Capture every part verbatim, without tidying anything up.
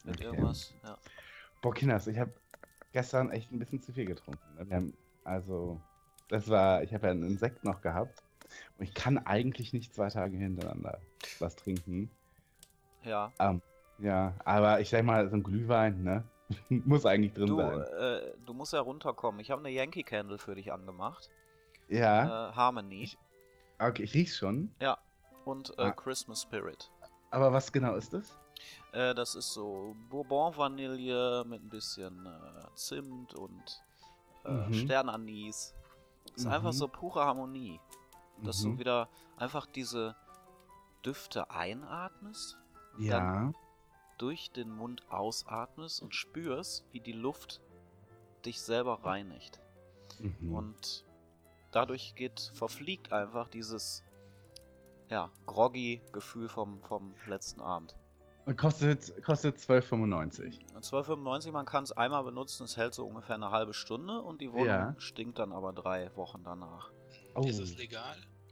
mit Okay. irgendwas. Ja. Boah, Kinders, ich habe gestern echt ein bisschen zu viel getrunken. Ne? Wir haben, also, das war, ich habe ja einen Insekt noch gehabt und ich kann eigentlich nicht zwei Tage hintereinander was trinken. Ja. Ähm, ja, aber ich sag mal, so ein Glühwein, ne? Muss eigentlich drin Du, sein. äh, du musst ja runterkommen. Ich habe eine Yankee Candle für dich angemacht. Ja, Äh, Harmony. ich, okay, ich riech's schon. Ja. Und äh, Ah. Christmas Spirit. Aber was genau ist das? Äh, das ist so Bourbon-Vanille mit ein bisschen äh, Zimt und äh, Mhm. Sternanis. Ist einfach Mhm. so pure Harmonie. Dass du Mhm. wieder einfach diese Düfte einatmest und Ja. dann durch den Mund ausatmest und spürst, wie die Luft dich selber reinigt. Mhm. Und dadurch geht, verfliegt einfach dieses ja, groggy Gefühl vom, vom letzten Abend. Und kostet, kostet zwölf fünfundneunzig. Und zwölf fünfundneunzig, man kann es einmal benutzen, es hält so ungefähr eine halbe Stunde und die Wohnung Ja. stinkt dann aber drei Wochen danach. Oh. Ist es legal?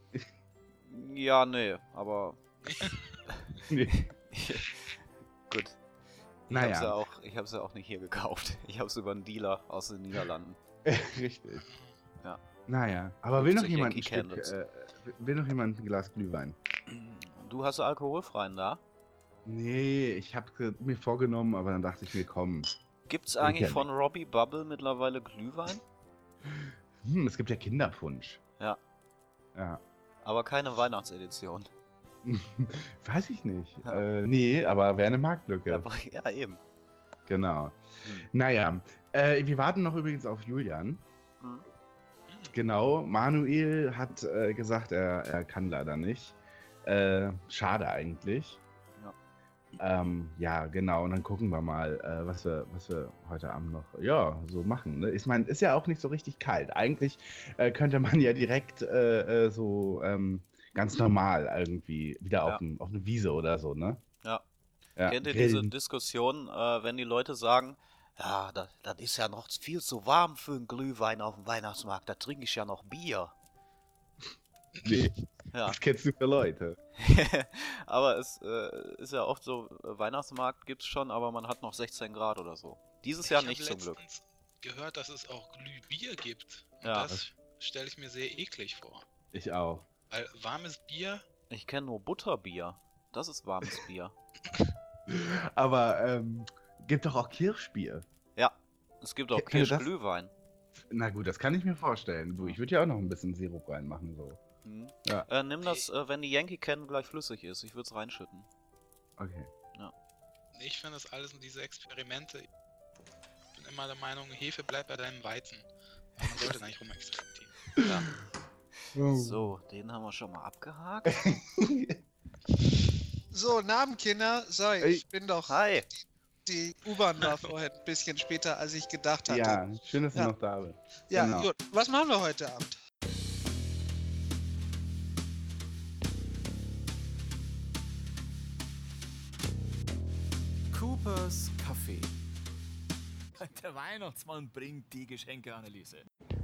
Ja, nee, aber Nee. gut. Ich Naja. hab's ja auch, ich hab's ja auch nicht hier gekauft. Ich hab's über einen Dealer aus den Niederlanden. Richtig. Ja. Naja. Aber will noch fünfzig jemand ein Yankee Stück, Candles. äh, will noch jemand ein Glas Glühwein? Du hast alkoholfreien da? Nee, ich habe mir vorgenommen, aber dann dachte ich mir, komm. Gibt's Ich eigentlich ja von Robbie Bubble mittlerweile Glühwein? Hm, es gibt ja Kinderpunsch. Ja. Ja. Aber keine Weihnachtsedition. Weiß ich nicht. Ja. Äh, nee, aber wäre eine Marktlücke. Ja, ja eben. Genau. Hm. Naja, äh, wir warten noch übrigens auf Julian. Hm. Genau, Manuel hat äh, gesagt, er, er kann leider nicht. Äh, schade eigentlich. Ja. Ähm, ja, genau, und dann gucken wir mal, äh, was, wir, was wir heute Abend noch ja, so machen. Ne? Ich meine, ist ja auch nicht so richtig kalt. Eigentlich äh, könnte man ja direkt äh, äh, so ähm, ganz normal irgendwie wieder Ja. auf, ein, auf eine Wiese oder so, ne? Ja. Ja, Kennt ihr diese grillen. Diskussion, äh, wenn die Leute sagen, ja, das, das ist ja noch viel zu warm für einen Glühwein auf dem Weihnachtsmarkt, da trinke ich ja noch Bier. Nee, Ja. was kennst du für Leute? Aber es äh, ist ja oft so, äh, Weihnachtsmarkt gibt's schon, aber man hat noch sechzehn Grad oder so. Dieses Jahr Ich nicht habe zum Glück. letztens gehört, dass es auch Glühbier gibt. Und Ja. das stelle ich mir sehr eklig vor. Ich auch. Weil warmes Bier, Ich kenne nur Butterbier. Das ist warmes Bier. Aber ähm, gibt doch auch Kirschbier. Ja, es gibt auch Kennt ihr das? Kirschglühwein. Na gut, das kann ich mir vorstellen. Du, ich würde ja auch noch ein bisschen Sirup reinmachen, so. Hm. Ja. Äh, nimm das, äh, wenn die Yankee Candle gleich flüssig ist. Ich würde es reinschütten. Okay. ich finde das alles diese Experimente. Ich bin immer der Meinung, Hefe bleibt bei deinem Weizen. Man sollte da nicht rumexperimentieren. Ja. Oh. So, den haben wir schon mal abgehakt. So, Namen, Kinder. So, Ey. ich bin doch. Hi. Die U-Bahn war vorhin ein bisschen später, als ich gedacht hatte. Ja, schön, dass du Ja. noch da bist. Ja, genau. gut. Was machen wir heute Abend? Coopers Kaffee. Der Weihnachtsmann bringt die Geschenkeanalyse.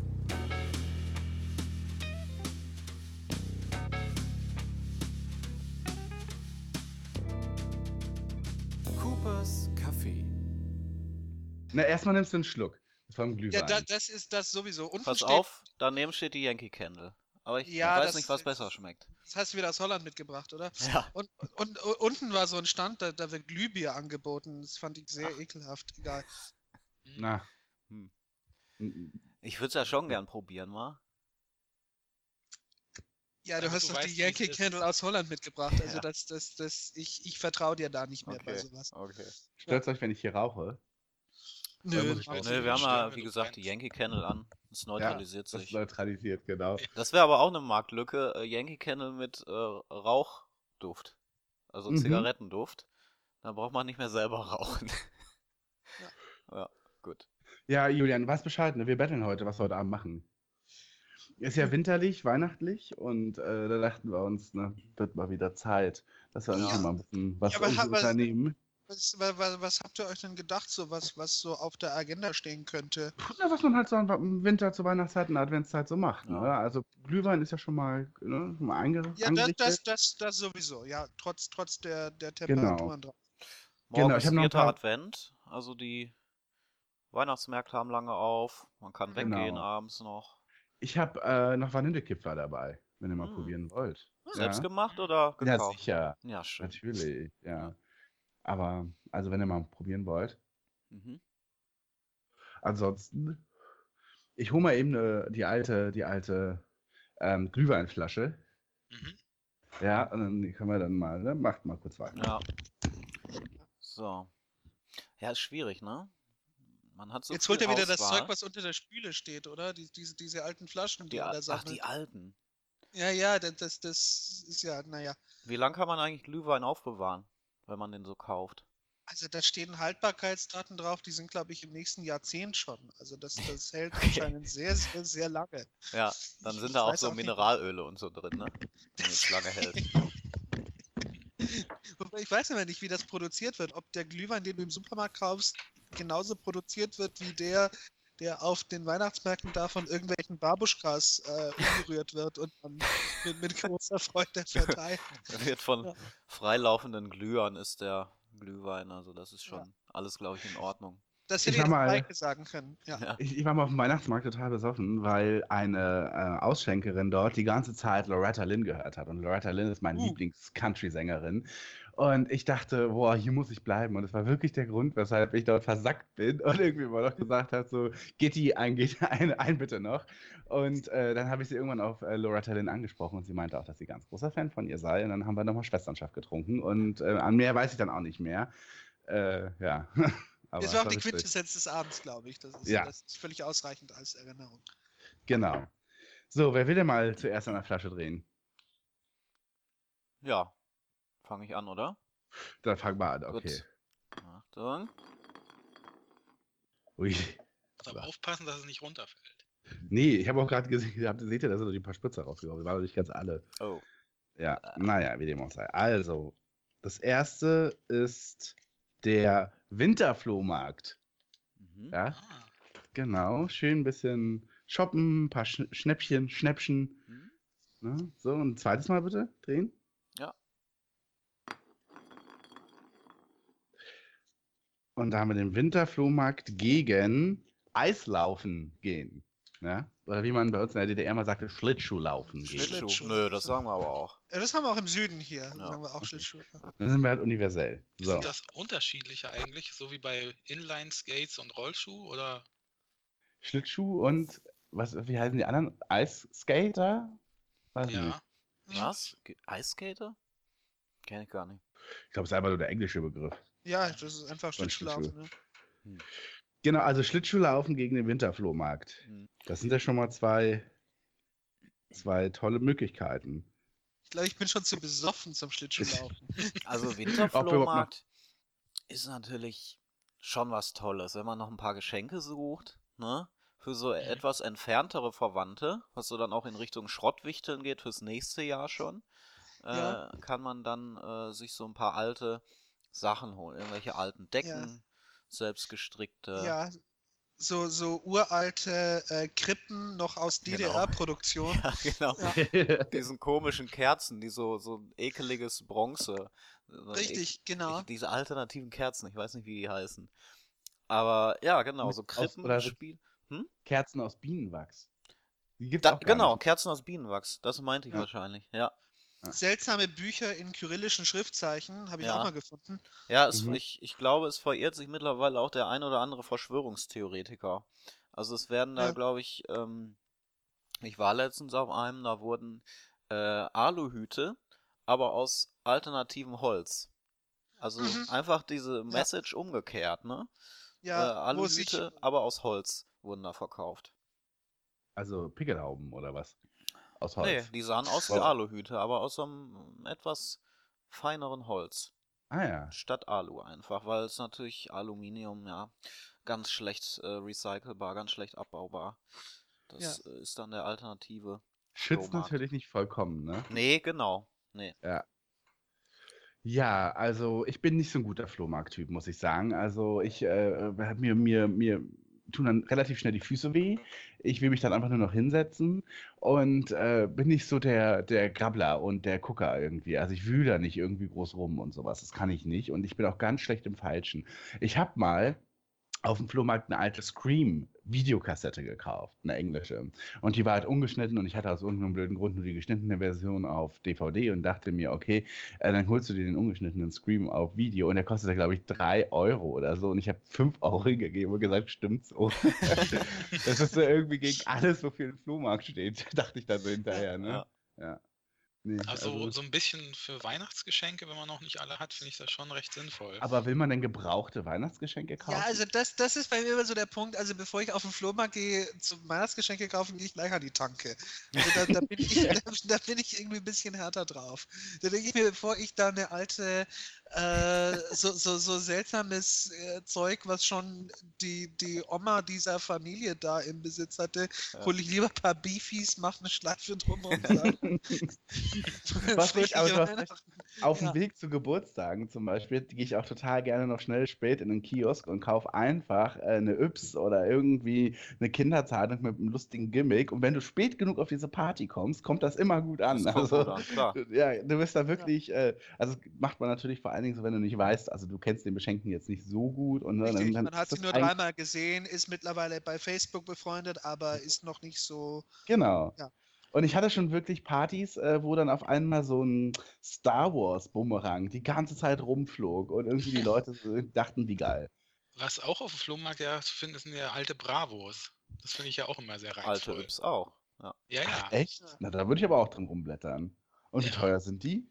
Coopers Kaffee. Na, erstmal nimmst du einen Schluck vom Glühwein. Ja, da, das ist das sowieso. Unten Pass steht, auf, daneben steht die Yankee Candle. Aber ich Ja, weiß das- nicht, was besser schmeckt. Das hast du wieder aus Holland mitgebracht, oder? Ja. Und, und, und unten war so ein Stand, da, da wird Glühbier angeboten. Das fand ich sehr Ach. ekelhaft. Egal. Na. Hm. n- Ich würde es ja schon gern probieren, wa? Ja, du Also hast du doch die weißt, Yankee wie es ist. Candle aus Holland mitgebracht. Also Ja. das, das, das, ich, ich vertraue dir da nicht mehr bei Okay. sowas. Okay. Stört's euch, wenn ich hier rauche? Nö, muss ich auch weiß Nö, nicht, nicht. wir haben stören, ja, wenn wie du gesagt, die brennst. Yankee Candle an. Es neutralisiert Das sich. neutralisiert, genau. Das wäre aber auch eine Marktlücke. Äh, Yankee Candle mit äh, Rauchduft. Also Mhm. Zigarettenduft. Da braucht man nicht mehr selber rauchen. Ja, gut. Ja, Julian, weißt Bescheid, ne? Wir betteln heute, was wir heute Abend machen. Ist ja winterlich, weihnachtlich und äh, da dachten wir uns, ne, wird mal wieder Zeit, dass wir irgendwie Ja. mal ein bisschen was Ja, aber irgendwie ha- was- unternehmen. Was, wa- wa- was habt ihr euch denn gedacht, so was, was so auf der Agenda stehen könnte? Ja, was man halt so im Winter zur Weihnachtszeit und Adventszeit so macht. Ne? Ja. Also Glühwein ist ja schon mal, ne, schon mal einge Ja, das, angerichtet. das, das, das sowieso, ja, trotz, trotz der, der Genau. Temperaturen drauf. Morgen Genau, ich ist habe noch ein vierter paar. Advent, also die Weihnachtsmärkte haben lange auf. Man kann weggehen Genau. abends noch. Ich habe äh, noch Vanillekipferl dabei, wenn ihr mal Hm. probieren wollt. Selbst Ja. gemacht oder Ja, gekauft? sicher. Ja, schön. Natürlich, ja. Ja. Aber, also wenn ihr mal probieren wollt. Mhm. Ansonsten, ich hole mal eben äh, die alte, die alte ähm, Glühweinflasche. Mhm. Ja, und dann können wir dann mal, ne? Macht mal kurz weiter. Ja. So. Ja, ist schwierig, ne? Man hat so Jetzt viel holt er wieder das Auswahl. Zeug, was unter der Spüle steht, oder? Die, diese, diese alten Flaschen, die Die, er al- da ach, sammelt. die alten. Ja, ja, das, das, das ist ja, naja. Wie lange kann man eigentlich Glühwein aufbewahren, wenn man den so kauft? Also da stehen Haltbarkeitsdaten drauf, die sind, glaube ich, im nächsten Jahrzehnt schon. Also das, das hält Okay. anscheinend sehr, sehr, sehr lange. Ja, dann Ich- sind ich da auch weiß so auch nicht- Mineralöle und so drin, ne? Wenn es lange hält. Wobei ich weiß immer nicht, wie das produziert wird. Ob der Glühwein, den du im Supermarkt kaufst, genauso produziert wird wie der, der auf den Weihnachtsmärkten da von irgendwelchen Babuschkas äh, umgerührt wird und dann mit, mit großer Freude verteilt. Wird von Ja. freilaufenden Glühern ist der Glühwein, also das ist schon alles, glaube ich, in Ordnung. Das Ich hätte war jetzt mal- Maike sagen können. Ja. Ja. Ich, ich war mal auf dem Weihnachtsmarkt total besoffen, weil eine äh, Ausschenkerin dort die ganze Zeit Loretta Lynn gehört hat. Und Loretta Lynn ist meine Uh. Lieblings-Country-Sängerin. Und ich dachte, boah, hier muss ich bleiben. Und das war wirklich der Grund, weshalb ich dort versackt bin und irgendwie mal noch gesagt habe, so, Gitti, ein, Gitti, ein, ein bitte noch. Und äh, dann habe ich sie irgendwann auf äh, Loretta Lynn angesprochen und sie meinte auch, dass sie ganz großer Fan von ihr sei. Und dann haben wir nochmal Schwesternschaft getrunken und äh, an mehr weiß ich dann auch nicht mehr. Äh, ja. Aber Das war auch es die witzig. Quintessenz des Abends, glaube ich. Das ist, Ja. das ist völlig ausreichend als Erinnerung. Genau. So, wer will denn mal zuerst an der Flasche drehen? Ja, fange ich an, oder? Dann fang mal an, okay. Gut. Achtung. Ui. Muss aber aufpassen, dass es nicht runterfällt. Nee, ich habe auch gerade gesehen, ihr habt- seht ihr, da sind noch die paar Spritzer rausgekommen. Die waren noch nicht ganz alle. Oh. Ja, naja, wie dem auch sei. Also, das erste ist der Winterflohmarkt. Mhm. Ja, Ah, genau. Schön ein bisschen shoppen, ein paar Sch Schnäppchen, Schnäppchen. Mhm. Ne? So, und ein zweites Mal bitte drehen. Ja. Und da haben wir den Winterflohmarkt gegen Eislaufen gehen. Ja? Oder wie man bei uns in der D D R mal sagte, Schlittschuhlaufen gehen. Schlittschuh. Schlittschuh. Nö, das sagen wir aber auch. Ja, das haben wir auch im Süden hier. Ja. Sagen wir auch Schlittschuhe. Dann sind wir halt universell. So. Sind das unterschiedliche eigentlich, so wie bei Inline-Skates und Rollschuh? Oder Schlittschuh und was, wie heißen die anderen? Eisskater? Weiß ich ja, nicht. Was? Ge- Eisskater? Kenn ich gar nicht. Ich glaube, es ist einfach nur der englische Begriff. Ja, das ist einfach Von Schlittschuhlaufen. Ne? Genau, also Schlittschuhlaufen gegen den Winterflohmarkt. Hm. Das sind ja schon mal zwei, zwei tolle Möglichkeiten. Ich glaube, ich bin schon zu besoffen zum Schlittschuhlaufen. Also Ob Winterflohmarkt ist natürlich schon was Tolles, wenn man noch ein paar Geschenke sucht, ne? Für so etwas entferntere Verwandte, was so dann auch in Richtung Schrottwichteln geht fürs nächste Jahr schon, äh, Ja. kann man dann äh, sich so ein paar alte Sachen holen. Irgendwelche alten Decken, selbstgestrickte. Ja, so, so uralte äh, Krippen noch aus D D Genau. R-Produktion. Ja, genau. Ja. Diesen komischen Kerzen, die so, so ein ekeliges Bronze. so ein Richtig, ek- genau. Ich, diese alternativen Kerzen, ich weiß nicht, wie die heißen. Aber ja, genau, so Aus- oder- Krippenspiel. Kerzen aus Bienenwachs. Die gibt's Da, auch gar genau, nicht. Kerzen aus Bienenwachs, das meinte ich Ja. wahrscheinlich, ja. Seltsame Bücher in kyrillischen Schriftzeichen habe ich Ja. auch mal gefunden. Ja, es, Mhm. ich, ich glaube, es verirrt sich mittlerweile auch der ein oder andere Verschwörungstheoretiker. Also es werden da, Ja. glaube ich, ähm, ich war letztens auf einem, da wurden äh, Aluhüte, aber aus alternativem Holz. Also Mhm. einfach diese Message umgekehrt, ne? äh, Ja, wo sich, Aluhüte, aber aus Holz wurden da verkauft. Also Pickelhauben oder was? Aus Holz. Nee, die sahen aus wie Wow. Aluhüte, aber aus so einem etwas feineren Holz. Ah ja. Statt Alu einfach, weil es natürlich Aluminium, ja, ganz schlecht äh, recycelbar, ganz schlecht abbaubar. Das äh, ist dann der alternative. Schützt Flohmarkt. natürlich nicht vollkommen, ne? Nee, genau. Nee. Ja. Ja, also ich bin nicht so ein guter Flohmarkttyp, muss ich sagen. Also ich äh, hab mir, mir, mir tun dann relativ schnell die Füße weh. Ich will mich dann einfach nur noch hinsetzen und äh, bin nicht so der, der Grabbler und der Gucker irgendwie. Also ich wühle da nicht irgendwie groß rum und sowas. Das kann ich nicht. Und ich bin auch ganz schlecht im Falschen. Ich habe mal auf dem Flohmarkt eine alte Scream-Videokassette gekauft, eine englische. Und die war halt ungeschnitten und ich hatte aus irgendeinem blöden Grund nur die geschnittene Version auf D V D und dachte mir, okay, äh, dann holst du dir den ungeschnittenen Scream auf Video und der kostete, glaube ich, drei Euro oder so und ich habe fünf Euro hingegeben und gesagt, stimmt so. Das ist so irgendwie gegen alles, wofür ein Flohmarkt steht, dachte ich dann so hinterher, ne? Ja. Ja. Nee, Also, also, so ein bisschen für Weihnachtsgeschenke, wenn man noch nicht alle hat, finde ich das schon recht sinnvoll. aber will man denn gebrauchte Weihnachtsgeschenke kaufen? Ja, also das, das ist bei mir immer so der Punkt, also bevor ich auf den Flohmarkt gehe zum Weihnachtsgeschenke kaufen, gehe ich gleich an die Tanke. Also da, da, bin ich, da, da bin ich irgendwie ein bisschen härter drauf. Da denke ich mir, bevor ich da eine alte, äh, so, so, so seltsames äh, Zeug, was schon die, die Oma dieser Familie da im Besitz hatte, Ja. hole ich lieber ein paar Beefies, mache eine Schleife drum und sage, Was ich aber fröhliche du hast recht, Weihnachten. auf dem Ja. Weg zu Geburtstagen zum Beispiel gehe ich auch total gerne noch schnell spät in den Kiosk und kaufe einfach äh, eine Yps oder irgendwie eine Kinderzeitung mit einem lustigen Gimmick. Und wenn du spät genug auf diese Party kommst, kommt das immer gut an. Das kommt Also, gut an, klar. ja, du bist da wirklich, äh, also macht man natürlich vor allen Dingen so, wenn du nicht weißt, also du kennst den Beschenkten jetzt nicht so gut. Und, ne, Richtig, dann, dann man hat ist sie das nur eigentlich- dreimal gesehen, ist mittlerweile bei Facebook befreundet, aber ist noch nicht so. Genau. Ja. Und ich hatte schon wirklich Partys, äh, wo dann auf einmal so ein Star Wars Bumerang die ganze Zeit rumflog und irgendwie die Leute so dachten, wie geil. Was auch auf dem Flohmarkt ja zu finden ist, sind ja alte Bravos. Das finde ich ja auch immer sehr Alte reizvoll. Yps auch. Ja. Ja, ja. Echt? Ja. Na, da würde ich aber auch drin rumblättern. Und wie Ja. teuer sind die?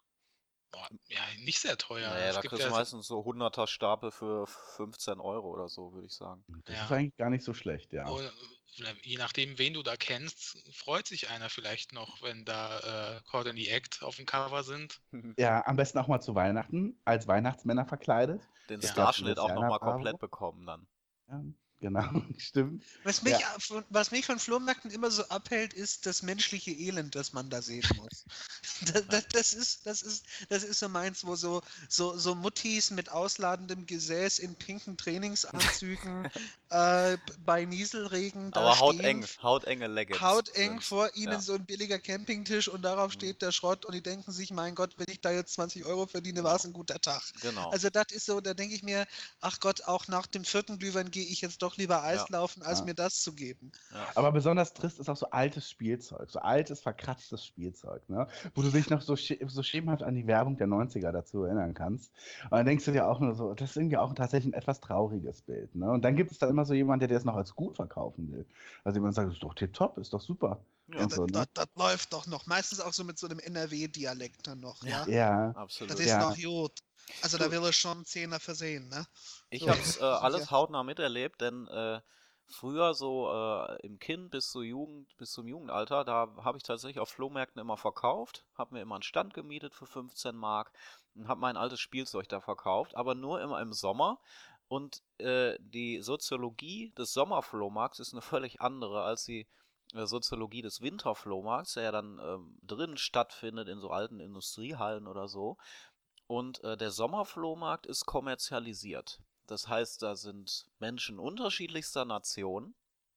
Boah, ja, nicht sehr teuer. Naja, es da gibt kriegst du ja, meistens so hunderter Stapel für fünfzehn Euro oder so, würde ich sagen. Das Ja. ist eigentlich gar nicht so schlecht, ja. oh, je nachdem, wen du da kennst, freut sich einer vielleicht noch, wenn da äh, Caught in the Act auf dem Cover sind. Ja, am besten auch mal zu Weihnachten, als Weihnachtsmänner verkleidet. Den Ja. Starschnitt auch Luciana nochmal Bravo. komplett bekommen dann. Ja, genau, stimmt. Was mich, Ja. von, was mich von Flohmärkten immer so abhält, ist das menschliche Elend, das man da sehen muss. Das, das, das, ist, das, ist, das ist so meins, wo so, so, so Muttis mit ausladendem Gesäß in pinken Trainingsanzügen äh, bei Nieselregen da Aber stehen. hauteng, hautenge Leggings. Hauteng sind. vor ihnen Ja. so ein billiger Campingtisch und darauf steht der Schrott und die denken sich, mein Gott, wenn ich da jetzt zwanzig Euro verdiene, war es ein guter Tag. Genau. Also das ist so, da denke ich mir, ach Gott, auch nach dem vierten Glühwein gehe ich jetzt doch lieber Eis Ja. laufen, als Ja. mir das zu geben. ja. Aber besonders trist ist auch so altes Spielzeug, so altes, verkratztes Spielzeug, ne? Wo du dich noch so, schä- so schemenhaft an die Werbung der neunziger dazu erinnern kannst. Und dann denkst du dir auch nur so, das ist irgendwie auch tatsächlich ein etwas trauriges Bild, ne? Und dann gibt es da immer so jemand, der dir das noch als gut verkaufen will. Also jemand sagt, das ist doch tipptopp, ist doch super. Ja. Und so, das, ne? das, das läuft doch noch. Meistens auch so mit so einem N R W-Dialekt dann noch, ja. Ja, Absolut. Das ist Ja. noch gut. Also da will er schon einen Zehner versehen, ne? Ich So, habe es äh, das ist alles ja- hautnah miterlebt, denn äh, früher so äh, im Kind bis zur Jugend, bis zum Jugendalter, da habe ich tatsächlich auf Flohmärkten immer verkauft, habe mir immer einen Stand gemietet für fünfzehn Mark und habe mein altes Spielzeug da verkauft, aber nur immer im Sommer. Und äh, die Soziologie des Sommerflohmarkts ist eine völlig andere als die äh, Soziologie des Winterflohmarkts, der ja dann ähm, drin stattfindet in so alten Industriehallen oder so. Und äh, der Sommerflohmarkt ist kommerzialisiert. Das heißt, da sind Menschen unterschiedlichster Nationen,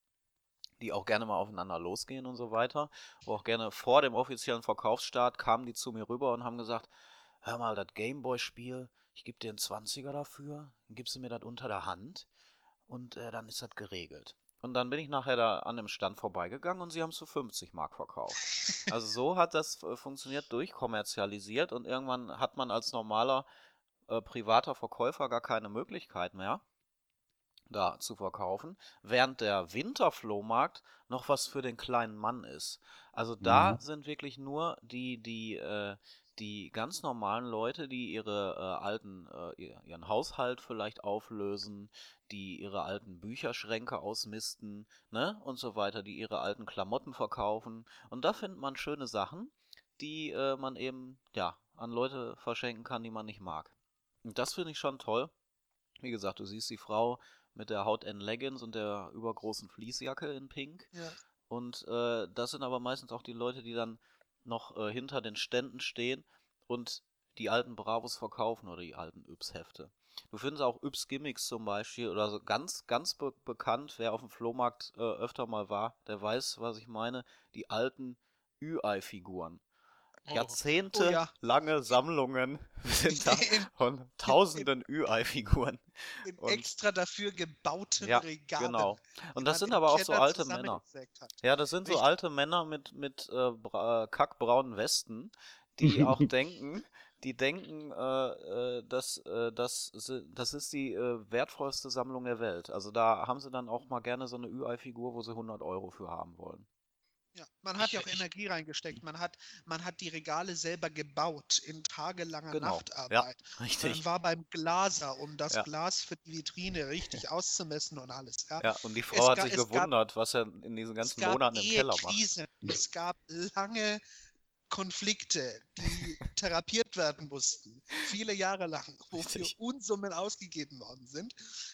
die auch gerne mal aufeinander losgehen und so weiter. Wo auch gerne vor dem offiziellen Verkaufsstart kamen die zu mir rüber und haben gesagt, hör mal, das Gameboy-Spiel, ich gebe dir einen Zwanziger dafür, dann gibst du mir das unter der Hand und äh, dann ist das geregelt. Und dann bin ich nachher da an dem Stand vorbeigegangen und sie haben es für fünfzig Mark verkauft. Also so hat das äh, funktioniert, durchkommerzialisiert und irgendwann hat man als normaler äh, privater Verkäufer gar keine Möglichkeit mehr, da zu verkaufen, während der Winterflohmarkt noch was für den kleinen Mann ist. Also da Mhm. sind wirklich nur die, die, äh, die ganz normalen Leute, die ihre äh, alten, äh, ihr- ihren Haushalt vielleicht auflösen, die ihre alten Bücherschränke ausmisten, ne, und so weiter, die ihre alten Klamotten verkaufen. Und da findet man schöne Sachen, die äh, man eben, ja, an Leute verschenken kann, die man nicht mag. Und das finde ich schon toll. Wie gesagt, du siehst die Frau mit der hautengen Leggings und der übergroßen Fließjacke in Pink. Ja. Und äh, das sind aber meistens auch die Leute, die dann noch äh, hinter den Ständen stehen und die alten Bravos verkaufen oder die alten Yps-Hefte. Du findest auch Yps Gimmicks zum Beispiel oder so ganz, ganz be bekannt, wer auf dem Flohmarkt äh, öfter mal war, der weiß, was ich meine, die alten Ü-Ei-Figuren. Oh, Oh Jahrzehntelange ja, Sammlungen sind da in, von in, tausenden Ü-Ei-Figuren. in Und extra dafür gebauten ja, Regalen, genau. die Und das man sind im aber auch so Keller alte Männer. zusammengesägt hat. Ja, das sind so Richtig. alte Männer mit, mit äh, bra- äh, kackbraunen Westen, die auch denken, die denken, äh, äh, dass, äh, das, si- das ist die äh, wertvollste Sammlung der Welt. Also da haben sie dann auch mal gerne so eine Ü-Ei-Figur, wo sie hundert Euro für haben wollen. Ja, man hat Ich, ja auch ich, Energie reingesteckt. Man hat, man hat die Regale selber gebaut in tagelanger Genau. Ja, Nachtarbeit. Man richtig. war beim Glaser, um das Ja. Glas für die Vitrine richtig auszumessen und alles. Ja. Ja, und die Frau Es, hat ga, sich es gab, gewundert, was er in diesen es ganzen gab Monaten im Keller macht. Ehekrisen. Es gab lange Konflikte, die therapiert werden mussten. Viele Jahre lang, wofür Richtig. Unsummen ausgegeben worden sind.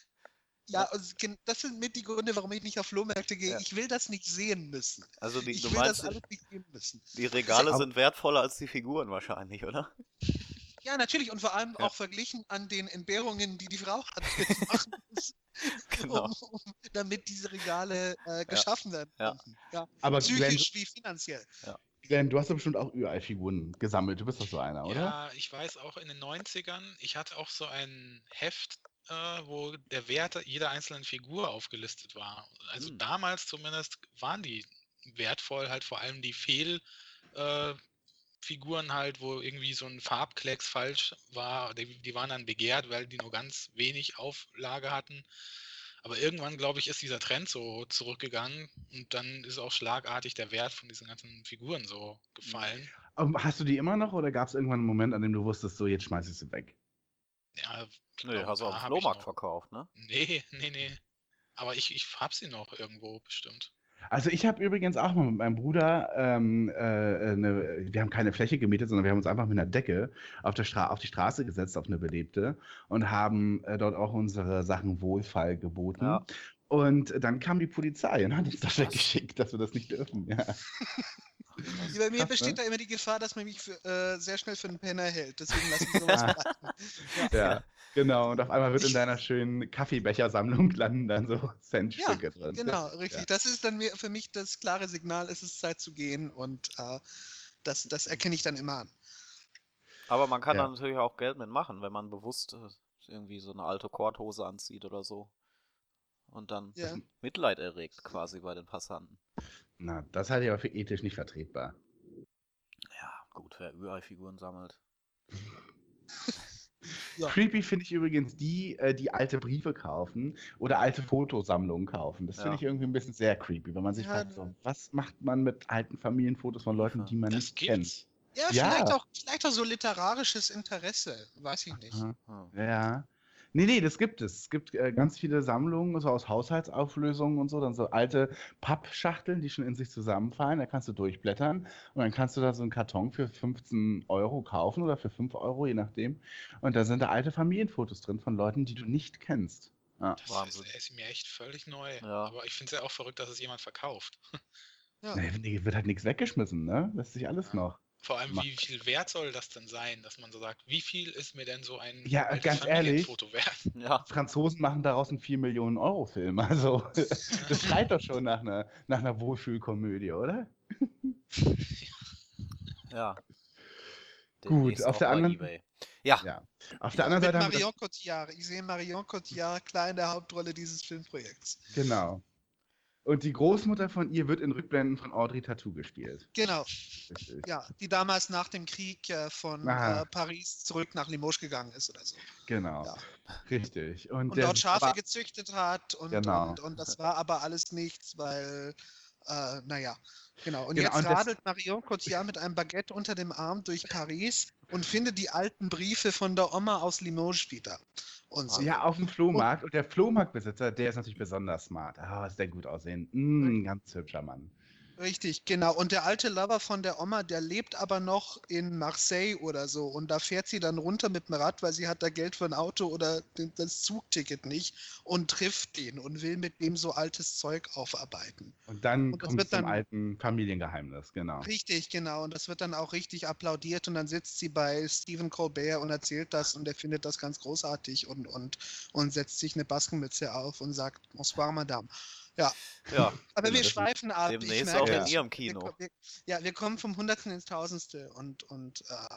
Ja, also gen- das sind mit die Gründe, warum ich nicht auf Flohmärkte gehe. Ja. Ich will das nicht sehen müssen. Also die, Ich du will das meinst, alles nicht sehen müssen. die Regale Aber- sind wertvoller als die Figuren wahrscheinlich, oder? Ja, natürlich. Und vor allem Ja. auch verglichen an den Entbehrungen, die die Frau hat mitmachen müssen, Genau. um, um, damit diese Regale äh, geschaffen werden Ja. konnten. Ja. Aber Glenn, Psychisch wie finanziell. Glenn, du hast doch bestimmt auch Ü-Ei-Figuren gesammelt. Du bist doch so einer, oder? ja, ich weiß auch in den neunzigern, ich hatte auch so ein Heft, äh, wo der Wert jeder einzelnen Figur aufgelistet war. Also Hm. damals zumindest waren die wertvoll, halt vor allem die Fehl, äh, Figuren halt, wo irgendwie so ein Farbklecks falsch war, die, die waren dann begehrt, weil die nur ganz wenig Auflage hatten. Aber irgendwann, glaube ich, ist dieser Trend so zurückgegangen und dann ist auch schlagartig der Wert von diesen ganzen Figuren so gefallen. Ähm, Hast du die immer noch oder gab es irgendwann einen Moment, an dem du wusstest, so jetzt schmeiß ich sie weg? Ja, ich Nee, glaub, hast du ein auf dem paar hab ich Flohmarkt noch. verkauft, ne? Nee, nee, nee. Aber ich, ich hab sie noch irgendwo bestimmt. Also ich habe übrigens auch mal mit meinem Bruder, ähm, äh, eine, wir haben keine Fläche gemietet, sondern wir haben uns einfach mit einer Decke auf, der Stra auf die Straße gesetzt, auf eine belebte und haben äh, dort auch unsere Sachen Wohlfall geboten. Ja. Und dann kam die Polizei und hat uns das weggeschickt, dass wir das nicht dürfen. Ja. Krass. Bei mir Krass, besteht ne? da immer die Gefahr, dass man mich für, äh, sehr schnell für einen Penner hält. Deswegen lasse ich sowas Ah. bleiben. Ja, genau. Und auf einmal wird in deiner schönen Kaffeebechersammlung landen dann so Centstücke drin. Genau, richtig. Ja. Das ist dann mir, für mich das klare Signal, es ist Zeit zu gehen und äh, das, das erkenne ich dann immer an. Aber man kann Ja. da natürlich auch Geld mitmachen, wenn man bewusst äh, irgendwie so eine alte Korthose anzieht oder so. Und dann Ja. Mitleid erregt quasi bei den Passanten. Na, das halte ich aber für ethisch nicht vertretbar. Ja, gut, wer Ü-Ei-Figuren sammelt. Ja. Creepy finde ich übrigens die, äh, die alte Briefe kaufen oder alte Fotosammlungen kaufen. Das finde Ja. ich irgendwie ein bisschen sehr creepy, wenn man sich Ja, fragt, so, was macht man mit alten Familienfotos von Leuten, die man Das nicht kennt? gibt's. Ja, Ja. Vielleicht, auch, vielleicht auch so literarisches Interesse, weiß ich nicht. Aha. Hm. Ja. Nee, nee, das gibt es. Es gibt äh, ganz viele Sammlungen, so aus Haushaltsauflösungen und so, dann so alte Pappschachteln, die schon in sich zusammenfallen. Da kannst du durchblättern und dann kannst du da so einen Karton für fünfzehn Euro kaufen oder für fünf Euro, je nachdem. Und da sind da alte Familienfotos drin von Leuten, die du nicht kennst. Ja. Das Wahnsinn. ist, ist mir echt völlig neu. Ja. Aber ich finde es ja auch verrückt, dass es jemand verkauft. Ja. Nee, nee, wird halt nichts weggeschmissen, ne? Lässt sich alles Ja. noch. Vor allem, Macht- wie viel Wert soll das denn sein, dass man so sagt, wie viel ist mir denn so ein Ja, altes ganz ehrlich. Familienfoto wert? Ja, Franzosen machen daraus einen vier Millionen Euro Film. Also, das schreit doch schon nach einer, nach einer Wohlfühlkomödie, oder? ja. Gut, Demnächst auf auch der bei anderen- eBay. Ja, Ja. Auf der Mit anderen Seite haben wir Marion Cotillard. Ich sehe Marion Cotillard klar in der Hauptrolle dieses Filmprojekts. das, genau. Und die Großmutter von ihr wird in Rückblenden von Audrey Tautou gespielt. Genau, Richtig. ja, die damals nach dem Krieg äh, von Aha. äh, Paris zurück nach Limoges gegangen ist oder so. Genau. Ja. Richtig. Und, Und der dort Schafe aber- gezüchtet hat und, Genau. und, und das war aber alles nichts, weil, äh, naja, genau. Und Genau, jetzt und das- radelt Marion Cotillard mit einem Baguette unter dem Arm durch Paris und findet die alten Briefe von der Oma aus Limoges wieder. Und so. Ja, auf dem Flohmarkt. Und der Flohmarktbesitzer, der ist natürlich besonders smart. Ah, ist der gut aussehen. Mm, ganz hübscher Mann. Richtig, genau. Und der alte Lover von der Oma, der lebt aber noch in Marseille oder so. Und da fährt sie dann runter mit dem Rad, weil sie hat da Geld für ein Auto oder den- das Zugticket nicht und trifft den und will mit dem so altes Zeug aufarbeiten. Und dann Und das kommt es wird zum dann alten Familiengeheimnis, genau. richtig, genau. Und das wird dann auch richtig applaudiert. Und dann sitzt sie bei Stephen Colbert und erzählt das und er findet das ganz großartig und, und, und setzt sich eine Baskenmütze auf und sagt, Bonsoir, Madame. Ja, Ja, aber Genau, wir das ist schweifen ab. Ich demnächst merke, auch in Ja. ich, Ihrem wir, Kino. ko- wir, ja, wir kommen vom Hundertsten ins Tausendste und, und äh,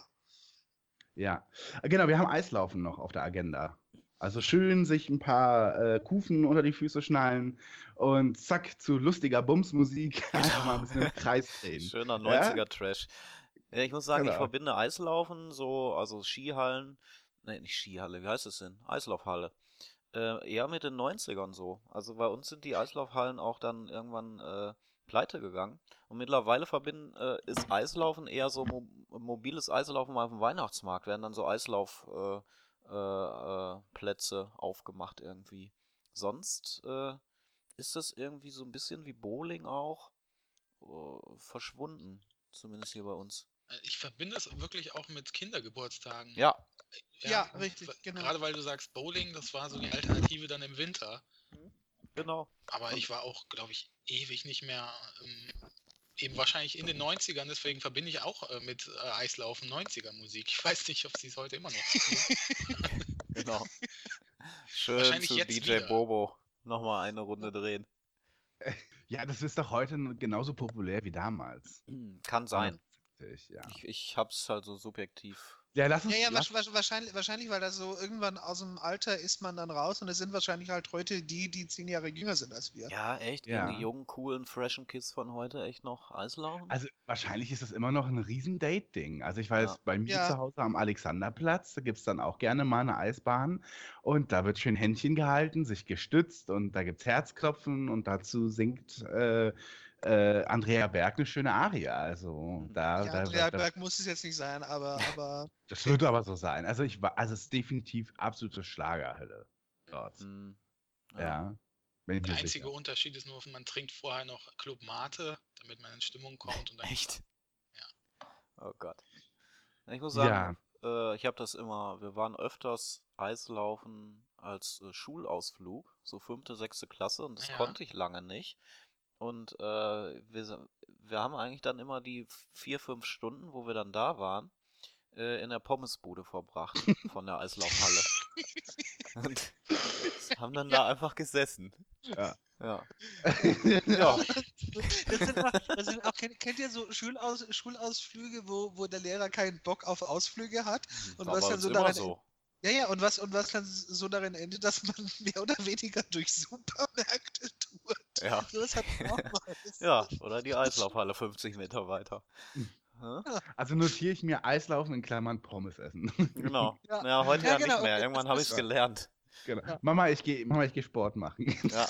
Ja, Äh, genau, wir haben Eislaufen noch auf der Agenda. Also schön sich ein paar äh, Kufen unter die Füße schnallen und zack, zu lustiger Bumsmusik einfach mal ein bisschen im Kreis drehen. Schöner Ja? neunziger-Trash. Ja, ich muss sagen, ich Genau. verbinde Eislaufen, so, also Skihallen, ne, nicht Skihalle, wie heißt es denn? Eislaufhalle. Äh, eher mit den neunzigern so. Also bei uns sind die Eislaufhallen auch dann irgendwann äh, pleite gegangen. Und mittlerweile verbinden, äh, ist Eislaufen eher so mo mobiles Eislaufen mal auf dem Weihnachtsmarkt. Werden dann so Eislaufplätze äh, äh, äh, Plätze aufgemacht irgendwie. Sonst äh, ist das irgendwie so ein bisschen wie Bowling auch äh, verschwunden. Zumindest hier bei uns. Äh, Ich verbinde es wirklich auch mit Kindergeburtstagen. Ja, Ja, richtig, w- genau. Gerade weil du sagst, Bowling, das war so die Alternative dann im Winter. genau. Aber ich war auch, glaube ich, ewig nicht mehr, ähm, eben wahrscheinlich in den neunzigern, deswegen verbinde ich auch äh, mit äh, Eislaufen neunziger-Musik. Ich weiß nicht, ob sie es heute immer noch spielen. Genau. Schön Wahrscheinlich zu jetzt D J wieder. Bobo nochmal eine Runde drehen. Ja, das ist doch heute n- genauso populär wie damals. Kann sein. neunundsiebzig, ja. Ich, ich hab's halt so subjektiv. Ja, lass uns. Ja, ja, lass, wasch- wasch- wahrscheinlich, wahrscheinlich, weil das so irgendwann aus dem Alter ist man dann raus und es sind wahrscheinlich halt heute die, die zehn Jahre jünger sind als wir. Ja, echt? Gehen Ja. die jungen, coolen, freshen Kids von heute echt noch Eislaufen? Also wahrscheinlich ist das immer noch ein riesen Date-Ding. Also ich weiß, Ja. bei mir Ja. zu Hause am Alexanderplatz, da gibt es dann auch gerne mal eine Eisbahn und da wird schön Händchen gehalten, sich gestützt und da gibt es Herzklopfen und dazu singt äh, äh, Andrea Berg eine schöne Arie. Also da, Ja, da, Andrea da, Berg muss es jetzt nicht sein, aber, aber das wird aber so sein. Also ich war, also es ist definitiv absolute Schlagerhölle dort. Hm, Ja. Bin ich Der mir einzige sicher. Unterschied ist nur, man trinkt vorher noch Club Mate, damit man in Stimmung kommt. Und dann Echt? Ja. Oh Gott. Ich muss sagen, äh, ich habe das immer, wir waren öfters Eislaufen als äh, Schulausflug, so fünfte, sechste Klasse und das Ja. konnte ich lange nicht. Und äh, wir, sa- wir haben eigentlich dann immer die vier, fünf Stunden, wo wir dann da waren, äh, in der Pommesbude verbracht von der Eislaufhalle. Und haben dann da einfach gesessen. Ja. Ja. ja. das sind auch, das sind auch kennt, kennt ihr so Schulaus, Schulausflüge, wo, wo der Lehrer keinen Bock auf Ausflüge hat? Und War was bei dann uns so immer darin so. Ja, ja, und was, und was dann so darin endet, dass man mehr oder weniger durch Supermärkte tut. Ja. Sowas hat man auch mal. Das- Ja, oder die Eislaufhalle fünfzig Meter weiter. Hä? Also notiere ich mir Eislaufen in Klammern Pommes essen. Genau. Ja. Ja, heute Ja, ja, genau, nicht mehr. okay, Irgendwann das habe ist ich es ja. gelernt. Genau. Ja. Mama, ich gehe Mama, ich gehe Sport machen. Ja.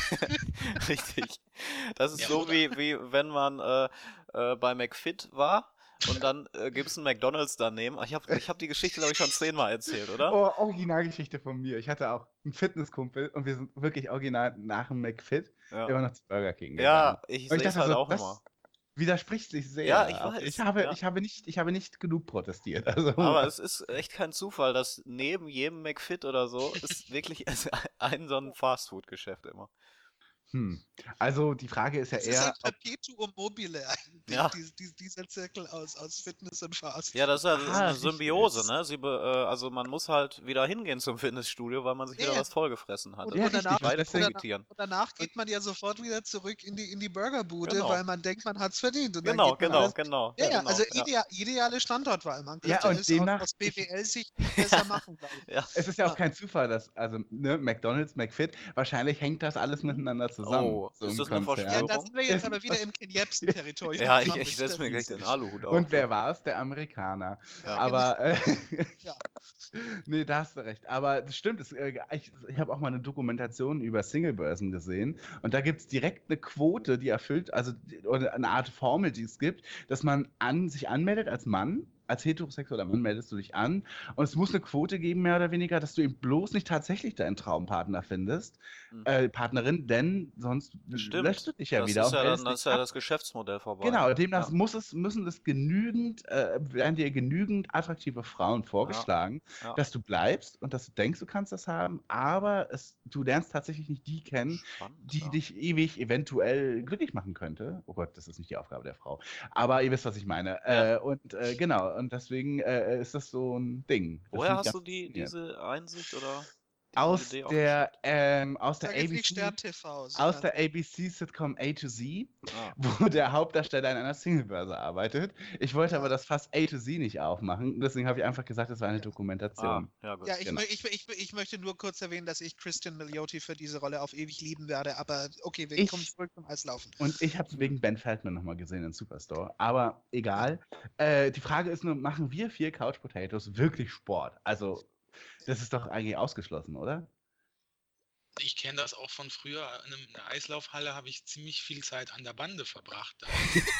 Richtig. Das ist Ja, so oder- wie, wie wenn man äh, äh, bei McFit war und dann äh, gibt es einen McDonalds daneben. Ich habe ich hab die Geschichte, glaube ich, schon zehnmal erzählt, oder? Oh, Originalgeschichte von mir. Ich hatte auch einen Fitnesskumpel und wir sind wirklich original nach dem McFit immer Ja, noch zu Burger King ja gegangen. ich Und sehe es halt auch das immer. widerspricht sich sehr. Ja, ich Aber weiß, Ich habe, ja. ich habe, nicht, ich habe nicht genug protestiert. Also, Aber es ist echt kein Zufall, dass neben jedem McFit oder so ist wirklich ein so ein Fastfood-Geschäft immer. hm. also die Frage ist ja Es ist eher, ein ob, Perpetuum mobile eigentlich, Ja. dies- dies- dieser Zirkel aus, aus Fitness und Fast. Ja, das ist ja Ah, eine richtig. Symbiose, ne? Sie be, äh, also man muss halt wieder hingehen zum Fitnessstudio, weil man sich Ja, wieder ja. was vollgefressen hat. Und, Und Ja, und, richtig, danach, und beide deswegen- profitieren. und danach geht man ja sofort wieder zurück in die, in die Burgerbude, Genau. weil man denkt, man hat es verdient. Und dann Genau, geht man genau, alles- genau. Ja, ja, genau, also ja. idea, ideale Standortwahl. Man Ja, könnte und es demnach- aus, aus B W L-Sicht nicht besser machen, glaube ich. Ja. es ist ja auch Ja. kein Zufall, dass, also, ne, McDonalds, McFit, wahrscheinlich hängt das alles miteinander zusammen. Oh, so ist ein das eine Konzern. Ja, Verschwörung? da sind wir jetzt Es- aber wieder im Ken Jebsen-Territorium. Ja, ich, glaub ich setze mir gleich den Aluhut auf. Und wer war es? Der Amerikaner. Ja. Aber, äh, Ja. nee, da hast du recht. Aber das stimmt, es, äh, ich, ich habe auch mal eine Dokumentation über Singlebörsen gesehen und da gibt es direkt eine Quote, die erfüllt, also die- oder eine Art Formel, die es gibt, dass man an, sich anmeldet als Mann als heterosexueller Mann meldest du dich an und es muss eine Quote geben, mehr oder weniger, dass du eben bloß nicht tatsächlich deinen Traumpartner findest, Hm. äh, Partnerin, denn sonst Stimmt. löscht du dich ja Das wieder ist und ja dann meldest das, dich ist ja ab. das Geschäftsmodell vorbei. Genau, ne? demnach Ja. muss es, müssen es genügend, äh, werden dir genügend attraktive Frauen vorgeschlagen, Ja. dass du bleibst und dass du denkst, du kannst das haben, aber es, du lernst tatsächlich nicht die kennen, Spannend, die ja. dich ewig eventuell glücklich machen könnte. Oh Gott, das ist nicht die Aufgabe der Frau. Aber ihr wisst, was ich meine. Ja. Äh, und äh, genau, und deswegen äh, ist das so ein Ding. Das Woher finde ich hast ganz du die, faszinierend. diese Einsicht oder diese Aus Idee der, aufgeschnappt? ähm, aus der Sag jetzt nicht A B C, Stern T V. aus sondern- der A B C-Sitcom A to Z, Ah. wo der Hauptdarsteller in einer Singlebörse arbeitet. Ich wollte Ja. aber das Fass A to Z nicht aufmachen, deswegen habe ich einfach gesagt, das war eine Ja. ah, Dokumentation. ja gut. Ja, ich, Genau. mö- ich, ich, ich möchte nur kurz erwähnen, dass ich Christian Milioti für diese Rolle auf ewig lieben werde. Aber okay, wir Ich- kommen zurück zum Eislaufen. Und ich habe es wegen Ben Feldman nochmal gesehen in Superstore. Aber egal. Äh, die Frage ist nur, machen wir vier Couch Potatoes wirklich Sport? Also, das ist doch eigentlich ausgeschlossen, oder? Ich kenne das auch von früher. In einem- in einer Eislaufhalle habe ich ziemlich viel Zeit an der Bande verbracht. Da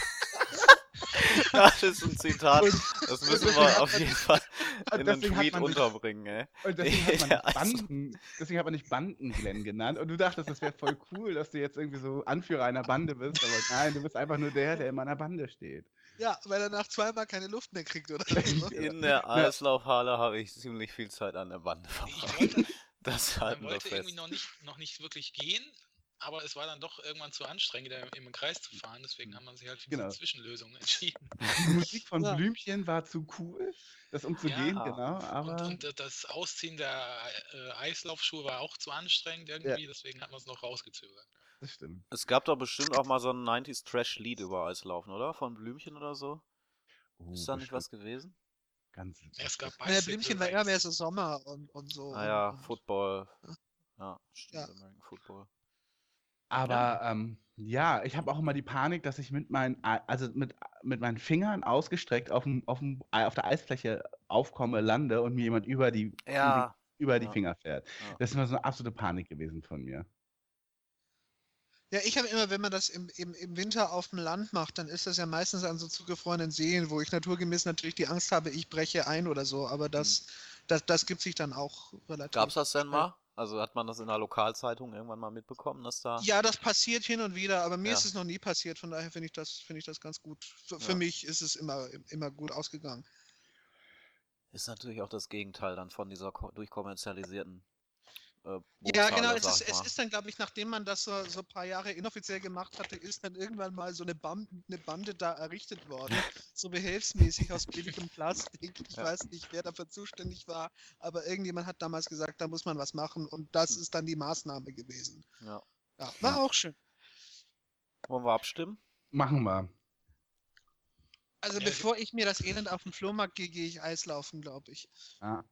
Das ist ein Zitat. Und- Das und müssen deswegen wir hat auf man- jeden Fall und in einen deswegen hat Tweet man- unterbringen, ey. Und deswegen hat man Ja, nicht also- Banden, deswegen hat man nicht Banden-Glenn genannt. Und du dachtest, das wäre voll cool, dass du jetzt irgendwie so Anführer einer Bande bist. Aber nein, du bist einfach nur der, der in meiner Bande steht. Ja, weil er nach zweimal keine Luft mehr kriegt, oder? so. In der Eislaufhalle habe ich ziemlich viel Zeit an der Bande verbracht. Ich wollte, Das man halten wir wollte irgendwie fest. noch nicht, noch nicht wirklich gehen, aber es war dann doch irgendwann zu anstrengend, da im Kreis zu fahren. Deswegen haben wir sich halt für Genau. diese Zwischenlösung entschieden. Die Musik von Ja. Blümchen war zu cool, das umzugehen, Ja. genau. Aber Und, und das Ausziehen der äh, Eislaufschuhe war auch zu anstrengend irgendwie, deswegen haben wir es noch rausgezögert. das stimmt. Es gab doch bestimmt auch mal so ein neunziger Trash-Lied über Eislaufen, oder? Von Blümchen oder so? Oh, Ist da nicht bestimmt. was gewesen? Ganz Es gab Ja, Bicycle Blümchen war eher Race. mehr so Sommer und, und so. Ah ja, und, und, Football. Ja, stimmt, Ja. American Football. Aber ähm, ja, ich habe auch immer die Panik, dass ich mit meinen, A- also mit, mit meinen Fingern ausgestreckt auf, dem, auf, dem, auf der Eisfläche aufkomme, lande und mir jemand über die, Ja. über die Ja. Finger fährt. Ja. Das ist immer so eine absolute Panik gewesen von mir. Ja, ich habe immer, wenn man das im, im, im Winter auf dem Land macht, dann ist das ja meistens an so zugefrorenen Seen, wo ich naturgemäß natürlich die Angst habe, ich breche ein oder so. Aber das, das, das gibt sich dann auch relativ. Gab's das denn schnell. mal? Also hat man das in der Lokalzeitung irgendwann mal mitbekommen, dass da. Ja, das passiert hin und wieder, aber mir Ja. ist es noch nie passiert, von daher finde ich das, finde ich das ganz gut. Für, für Ja. mich ist es immer, immer gut ausgegangen. Ist natürlich auch das Gegenteil dann von dieser ko durchkommerzialisierten äh, Ja, genau, Bootshalle, es sag ist, ich es mal. ist dann, glaube ich, nachdem man das so, so ein paar Jahre inoffiziell gemacht hatte, ist dann irgendwann mal so eine, Bam eine Bande da errichtet worden. So behelfsmäßig aus billigem Plastik. Ich Ja. weiß nicht, wer dafür zuständig war, aber irgendjemand hat damals gesagt, da muss man was machen und das Hm. ist dann die Maßnahme gewesen. Ja. Ja, war Ja. auch schön. Wollen wir abstimmen? Machen wir. Also Ja, bevor ich mir das Elend auf den Flohmarkt gehe, gehe ich Eislaufen, glaube ich. Ja.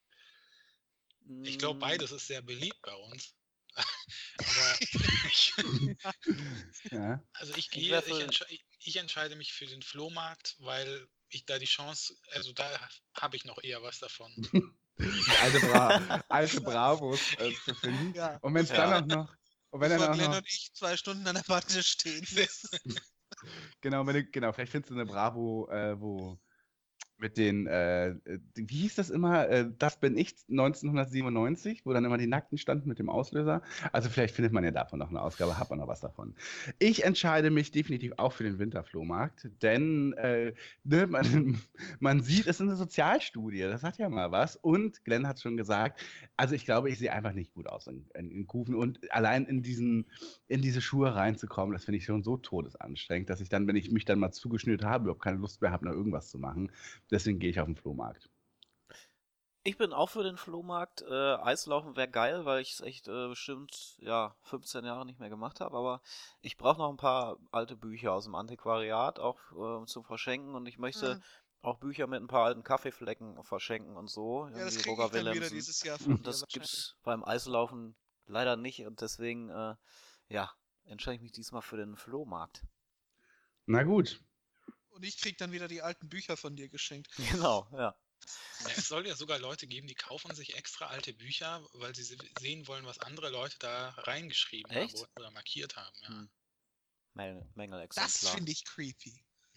Ich glaube, Mm, beides ist sehr beliebt bei uns. Aber ich, Ja. also ich Ich gehe, wär ich, für- entsche ich, ich entscheide mich für den Flohmarkt, weil ich da die Chance, also da habe ich noch eher was davon. Alte, Bra alte Bravos äh, zu finden. Ja. Und wenn es Ja. dann auch noch. Und wenn Bevor dann auch Glenn noch und ich zwei Stunden an der Bande stehen. genau, wenn du, genau, vielleicht findest du eine Bravo, äh, wo mit den, äh, äh, wie hieß das immer? Äh, das bin ich neunzehnhundertsiebenundneunzig, wo dann immer die Nackten standen mit dem Auslöser. Also vielleicht findet man ja davon noch eine Ausgabe, hat man noch was davon. Ich entscheide mich definitiv auch für den Winterflohmarkt, denn äh, ne, man, man sieht, es ist eine Sozialstudie, das hat ja mal was. Und Glenn hat schon gesagt, also ich glaube, ich sehe einfach nicht gut aus in, in, in Kufen und allein in diesen, in diese Schuhe reinzukommen, das finde ich schon so todesanstrengend, dass ich dann, wenn ich mich dann mal zugeschnürt habe, überhaupt keine Lust mehr habe, noch irgendwas zu machen. Deswegen gehe ich auf den Flohmarkt. Ich bin auch für den Flohmarkt. Äh, Eislaufen wäre geil, weil ich es echt äh, bestimmt ja fünfzehn Jahre nicht mehr gemacht habe. Aber ich brauche noch ein paar alte Bücher aus dem Antiquariat auch äh, zum Verschenken und ich möchte Hm. auch Bücher mit ein paar alten Kaffeeflecken verschenken und so. Ja, das irgendwie kriege Roger ich dann wieder Willemsen. dieses Jahr von Und dir das wahrscheinlich. gibt's beim Eislaufen leider nicht und deswegen äh, ja entscheide ich mich diesmal für den Flohmarkt. Na gut. Und ich krieg dann wieder die alten Bücher von dir geschenkt. Genau, ja. Ja, es soll ja sogar Leute geben, die kaufen sich extra alte Bücher, weil sie se- sehen wollen, was andere Leute da reingeschrieben Echt? haben oder markiert haben. Ja. Hm. Mängel, Das Mängelexemplar. finde ich creepy.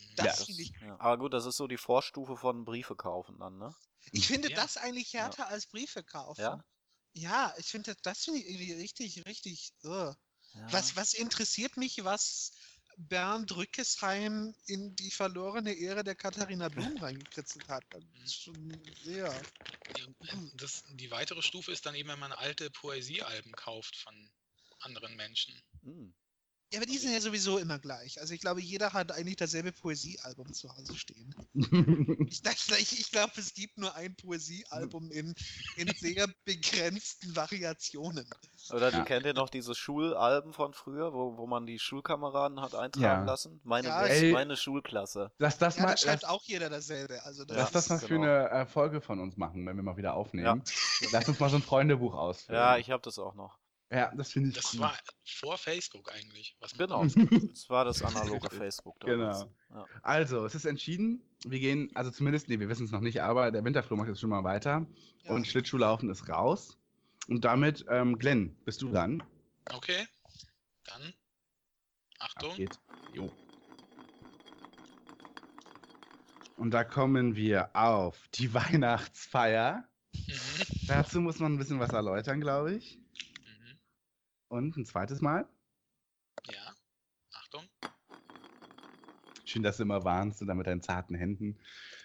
Das Ja. finde ich. Ja. Aber gut, das ist so die Vorstufe von Briefe kaufen dann, ne? Ich finde Ja. das eigentlich härter als Briefe kaufen. Ja? Ja, ich finde, das finde ich irgendwie richtig, richtig. Uh. Ja. Was, was interessiert mich, was Bernd Rückesheim in die verlorene Ehre der Katharina Blum reingekritzelt hat? Das ist schon sehr. Ja, das, die weitere Stufe ist dann eben, wenn man alte Poesiealben kauft von anderen Menschen. Hm. Ja, aber die sind ja sowieso immer gleich. Also ich glaube, jeder hat eigentlich dasselbe Poesiealbum zu Hause stehen. Ich, ich, ich glaube, es gibt nur ein Poesiealbum in, in sehr begrenzten Variationen. Oder Ja. die kennt ihr noch diese Schulalben von früher, wo, wo man die Schulkameraden hat eintragen Ja. lassen? Meine, Ja, Best, ey. meine Schulklasse. Lass das Ja, mal, da schreibt lass, auch jeder dasselbe. Also das Ja. lass das mal ist, für genau. eine äh, Folge von uns machen, wenn wir mal wieder aufnehmen. Ja. Lass uns mal so ein Freundebuch ausfüllen. Ja, ich habe das auch noch. Ja, das finde ich Das gut. war vor Facebook eigentlich. Was man Genau. Das war das analoge Facebook damals. Genau. Ja. Also, es ist entschieden. Wir gehen, also zumindest, nee, wir wissen es noch nicht, aber der Winterflohmarkt ist schon mal weiter. Ja. Und Schlittschuhlaufen ist raus. Und damit, ähm, Glenn, bist du dran? Okay, dann Ab Achtung. geht. Jo. Und da kommen wir auf die Weihnachtsfeier. Mhm. Dazu muss man ein bisschen was erläutern, glaube ich. Mhm. Und ein zweites Mal. Ja, Achtung. Schön, dass du immer warnst und dann mit deinen zarten Händen.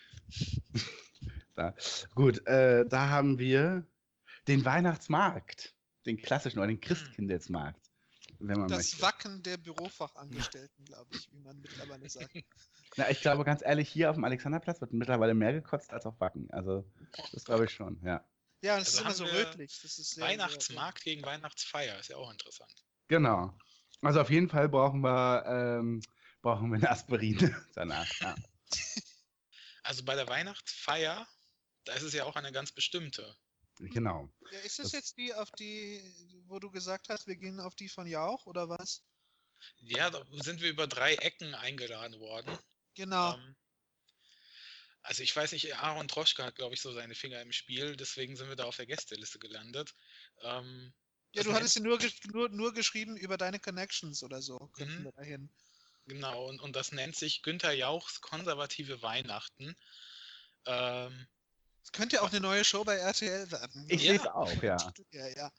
da. Gut, äh, da haben wir den Weihnachtsmarkt. Den klassischen oder den Christkindlesmarkt. Wenn man das möchte. Wacken der Bürofachangestellten, glaube ich, wie man mittlerweile sagt. Na, ich glaube ganz ehrlich, hier auf dem Alexanderplatz wird mittlerweile mehr gekotzt als auf Wacken. Also, das glaube ich schon, ja. Ja, und es Also ist immer haben so wir rötlich. Das ist sehr, Weihnachtsmarkt gegen Weihnachtsfeier, ist ja auch interessant. Genau. Also auf jeden Fall brauchen wir, ähm, brauchen wir ein Aspirin danach. Ja. Also bei der Weihnachtsfeier, da ist es ja auch eine ganz bestimmte. Genau. Sehr, ja, ist das, Das- jetzt die, auf die, wo du gesagt hast, wir gehen auf die von Jauch oder was? Ja, da sind wir über drei Ecken eingeladen worden. Genau. Ähm, also ich weiß nicht, Aaron Troschke hat, glaube ich, so seine Finger im Spiel, deswegen sind wir da auf der Gästeliste gelandet. Ähm, Ja, das du nennt- hattest ja nur, gesch- nur, nur geschrieben über deine Connections oder so. Könnten Mhm. wir dahin. Genau, und, und das nennt sich Günther Jauchs konservative Weihnachten. Ähm, Es könnte auch eine neue Show bei R T L werden. Ich Ja. sehe es auch, ja. Ja, ja.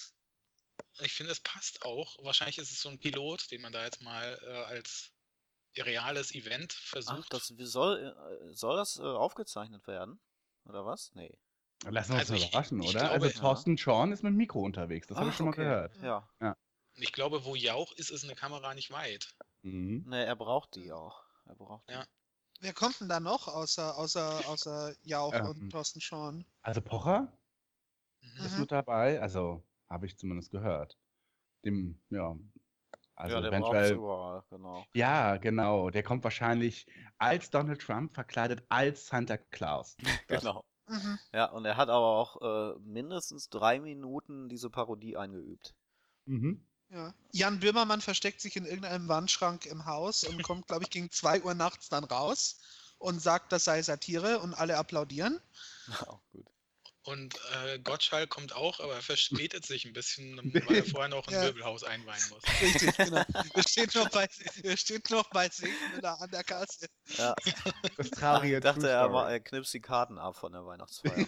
ich finde, es passt auch. Wahrscheinlich ist es so ein Pilot, den man da jetzt mal äh, als reales Event Ach, versucht. das soll, äh, soll das äh, aufgezeichnet werden? Oder was? Nee. Lassen wir uns Also mal ich- überraschen, ich oder? glaube, also ja. Thorsten Schorn ist mit dem Mikro unterwegs. Das habe ich Ach, schon mal okay. gehört. Ja. Ich glaube, wo Jauch ist, ist eine Kamera nicht weit. Mhm. Nee, er braucht die auch. Er braucht die. Ja. Wer kommt denn da noch außer, außer, außer Jauch Ähm. und Thorsten Schorn? Also Pocher Mhm. ist Mhm. mit dabei, also habe ich zumindest gehört. Dem, ja, also ja, der braucht eventuell. überall, genau. Ja, genau. Der kommt wahrscheinlich als Donald Trump verkleidet als Santa Claus. Das- Genau. Mhm. Ja, und er hat aber auch äh, mindestens drei Minuten diese Parodie eingeübt. Mhm. Ja. Jan Böhmermann versteckt sich in irgendeinem Wandschrank im Haus und kommt, glaube ich, gegen zwei Uhr nachts dann raus und sagt, das sei Satire und alle applaudieren. Auch gut. Und äh, Gottschalk kommt auch, aber er verspätet sich ein bisschen, weil er vorher noch ein Ja. Möbelhaus einweihen muss. Richtig, genau. Er steht noch bei, er steht noch bei Segenmüller an der Kasse. Ja, Das traurige ich dachte, True er, Story. ma- er knipst die Karten ab von der Weihnachtsfeier.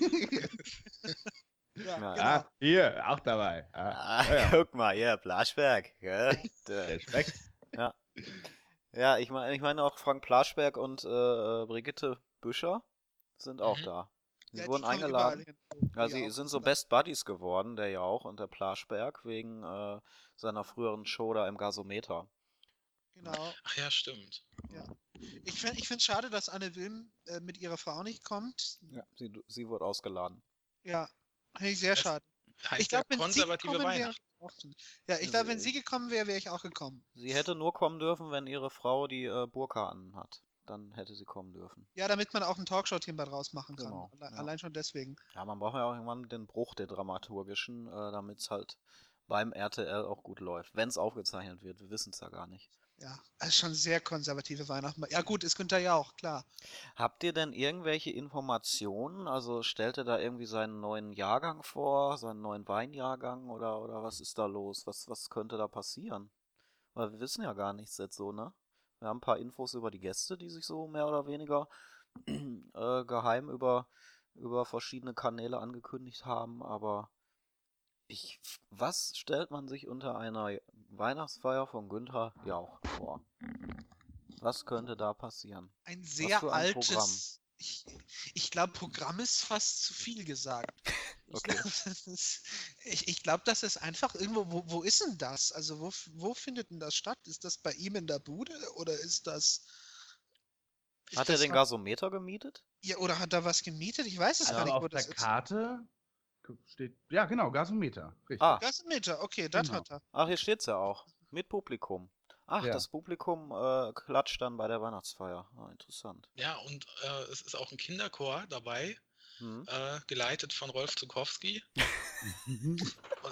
Ja, Ja. genau. Ah, hier, auch dabei. Ah, Ah, ja, ja. guck mal, hier, Plaschberg. Gell? Der- Respekt. Ja, ja ich meine ich meine auch Frank Plaschberg und äh, Brigitte Büscher sind auch Mhm. da. Sie Ja, die wurden kommen eingeladen. überall hin, wo Ja, die sie auch sind so sind. Best Buddies geworden, der Jauch und der Plaschberg, wegen äh, seiner früheren Show da im Gasometer. Genau. Ach ja, stimmt. Ich finde es schade, dass Anne Wilm äh, mit ihrer Frau nicht kommt. Ja. Sie, sie wurde ausgeladen. Ja, finde ich sehr Das schade. Heißt Ich glaube, ja wenn sie konservative gekommen wäre, Weihnachten. ja, ich glaube, wenn Sie- sie gekommen wäre, wäre ich auch gekommen. Sie hätte nur kommen dürfen, wenn ihre Frau die äh, Burka anhat. Dann hätte sie kommen dürfen. Ja, damit man auch ein Talkshow-Team daraus machen kann. Genau, Alle, ja. Allein schon deswegen. Ja, man braucht ja auch irgendwann den Bruch der dramaturgischen, äh, damit es halt beim R T L auch gut läuft. Wenn es aufgezeichnet wird, wir wissen es ja gar nicht. Ja, also schon sehr konservative Weihnachten. Ja gut, ist Günther ja auch, klar. Habt ihr denn irgendwelche Informationen? Also stellt er da irgendwie seinen neuen Jahrgang vor, seinen neuen Weinjahrgang oder, oder was ist da los? Was, was könnte da passieren? Weil wir wissen ja gar nichts jetzt so, ne? Wir haben ein paar Infos über die Gäste, die sich so mehr oder weniger äh, geheim über, über verschiedene Kanäle angekündigt haben, aber ich, was stellt man sich unter einer Weihnachtsfeier von Günther Jauch vor? Was könnte da passieren? Ein Was sehr für ein Programm? altes. Ich, ich glaube, Programm ist fast zu viel gesagt. Ich Okay. glaube, das ist, ich, ich glaub, das ist einfach irgendwo. Wo, wo ist denn das? Also, wo, f- wo findet denn das statt? Ist das bei ihm in der Bude oder ist das. Ist Hat er das den was- Gasometer gemietet? Ja, oder hat er was gemietet? Ich weiß es Ja, gar nicht, Aber wo auf der das ist. Karte steht, ja genau, Gasometer. Richtig. Ah. Gasometer, okay, das Genau. hat er. Ach, hier steht's ja auch. Mit Publikum. Ach, Ja. das Publikum äh, klatscht dann bei der Weihnachtsfeier. Ah, interessant. Ja, und äh, es ist auch ein Kinderchor dabei, Hm. äh, geleitet von Rolf Zukowski. Mhm.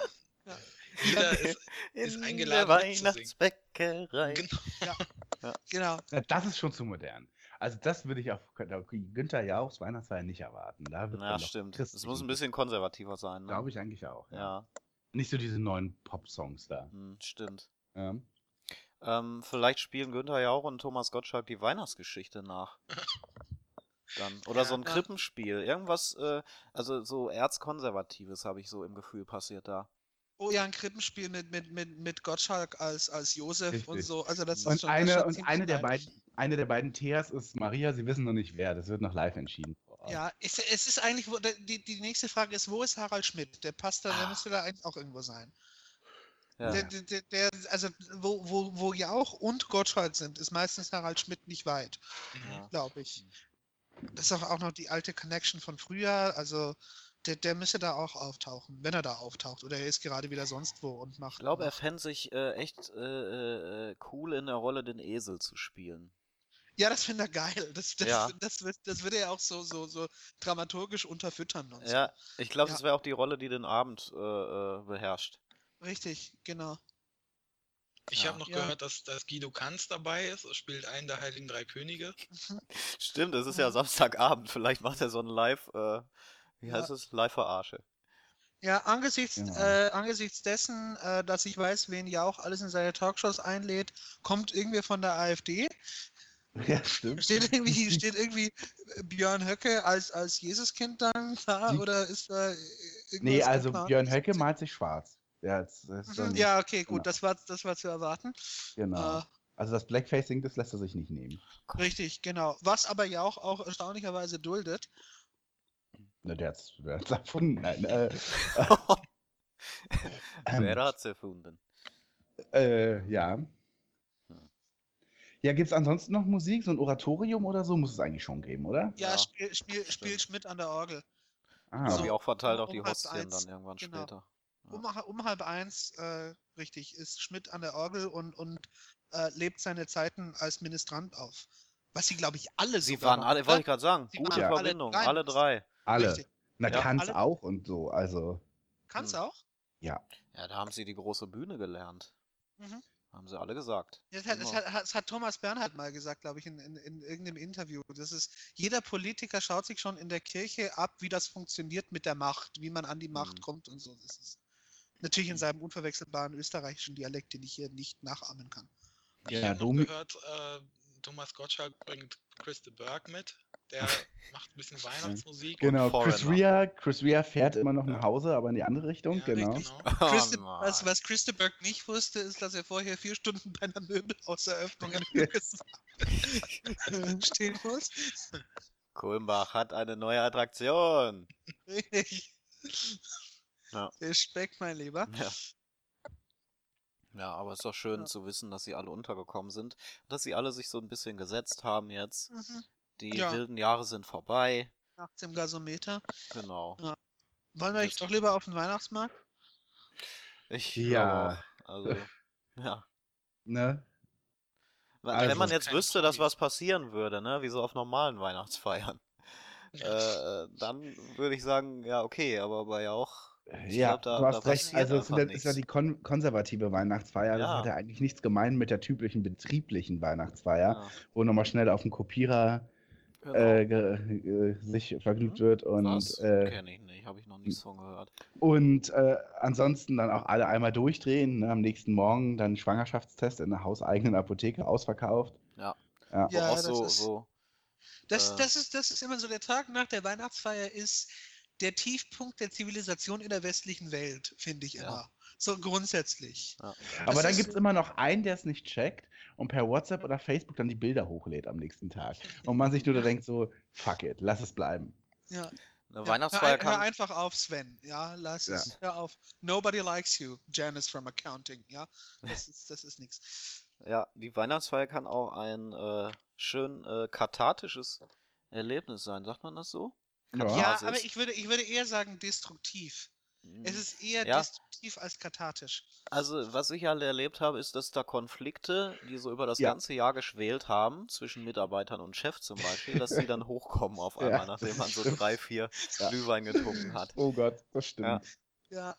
Jeder ist, ist In eingeladen, der mitzusingen. Weihnachtsbäckerei. Genau. Genau. Ja, das ist schon zu modern. Also das würde ich auf Günther Jauchs Weihnachtsfeier nicht erwarten. Da wird Ja, dann doch stimmt. Es christlich muss ein und- bisschen konservativer sein. Ne? Glaube ich eigentlich auch. Ja. Ja, Nicht so diese neuen Pop-Songs da. hm, stimmt. Ja. Ähm, vielleicht spielen Günther Jauch und Thomas Gottschalk die Weihnachtsgeschichte nach. Dann. Oder so ein Ja. Krippenspiel. Irgendwas, äh, also so erzkonservatives habe ich so im Gefühl passiert da. Oh ja, ein Krippenspiel mit, mit, mit, mit Gottschalk als, als Josef und Richtig. so. Also das ist Und, schon, das ist eine, schon und ziemlich eine, der geil. beiden, eine der beiden Theas ist Maria, sie wissen noch nicht wer. Das wird noch live entschieden. Ja, es, es ist eigentlich, wo, die, die nächste Frage ist, wo ist Harald Schmidt? Der passt da, der Ah. müsste da eigentlich auch irgendwo sein. Ja. Der, der, der, der, also wo, wo, wo Jauch und Gottschalk sind, ist meistens Harald Schmidt nicht weit, Ja. glaube ich. Das ist auch, auch noch die alte Connection von früher, also der, der müsste da auch auftauchen, wenn er da auftaucht. Oder er ist gerade wieder sonst wo und macht. Ich glaube, er macht- fände sich äh, echt äh, äh, cool in der Rolle, den Esel zu spielen. Ja, das finde er geil. Das, das, Ja. das, wird, das würde er auch so, so, so dramaturgisch unterfüttern und Ja, ich glaube, Ja. das wäre auch die Rolle, die den Abend äh, äh, beherrscht. so. Richtig, genau. Ich Ja. habe noch Ja. gehört, dass, dass Guido Kanz dabei ist. Er spielt einen der Heiligen Drei Könige. Stimmt, es ist ja Mhm. Samstagabend. Vielleicht macht er so ein Live, äh, wie Ja. heißt es? Live-Verarsche. Ja, angesichts, Genau. äh, angesichts dessen, äh, dass ich weiß, wen Jauch alles in seine Talkshows einlädt, kommt irgendwer von der AfD. Ja, stimmt. Steht irgendwie, steht irgendwie Björn Höcke als, als Jesuskind dann da Die- oder ist da irgendwas Nee, also geplant? Björn Höcke malt sich schwarz. Ja, das, das ist Mhm, dann, ja, okay, gut, genau. das war, das war zu erwarten. genau. Äh, Also das Blackfacing, das lässt er sich nicht nehmen. richtig, genau. Was aber Jauch auch erstaunlicherweise duldet. Ne, der hat's, der hat's erfunden. Nein, äh, Wer hat's erfunden? äh, ja. Hm. Ja, gibt's ansonsten noch Musik? So ein Oratorium oder so muss es eigentlich schon geben, oder? Ja, Ja, spiel, spiel, stimmt. spielt Schmidt an der Orgel. Ah, Ja, wie auch verteilt um- auf die um halb Hostien eins, dann irgendwann genau. später. Ja. Um, um halb eins, äh, richtig, ist Schmidt an der Orgel und, und äh, lebt seine Zeiten als Ministrant auf. Was sie, glaube ich, alle Sie sogar waren machen, alle, oder? wollte ich gerade sagen, Sie gute waren alle Verbindung, drei alle mindestens. drei. alle. Richtig. Na, Ja. Kanz Alle- auch und so, also, Kannst Hm. du auch? ja. Ja, da haben sie die große Bühne gelernt. Mhm. Haben sie alle gesagt. Das hat, das, Immer. hat, das hat Thomas Bernhard mal gesagt, glaube ich, in, in, in irgendeinem Interview. Das ist, jeder Politiker schaut sich schon in der Kirche ab, wie das funktioniert mit der Macht, wie man an die Macht Mhm. kommt und so. Das ist natürlich in seinem unverwechselbaren österreichischen Dialekt, den ich hier nicht nachahmen kann. Ich Ja, habe noch Domi- gehört, äh, Thomas Gottschalk bringt Chris de Burgh mit. Der macht ein bisschen Weihnachtsmusik. Genau, Chris Foreigner. Rea, Chris Rea fährt immer noch Ja. nach Hause, aber in die andere Richtung, Ja, genau. richtig. genau. Chris, Oh, was, Mann. was Chris de Burgh nicht wusste, ist, dass er vorher vier Stunden bei einer Möbelhauseröffnung in Hürges stehen muss. Kulmbach hat eine neue Attraktion. Richtig. Ja. Respekt, mein Lieber. Ja. Ja, aber es ist doch schön Ja. zu wissen, dass sie alle untergekommen sind. Dass sie alle sich so ein bisschen gesetzt haben jetzt. Mhm. Die Ja. wilden Jahre sind vorbei. Nachts im Gasometer. Genau. Wollen wir Jetzt- doch lieber auf den Weihnachtsmarkt? Ich Ja. glaube auch. Also, ja. Ne? Wenn Also- wenn man jetzt Kein wüsste, dass Promis. was passieren würde, ne, wie so auf normalen Weihnachtsfeiern, Ja. äh, dann würde ich sagen, ja, okay, aber bei auch. Ich Ja, glaub, da- du da hast recht. passiert Also es einfach ist ja- ist ja nichts. die kon konservative Weihnachtsfeier. Das Ja. hat ja eigentlich nichts gemein mit der typischen betrieblichen Weihnachtsfeier, Ja. wo nochmal schnell auf dem Kopierer Genau. äh, ge, ge, sich vergnügt wird und Das äh, kenne ich nicht, habe ich noch nichts von gehört. und äh, ansonsten dann auch alle einmal durchdrehen, ne? Am nächsten Morgen dann Schwangerschaftstest in der hauseigenen Apotheke ausverkauft. Ja. Ja. Wo Ja, auch das so, ist- so Das, Äh. das, ist, das ist immer so, der Tag nach der Weihnachtsfeier ist der Tiefpunkt der Zivilisation in der westlichen Welt, finde ich Ja. immer. So grundsätzlich. ja. Aber Das dann ist gibt es so- immer noch einen, der es nicht checkt und per WhatsApp oder Facebook dann die Bilder hochlädt am nächsten Tag. Und man sich nur da denkt so, fuck it, lass es bleiben. Ja. Eine Ja, Weihnachtsfeier hör, hör kann. einfach auf, Sven. Ja, lass Ja. es. Hör auf. Nobody likes you, Janice from Accounting. Ja, das ist, das ist nichts. Ja, die Weihnachtsfeier kann auch ein äh, schön äh, kathartisches Erlebnis sein, sagt man das so? Ja. Ja, Katharsis. aber ich würde, ich würde eher sagen destruktiv. Es Mhm. ist eher Ja. destruktiv als kathartisch. Also, was ich halt erlebt habe, ist, dass da Konflikte, die so über das Ja. ganze Jahr geschwelt haben, zwischen Mitarbeitern und Chef zum Beispiel, dass die dann hochkommen auf Ja, einmal, nachdem man so stimmt. drei, vier Ja. Glühwein getrunken hat. Oh Gott, das stimmt. Ja.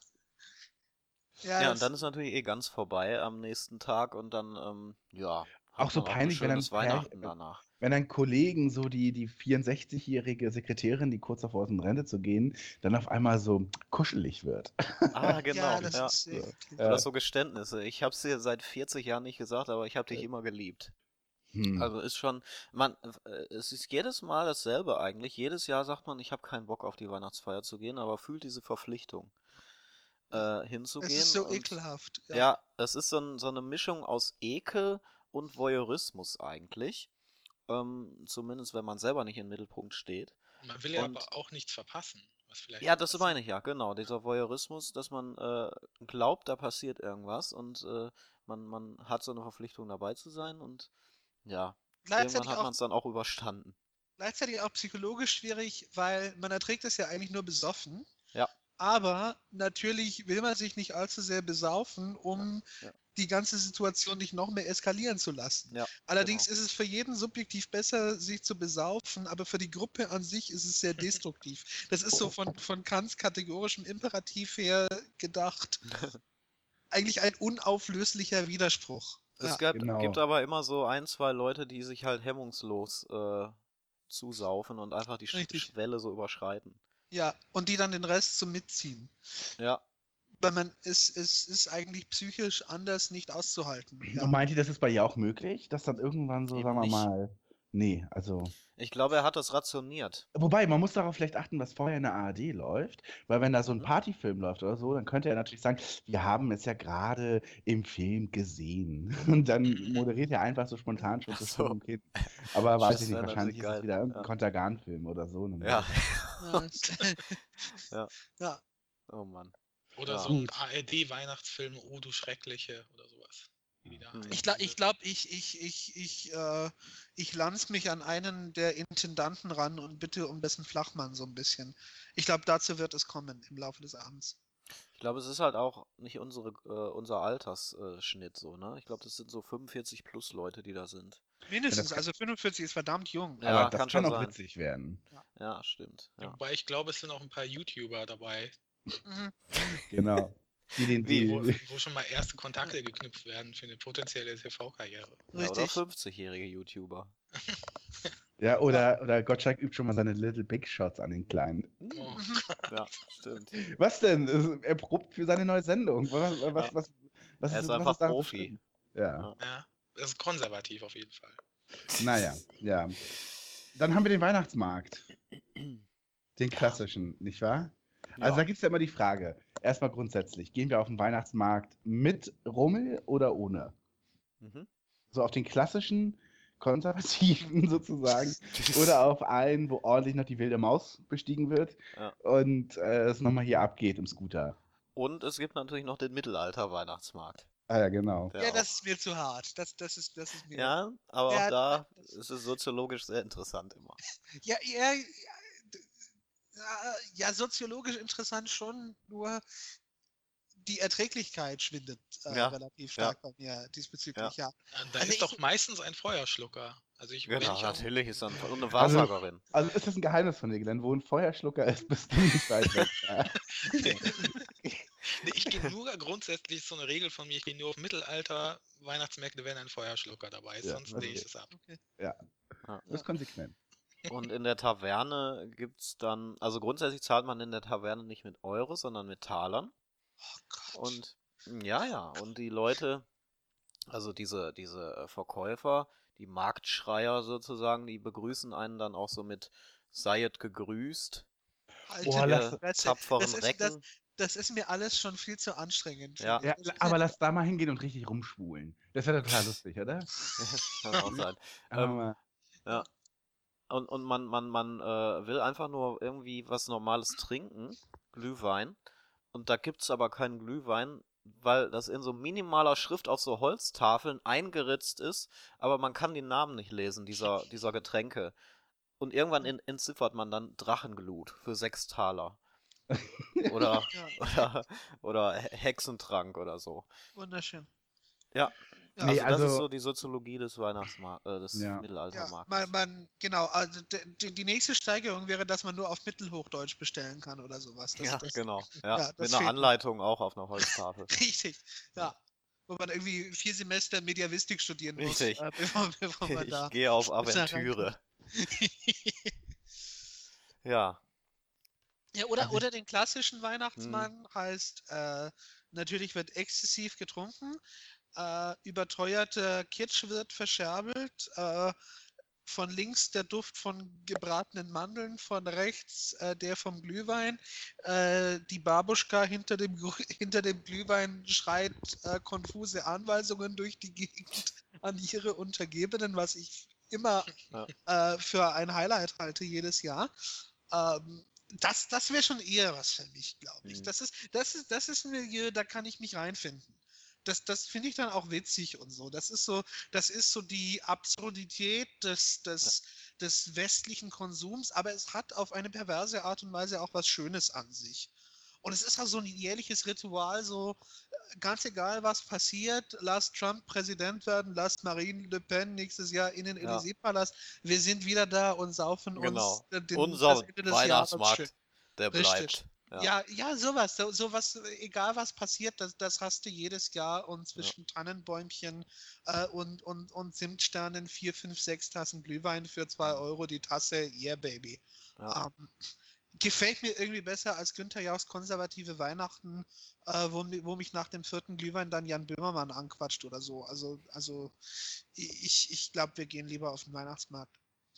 Ja, das- und dann ist natürlich eh ganz vorbei am nächsten Tag und dann, ähm, ja, Auch hat so man ein peinlich, wenn dann schönes Per- Weihnachten danach. Wenn dann Kollegen, so die, die vierundsechzigjährige Sekretärin, die kurz davor ist, in Rente zu gehen, dann auf einmal so kuschelig wird. Ah, genau. ja, das ja. ist sehr eklig. Ja. Oder so Geständnisse. Ich habe es dir seit vierzig Jahren nicht gesagt, aber ich habe dich immer geliebt. Hm. Also ist schon, man, äh, es ist jedes Mal dasselbe eigentlich. Jedes Jahr sagt man, ich habe keinen Bock auf die Weihnachtsfeier zu gehen, aber fühlt diese Verpflichtung äh, hinzugehen. Es ist so und, ekelhaft. Ja, es ist so, ein, so eine Mischung aus Ekel und Voyeurismus eigentlich. Ähm, zumindest wenn man selber nicht im Mittelpunkt steht. Man will ja Und- aber auch nichts verpassen. Was vielleicht Ja, das passiert. meine ich ja, genau. Dieser Voyeurismus, dass man äh, glaubt, da passiert irgendwas und äh, man, man hat so eine Verpflichtung dabei zu sein und ja, irgendwann Gleichzeitig hat auch, man es dann auch überstanden. gleichzeitig auch psychologisch schwierig, weil man erträgt es ja eigentlich nur besoffen. Ja. Aber natürlich will man sich nicht allzu sehr besaufen, um Ja. die ganze Situation nicht noch mehr eskalieren zu lassen. Ja, Allerdings genau. ist es für jeden subjektiv besser, sich zu besaufen, aber für die Gruppe an sich ist es sehr destruktiv. Das ist so von, von Kants kategorischem Imperativ her gedacht. Eigentlich ein unauflöslicher Widerspruch. Es Ja. gab, genau. gibt aber immer so ein, zwei Leute, die sich halt hemmungslos äh, zusaufen und einfach die Sch Richtig. Schwelle so überschreiten. Ja, und die dann den Rest zum Mitziehen. Ja, Weil man, es, es ist eigentlich psychisch anders nicht auszuhalten. Ja. Und meint ihr, das ist bei ihr auch möglich, dass dann irgendwann so, Eben sagen wir nicht. mal, nee, also. ich glaube, er hat das rationiert. Wobei, man muss darauf vielleicht achten, was vorher in der A R D läuft, weil wenn da so ein Mhm. Partyfilm läuft oder so, dann könnte er natürlich sagen, wir haben es ja gerade im Film gesehen. Und dann moderiert er einfach so spontan schon Ach zu so. so. Kind. Aber weiß Das ich nicht, wär wahrscheinlich ist natürlich es wieder geil, irgendein ja. Kontergan-Film oder so. ne? Ja. Ja. Ja. ja. Oh Mann. Oder Ja. so ein A R D-Weihnachtsfilm, Oh du Schreckliche oder sowas. Wie die da Mhm. heißen. Ich glaube, ich, glaub, ich, ich, ich, ich, äh, ich lanz mich an einen der Intendanten ran und bitte um dessen Flachmann so ein bisschen. Ich glaube, dazu wird es kommen im Laufe des Abends. Ich glaube, es ist halt auch nicht unsere, äh, unser Altersschnitt so, ne? Ich glaube, das sind so fünfundvierzig plus Leute, die da sind. Mindestens, kann- also fünfundvierzig ist verdammt jung. Ja, Aber das kann kann, schon auch sein. witzig werden. Ja, stimmt. Ja. Wobei ich glaube, es sind auch ein paar YouTuber dabei, Mhm. Genau. Die den, Wie? die, wo, wo schon mal erste Kontakte geknüpft werden für eine potenzielle T V-Karriere. Ja, oder Richtig. fünfzigjährige YouTuber. ja, oder, oder Gottschalk übt schon mal seine Little Big Shots an den Kleinen. Oh, Ja, stimmt. Was denn? Es- Er probt für seine neue Sendung. Was, was, Ja. was, was, was Er ist was einfach da Profi. beschrieben? Ja. Ja. ja, das ist konservativ auf jeden Fall. Naja, ja. Dann haben wir den Weihnachtsmarkt. Den klassischen, nicht wahr? Also da gibt es ja immer die Frage, erstmal grundsätzlich, gehen wir auf den Weihnachtsmarkt mit Rummel oder ohne? Mhm. So auf den klassischen, konservativen sozusagen oder auf einen, wo ordentlich noch die wilde Maus bestiegen wird Ja. und äh, es nochmal hier abgeht im Scooter. Und es gibt natürlich noch den Mittelalter-Weihnachtsmarkt. Ah ja, genau. der Ja, auch- das ist mir zu hart. Das, das, ist, das ist mir. Ja, aber Ja, auch da das- ist es soziologisch sehr interessant immer. Ja, ja, ja, d- ja, ja, soziologisch interessant schon, nur die Erträglichkeit schwindet äh, Ja, relativ stark bei mir diesbezüglich, ja. Äh, Da Also ist doch ich- meistens ein Feuerschlucker. Also ich, wenn Genau, ich auch, natürlich ist dann und eine Wahrsagerin. Also ist das ein Geheimnis von dir, Glenn? Wo ein Feuerschlucker ist, bist du nicht weit weg. Ja. Nee, ich gehe nur grundsätzlich so eine Regel von mir, ich gehe nur auf Mittelalter, Weihnachtsmärkte, wenn ein Feuerschlucker dabei ist, Ja, sonst okay. lehne ich das ab. Das ist konsequent. Und in der Taverne gibt's dann, also grundsätzlich zahlt man in der Taverne nicht mit Euro, sondern mit Talern. Oh Gott. Und ja, ja, und die Leute, also diese, diese äh, Verkäufer, die Marktschreier sozusagen, die begrüßen einen dann auch so mit Seiet gegrüßt, Alter, lass- ihr Fresse. tapferen Das ist, das, Recken. das ist mir alles schon viel zu anstrengend. Ja. finde ich. Ja, aber lass da mal hingehen und richtig rumschwulen. Das wäre total lustig, oder? Kann auch sein. Einfach Ähm, mal. ja. Und, und man, man, man äh, will einfach nur irgendwie was Normales trinken, Glühwein. Und da gibt's aber keinen Glühwein, weil das in so minimaler Schrift auf so Holztafeln eingeritzt ist, aber man kann die Namen nicht lesen, dieser, dieser Getränke. Und irgendwann in, entziffert man dann Drachenglut für sechs Taler. Oder, Ja, oder, oder He- Hexentrank oder so. wunderschön. Ja, Ja, Nee, also das ist also- so die Soziologie des Weihnachtsmarkts, äh, des Ja. Ja, Mittelaltermarktes. man, man, genau, also de, de, die nächste Steigerung wäre, dass man nur auf Mittelhochdeutsch bestellen kann oder sowas. Das, Ja, das, genau. Ja, ja, das mit einer fehlt noch. Anleitung auch auf einer Holztafel. Richtig, ja. Wo man irgendwie vier Semester Mediavistik studieren muss, Richtig. äh, bevor, bevor man Ich da. gehe auf da Aventüre. Ja, Ja, oder, Also ich- oder den klassischen Weihnachtsmann heißt, äh, natürlich wird exzessiv getrunken, äh, überteuerter Kitsch wird verscherbelt, äh, von links der Duft von gebratenen Mandeln, von rechts äh, der vom Glühwein. Äh, die Babuschka hinter dem, Gru- hinter dem Glühwein schreit äh, konfuse Anweisungen durch die Gegend an ihre Untergebenen, was ich immer äh, für ein Highlight halte jedes Jahr. Ähm, das das wäre schon eher was für mich, glaube ich. Mhm. Das ist, das, ist, das ist ein Milieu, da kann ich mich reinfinden. Das, das finde ich dann auch witzig und so. Das ist so, das ist so die Absurdität des, des, des westlichen Konsums, aber es hat auf eine perverse Art und Weise auch was Schönes an sich. Und es ist auch so ein jährliches Ritual, so äh, ganz egal, was passiert, lass Trump Präsident werden, lass Marine Le Pen nächstes Jahr in den Ja. Élysée-Palast. Wir sind wieder da und saufen genau. uns äh, den, Unser das Ende des Jahres schön. Weihnachtsmarkt, der Richtig. bleibt. Ja. Ja, ja, sowas, so, sowas, äh, egal was passiert, das, das hast du jedes Jahr und zwischen Tannenbäumchen äh, und, und, und Zimtsternen vier, fünf, sechs Tassen Glühwein für zwei Euro die Tasse, yeah, baby. Ja. Ähm, gefällt mir irgendwie besser als Günther Jauchs konservative Weihnachten, äh, wo, mi- wo mich nach dem vierten Glühwein dann Jan Böhmermann anquatscht oder so. Also, also ich, ich glaube, wir gehen lieber auf den Weihnachtsmarkt.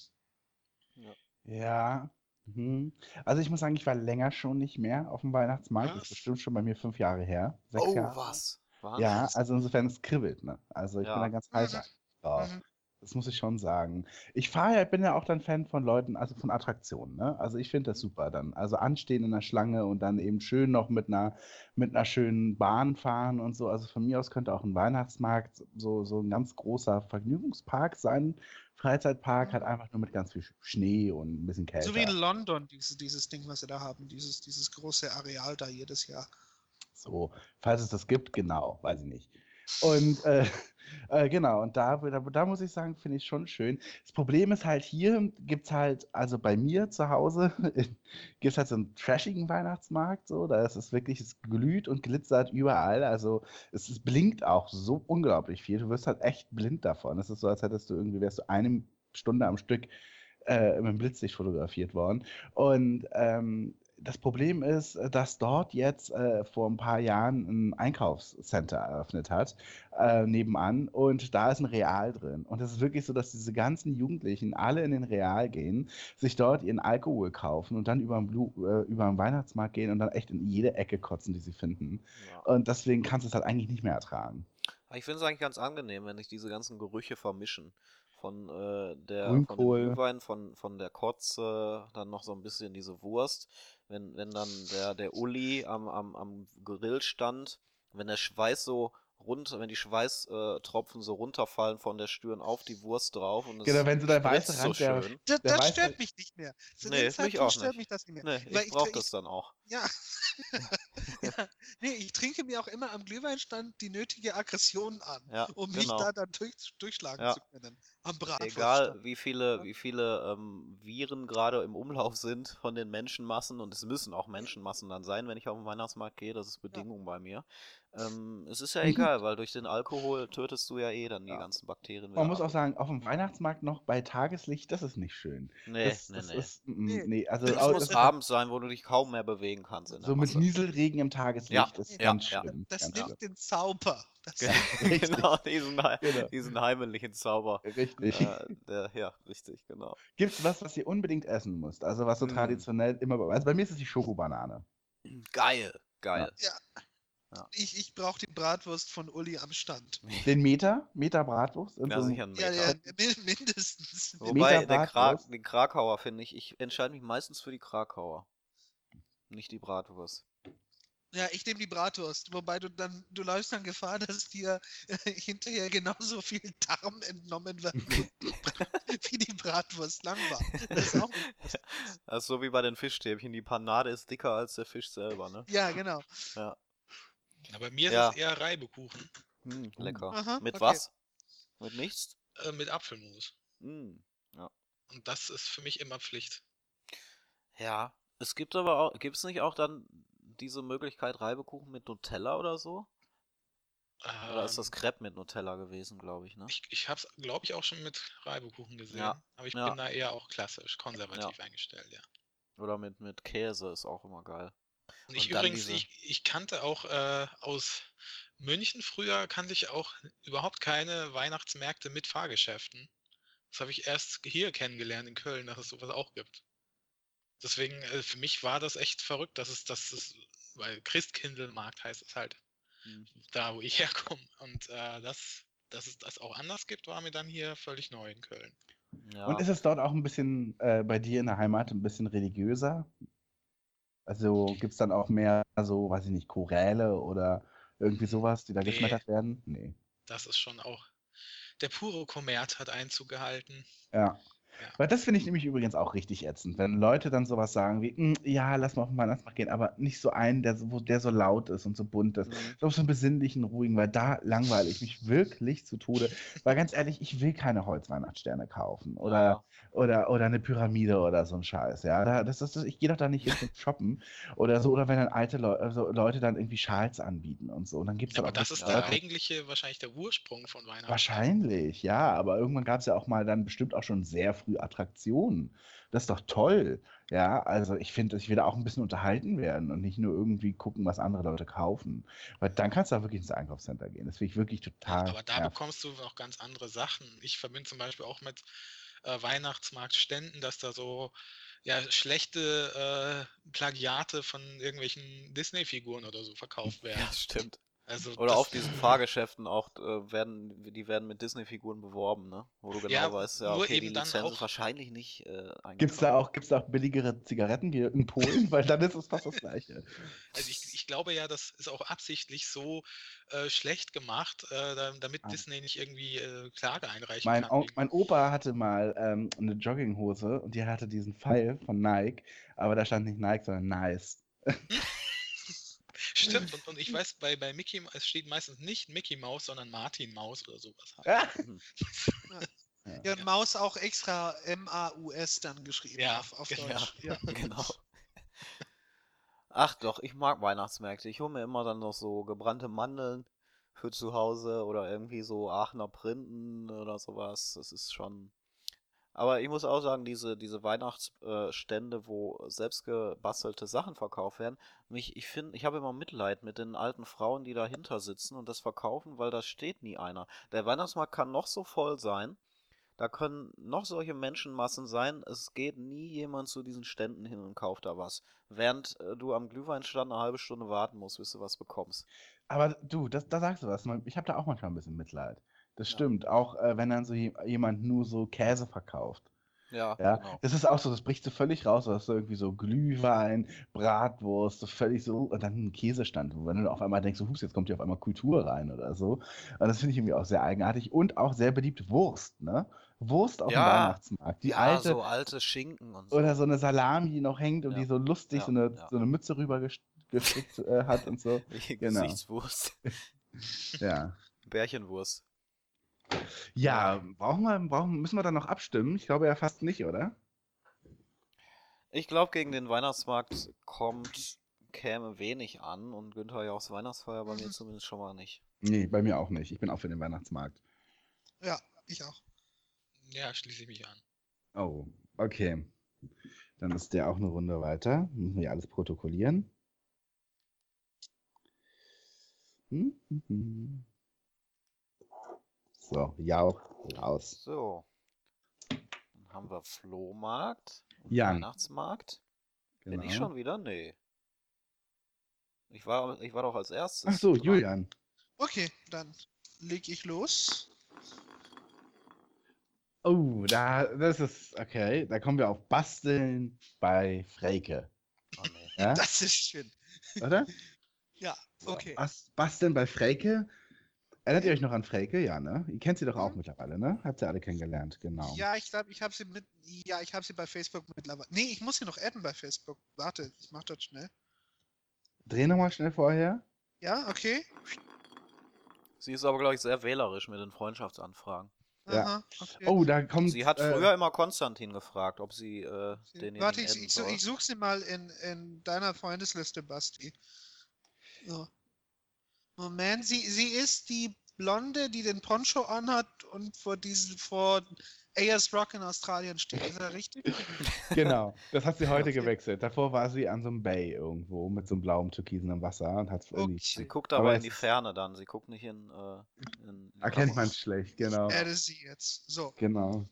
Ja. Mhm. Also ich muss sagen, ich war länger schon nicht mehr auf dem Weihnachtsmarkt. Das Was? ist bestimmt schon bei mir fünf Jahre her. Sechs Oh, Jahre. was? Ja, Wahnsinn. also insofern es kribbelt, ne? Also ich bin Ja. da ganz heiß Mhm. eigentlich drauf. Mhm. Das muss ich schon sagen. Ich fahre ja, bin ja auch dann Fan von Leuten, also von Attraktionen, ne? Also ich finde das super dann. Also anstehen in der Schlange und dann eben schön noch mit einer, mit einer schönen Bahn fahren und so. Also von mir aus könnte auch ein Weihnachtsmarkt so, so ein ganz großer Vergnügungspark sein. Freizeitpark hat einfach nur mit ganz viel Schnee und ein bisschen Kälte. So wie in London, dieses, dieses Ding, was sie da haben, dieses, dieses große Areal da jedes Jahr. So, falls es das gibt, genau, weiß ich nicht. Und äh, äh, genau, und da, da, da muss ich sagen, finde ich schon schön. Das Problem ist halt, hier gibt es halt, also bei mir zu Hause, gibt es halt so einen trashigen Weihnachtsmarkt, so, da ist es wirklich, es glüht und glitzert überall, also es, es blinkt auch so unglaublich viel, du wirst halt echt blind davon. Es ist so, als hättest du irgendwie, wärst du eine Stunde am Stück äh, mit dem Blitzlicht fotografiert worden. Und ähm, das Problem ist, äh, dass dort jetzt äh, vor ein paar Jahren ein Einkaufscenter eröffnet hat, äh, nebenan. Und da ist ein Real drin. Und es ist wirklich so, dass diese ganzen Jugendlichen alle in den Real gehen, sich dort ihren Alkohol kaufen und dann über den, Blu äh, über den Weihnachtsmarkt gehen und dann echt in jede Ecke kotzen, die sie finden. Ja. Und deswegen kannst du es halt eigentlich nicht mehr ertragen. Aber ich finde es eigentlich ganz angenehm, wenn sich diese ganzen Gerüche vermischen. Von, äh, der, von dem Grünkohl. Glühwein, von, von der Kotze, dann noch so ein bisschen diese Wurst. Wenn, wenn dann der, der Uli am, am, am Grill stand, wenn der Schweiß so runter, wenn die Schweißtropfen so runterfallen von der Stirn auf die Wurst drauf und es Genau, wenn so der spritzt weiße so Rand, der, schön. Das, der das weiße, stört mich nicht mehr. Zu Nee, dem mich Zeitpunkt auch stört nicht. mich das nicht mehr. Nee, Weil ich brauche ich, das dann auch. Ja. Ja. Nee, ich trinke mir auch immer am Glühweinstand die nötige Aggression an, Ja, um mich genau. da dann durch, durchschlagen Ja. zu können. Am Bratwurststand. Egal wie viele, wie viele ähm, Viren gerade im Umlauf sind von den Menschenmassen, und es müssen auch Menschenmassen dann sein, wenn ich auf den Weihnachtsmarkt gehe, das ist Bedingung bei mir. Ähm, es ist ja egal, weil durch den Alkohol tötest du ja eh dann die Ja. ganzen Bakterien Man wieder muss ab. auch sagen, auf dem Weihnachtsmarkt noch bei Tageslicht, das ist nicht schön. Nee, Das, nee, das nee. ist, mm, Nee. nee, also Das au- muss das, abends sein, wo du dich kaum mehr bewegen kannst in der so mit Masse. Nieselregen im Ja, Tageslicht ist ja, ganz ja. schlimm. Das ganz nimmt schlimm. den Zauber. Das Ge- Richtig. genau, diesen, hei- Genau. diesen heimlichen Zauber. Richtig. Äh, der, ja, richtig, genau. Gibt's was, was ihr unbedingt essen müsst? Also was so Mm. traditionell immer. bei- Also bei mir ist es die Schokobanane. Geil, geil. Ja. Ja. Ich, ich brauche die Bratwurst von Uli am Stand. Den Meter, Meter Bratwurst. in Ja, so einem- sicher ein Ja, Meter. ja, min- mindestens. Wobei, Meter der Kra Bratwurst. den Krakauer finde ich, ich entscheide mich meistens für die Krakauer. Nicht die Bratwurst. Ja, ich nehme die Bratwurst, wobei du dann, du läufst dann Gefahr, dass dir äh, hinterher genauso viel Darm entnommen wird, wie die Bratwurst lang war. Das ist auch nicht. Das ist so wie bei den Fischstäbchen. Die Panade ist dicker als der Fisch selber, ne? Ja, genau. Ja. Na, bei mir ist Ja. es eher Reibekuchen Hm, lecker. Aha, Mit okay. was? Mit nichts? äh, mit Apfelmus. Hm. Und das ist für mich immer Pflicht. Ja. Es gibt aber auch, gibt es nicht auch dann diese Möglichkeit Reibekuchen mit Nutella oder so? Oder ist das Ähm, Crepe mit Nutella gewesen, glaube ich, ne? ich ich habe es, glaube ich, auch schon mit Reibekuchen gesehen. Ja, Aber ich ja. bin da eher auch klassisch, konservativ eingestellt, ja. Oder mit, mit Käse ist auch immer geil. Und ich Und dann übrigens, diese- ich, ich kannte auch äh, aus München früher, kannte ich auch überhaupt keine Weihnachtsmärkte mit Fahrgeschäften. Das habe ich erst hier kennengelernt in Köln, dass es sowas auch gibt. Deswegen, äh, für mich war das echt verrückt, dass es, dass es, weil Christkindlmarkt heißt es halt, Hm. da wo ich herkomme. Und äh, das, dass es das auch anders gibt, war mir dann hier völlig neu in Köln. Ja. Und ist es dort auch ein bisschen äh, bei dir in der Heimat ein bisschen religiöser? Also gibt es dann auch mehr so, weiß ich nicht, Choräle oder irgendwie sowas, die da Nee. geschmettert werden? Nee. Das ist schon auch, der pure Kommerz hat Einzug gehalten. Ja. Ja. Weil das finde ich nämlich übrigens auch richtig ätzend, wenn Leute dann sowas sagen wie, "Mm, ja, lass mal auf den Weihnachtsmarkt gehen, aber nicht so einen, der so, wo der so laut ist und so bunt ist. Mhm. So so einen besinnlichen, ruhigen, weil da langweile ich mich wirklich zu Tode. Weil ganz ehrlich, ich will keine Holzweihnachtssterne kaufen oder, Ja. oder, oder eine Pyramide oder so ein Scheiß. Ja, da, das ist, ich gehe doch da nicht hin zum Shoppen oder so, oder wenn dann alte Leu also Leute dann irgendwie Schals anbieten und so. Und dann gibt es Ja, aber das ist der Ja. eigentliche, wahrscheinlich der Ursprung von Weihnachten. Wahrscheinlich, ja, aber irgendwann gab es ja auch mal dann bestimmt auch schon sehr früh Attraktionen. Das ist doch toll. Ja, also ich finde, ich will da auch ein bisschen unterhalten werden und nicht nur irgendwie gucken, was andere Leute kaufen. Weil dann kannst du auch wirklich ins Einkaufscenter gehen. Das finde ich wirklich total. Aber da nervig. bekommst du noch ganz andere Sachen. Ich verbinde zum Beispiel auch mit äh, Weihnachtsmarktständen, dass da so ja, schlechte äh, Plagiate von irgendwelchen Disney-Figuren oder so verkauft werden. Ja, stimmt. Also Oder das, auf diesen Fahrgeschäften auch äh, werden, die werden mit Disney-Figuren beworben, ne? Wo du genau Ja, weißt, ja, nur okay, die eben dann Lizenz ist auch- wahrscheinlich nicht äh, Gibt's eingetragen. da auch, gibt's da auch billigere Zigaretten wie in Polen? Weil dann ist es fast das Gleiche. Also ich, ich glaube ja, das ist auch absichtlich so äh, schlecht gemacht, äh, da- damit Ah. Disney nicht irgendwie äh, Klage einreichen Mein, kann. O- wegen- mein Opa hatte mal ähm, eine Jogginghose und die hatte diesen Pfeil von Nike, aber da stand nicht Nike, sondern Nice. Stimmt, und, und ich weiß, bei, bei Mickey, Ma- es steht meistens nicht Mickey Maus, sondern Martin Maus oder sowas. halt. Ah! Mhm. Ja, und Maus auch extra M A U S dann geschrieben Ja, auf, auf genau. Deutsch. Ja. Genau. Ach doch, ich mag Weihnachtsmärkte. Ich hole mir immer dann noch so gebrannte Mandeln für zu Hause oder irgendwie so Aachener Printen oder sowas. Das ist schon. Aber ich muss auch sagen, diese, diese Weihnachtsstände, wo selbstgebastelte Sachen verkauft werden, mich, ich finde, ich habe immer Mitleid mit den alten Frauen, die dahinter sitzen und das verkaufen, weil da steht nie einer. Der Weihnachtsmarkt kann noch so voll sein, da können noch solche Menschenmassen sein, es geht nie jemand zu diesen Ständen hin und kauft da was. Während äh, du am Glühweinstand eine halbe Stunde warten musst, bis du was bekommst. Aber du, das, da sagst du was. Ich habe da auch manchmal ein bisschen Mitleid. Das Ja. stimmt. Auch äh, wenn dann so je- jemand nur so Käse verkauft. Ja, Ja, genau. das ist auch so, das bricht so völlig raus. Du hast so irgendwie so Glühwein, Bratwurst, so völlig so, und dann ein Käsestand, wo wenn du auf einmal denkst, so, hups, jetzt kommt hier auf einmal Kultur rein oder so. Und das finde ich irgendwie auch sehr eigenartig und auch sehr beliebt. Wurst, ne? Wurst auf dem Ja. Weihnachtsmarkt. Die ja, alte, so alte Schinken und so. oder so eine Salami, die noch hängt und Ja. die so lustig Ja, so, eine, ja. so eine Mütze rüber gest- gestrickt äh, hat und so. Wie Genau. Gesichtswurst. Ja. Bärchenwurst. Ja, brauchen wir, brauchen, müssen wir da noch abstimmen? Ich glaube ja fast nicht, oder? Ich glaube, gegen den Weihnachtsmarkt kommt käme wenig an und Günther ja auch das Weihnachtsfeuer bei mir Mhm. zumindest schon mal nicht. Nee, bei mir auch nicht. Ich bin auch für den Weihnachtsmarkt. Ja, ich auch. Ja, schließe ich mich an. Oh, okay. Dann ist der auch eine Runde weiter. Müssen wir alles protokollieren. Hm, hm, hm. So, Jauch raus. So. Dann haben wir Flohmarkt und Jan. Weihnachtsmarkt. Bin ich Genau. schon wieder? Nee. Ich war, ich war doch als erstes. Ach so, dran. Julian. Okay, dann leg ich los. Oh, da, das ist, okay. Da kommen wir auf Basteln bei Freyke. Oh, nee. Ja, Das ist schön. oder? Ja, okay. Bas Basteln bei Freyke. Erinnert ihr euch noch an Freyke? Ja, ne? Ihr kennt sie doch auch Mhm. mittlerweile, ne? Habt ihr alle kennengelernt, genau. Ja, ich glaube, ich habe sie mit. Ja, ich habe sie bei Facebook mittlerweile. Nee, ich muss sie noch adden bei Facebook. Warte, ich mach das schnell. Dreh nochmal schnell vorher. Ja, okay. Sie ist aber, glaube ich, sehr wählerisch mit den Freundschaftsanfragen. Ja. Aha, okay. Oh, da kommt. Sie hat äh, früher immer Konstantin gefragt, ob sie äh, den Warte, in ich, ich, su- ich suche sie mal in, in deiner Freundesliste, Basti. So. Moment, sie, sie ist die Blonde, die den Poncho anhat und vor diesem vor A S Rock in Australien steht. Ist das richtig? Genau, das hat sie heute Okay. gewechselt. Davor war sie an so einem Bay irgendwo mit so einem blauen türkisenen Wasser und hat irgendwie. Sie Okay. guckt aber, Aber in es die ist- Ferne dann. Sie guckt nicht in. Äh, in die Erkennt Kamera. man schlecht, genau. Ich adde sie jetzt. So. Genau.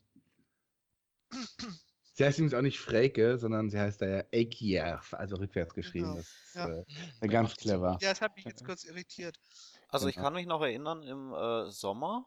Sie heißt übrigens auch nicht Freyke, sondern sie heißt da ja Eikjerf, also rückwärts geschrieben. Genau, Das ist ja. äh, Hm, ganz macht Sinn. clever. Ja, das hat mich jetzt kurz irritiert. Also ich Genau. kann mich noch erinnern, im äh, Sommer,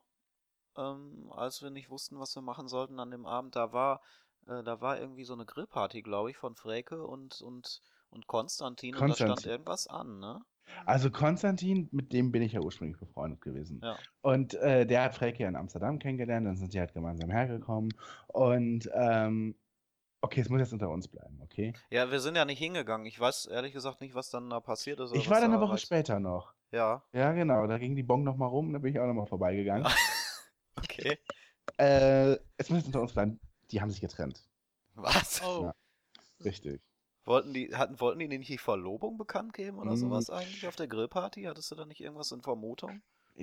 ähm, als wir nicht wussten, was wir machen sollten an dem Abend, da war, äh, da war irgendwie so eine Grillparty, glaube ich, von Freyke und, und, und Konstantin und da stand Konstantin. irgendwas an, ne? Also Konstantin, mit dem bin ich ja ursprünglich befreundet gewesen. Ja. Und äh, der hat Freyke ja in Amsterdam kennengelernt, dann sind die halt gemeinsam hergekommen. Und ähm, okay, es muss jetzt unter uns bleiben, okay? Ja, wir sind ja nicht hingegangen. Ich weiß ehrlich gesagt nicht, was dann da passiert ist. Oder Ich was war dann da eine Woche weit- später noch. Ja, Ja, genau, da ging die Bon nochmal rum, da bin ich auch nochmal vorbeigegangen. okay. Äh, es muss jetzt unter uns bleiben, die haben sich getrennt. Was? Oh. Ja. Richtig. Wollten die, hatten, wollten die nicht die Verlobung bekannt geben oder Mm. sowas eigentlich auf der Grillparty? Hattest du da nicht irgendwas in Vermutung?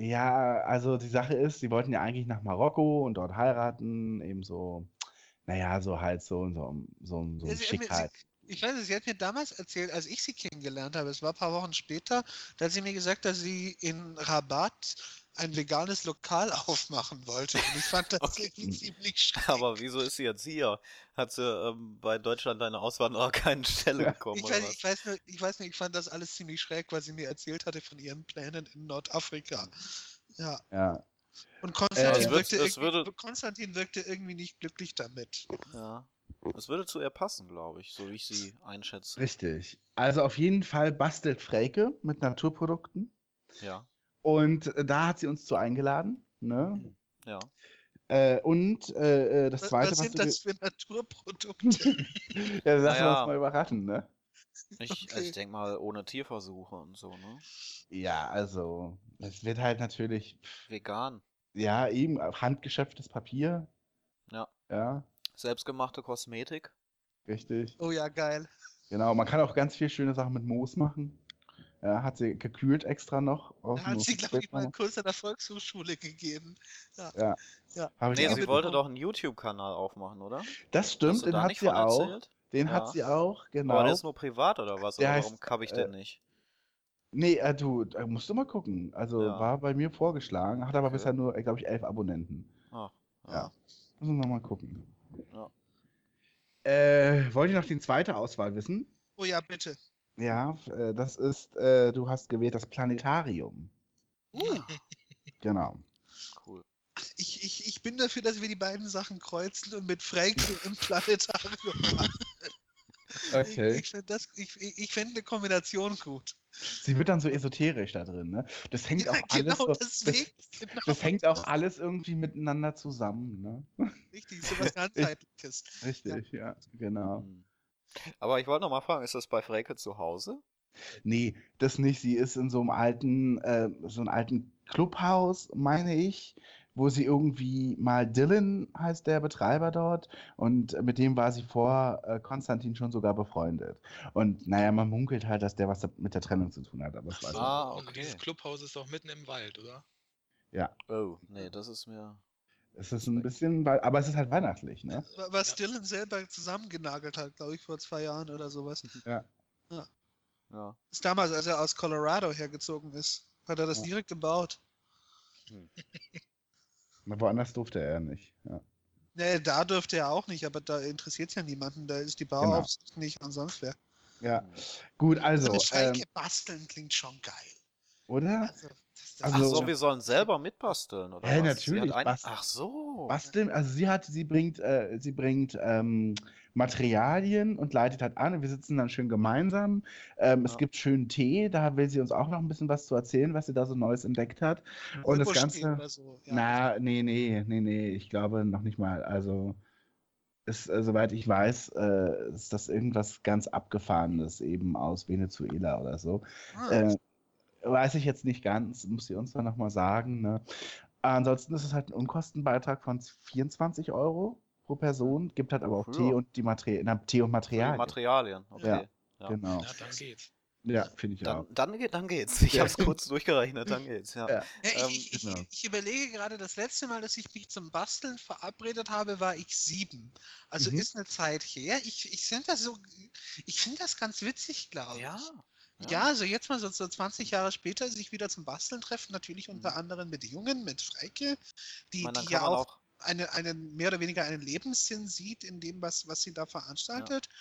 Ja, also die Sache ist, sie wollten ja eigentlich nach Marokko und dort heiraten, eben so, naja, so halt so, so, so, so Ja, sie hat mir- Schickheit. sie, ich weiß nicht, sie hat mir damals erzählt, als ich sie kennengelernt habe, es war ein paar Wochen später, da hat sie mir gesagt, dass sie in Rabat ein veganes Lokal aufmachen wollte. Und ich fand das Okay. irgendwie ziemlich schräg. Aber wieso ist sie jetzt hier? Hat sie ähm, bei Deutschland eine Auswanderer keine Stelle Ja. bekommen Ich oder weiß, was? ich, weiß nur, ich weiß nicht, ich fand das alles ziemlich schräg, weil sie mir erzählt hatte von ihren Plänen in Nordafrika. Ja. Ja, Und Konstantin, Äh, Es wird- wirkte, es irgendwie, würde- Konstantin wirkte irgendwie nicht glücklich damit. Ja. Es würde zu ihr passen, glaube ich, so wie ich sie einschätze. richtig. Also auf jeden Fall bastelt Freyke mit Naturprodukten. Ja, Und äh, da hat sie uns zu eingeladen. Ne? ja. Äh, und äh, äh, das Was, Zweite, was was, sind du das für Naturprodukte? ge- ja, lassen wir Naja. uns mal überraschen, ne? Ich, Okay. also ich denke mal, ohne Tierversuche und so, ne? Ja, also es wird halt natürlich, Vegan. ja, eben handgeschöpftes Papier. Ja. Ja, Selbstgemachte Kosmetik. richtig. Oh ja, geil. Genau, man kann auch ganz viel schöne Sachen mit Moos machen. Ja, hat sie gekühlt extra noch. Da Aus hat sie, glaube ich, mal einen Kurs an der Volkshochschule gegeben. Ja. Ja. Ja. Hab ich Nee, auch sie mit- wollte doch einen YouTube-Kanal aufmachen, oder? Das Hast stimmt, du den da hat nicht sie von auch. erzählt? Den Ja. hat sie auch, genau. Aber der ist nur privat oder was? Der Oder heißt, warum habe ich äh, den nicht? Nee, äh, du, da musst du mal gucken. Also Ja. war bei mir vorgeschlagen, hat aber Okay. bisher nur, glaube ich, elf Abonnenten. Ach, ja. Ja. Müssen wir mal gucken. Ja. Äh, wollt ihr noch die zweite Auswahl wissen? Oh ja, bitte. Ja, äh, das ist, äh, du hast gewählt das Planetarium. Uh, Genau. Cool. ich, ich, ich bin dafür, dass wir die beiden Sachen kreuzen und mit Frankie im Planetarium machen. Okay. Ich, ich finde ich, ich, ich find eine Kombination gut. Sie wird dann so esoterisch da drin, ne? Das hängt Ja, auch alles genau so, deswegen. das, Genau, das hängt auch alles irgendwie miteinander zusammen, ne? richtig, so was ganzheitliches. Richtig, ja, genau. Hm. Aber ich wollte noch mal fragen, ist das bei Freyke zu Hause? Nee, das nicht. Sie ist in so einem alten, äh, so einem alten Clubhaus, meine ich, wo sie irgendwie mal Dylan heißt der Betreiber dort und mit dem war sie vor äh, Konstantin schon sogar befreundet. Und naja, man munkelt halt, dass der was da- mit der Trennung zu tun hat, aber das Ach weiß so, ich nicht. Ah, und dieses okay. Clubhaus ist doch mitten im Wald, oder? Ja, Oh, nee, das ist mir es ist ein suspekt. bisschen, wei- aber es ist halt weihnachtlich, ne? Wa- Was Ja. Dylan selber zusammengenagelt hat, glaube ich, vor zwei Jahren oder sowas. Ja. Ja. Ja. Das ist damals, als er aus Colorado hergezogen ist, hat er das Ja. direkt gebaut. Na, woanders durfte er nicht. Ja. Nee, da dürfte er auch nicht, aber da interessiert es ja niemanden. Da ist die Genau. Bauaufsicht nicht und sonst wer. Ja, gut, Also also, mit Schalke ähm, basteln klingt schon geil. oder? Also, das, das Ach Also- so, schon- wir sollen selber mitbasteln, oder Hä, was? natürlich, Sie hat ein... bast- Ach so. Basteln, also sie hat, sie bringt, äh, sie bringt ähm, Materialien und leitet halt an. Wir sitzen dann schön gemeinsam. Ähm, Es Ja. gibt schönen Tee, da will sie uns auch noch ein bisschen was zu erzählen, was sie da so Neues entdeckt hat. Und das Olbusch Ganze. oder so. Ja. Na, nee, nee, nee, nee, ich glaube noch nicht mal. Also, ist, äh, soweit ich weiß, äh, ist das irgendwas ganz Abgefahrenes, eben aus Venezuela oder so. Ah, Äh, Weiß ich jetzt nicht ganz, muss sie uns dann nochmal sagen. Ne? Ansonsten ist es halt ein Unkostenbeitrag von vierundzwanzig Euro pro Person, gibt halt aber auch Wofür? Tee und die Materi na, Tee und Für die Materialien. Materialien, okay. Ja. Genau. Ja, dann geht's. Ja, finde ich Dann, auch. dann, geht, dann geht's. Ich Ja. habe es kurz durchgerechnet, dann geht's, ja. Ja. Ja, Ähm, ich, ich, genau. ich, ich überlege gerade, das letzte Mal, dass ich mich zum Basteln verabredet habe, war ich sieben. Also Mhm. ist eine Zeit her. Ich, ich finde das so, ich finde das ganz witzig, glaube ich. Ja. Ja, also jetzt mal so, so zwanzig Jahre später sich wieder zum Basteln treffen, natürlich unter Mhm. anderen Bedingungen mit Freike, die, Ich meine, dann die kann ja man auch, auch... Eine, einen, mehr oder weniger einen Lebenssinn sieht in dem, was, was sie da veranstaltet.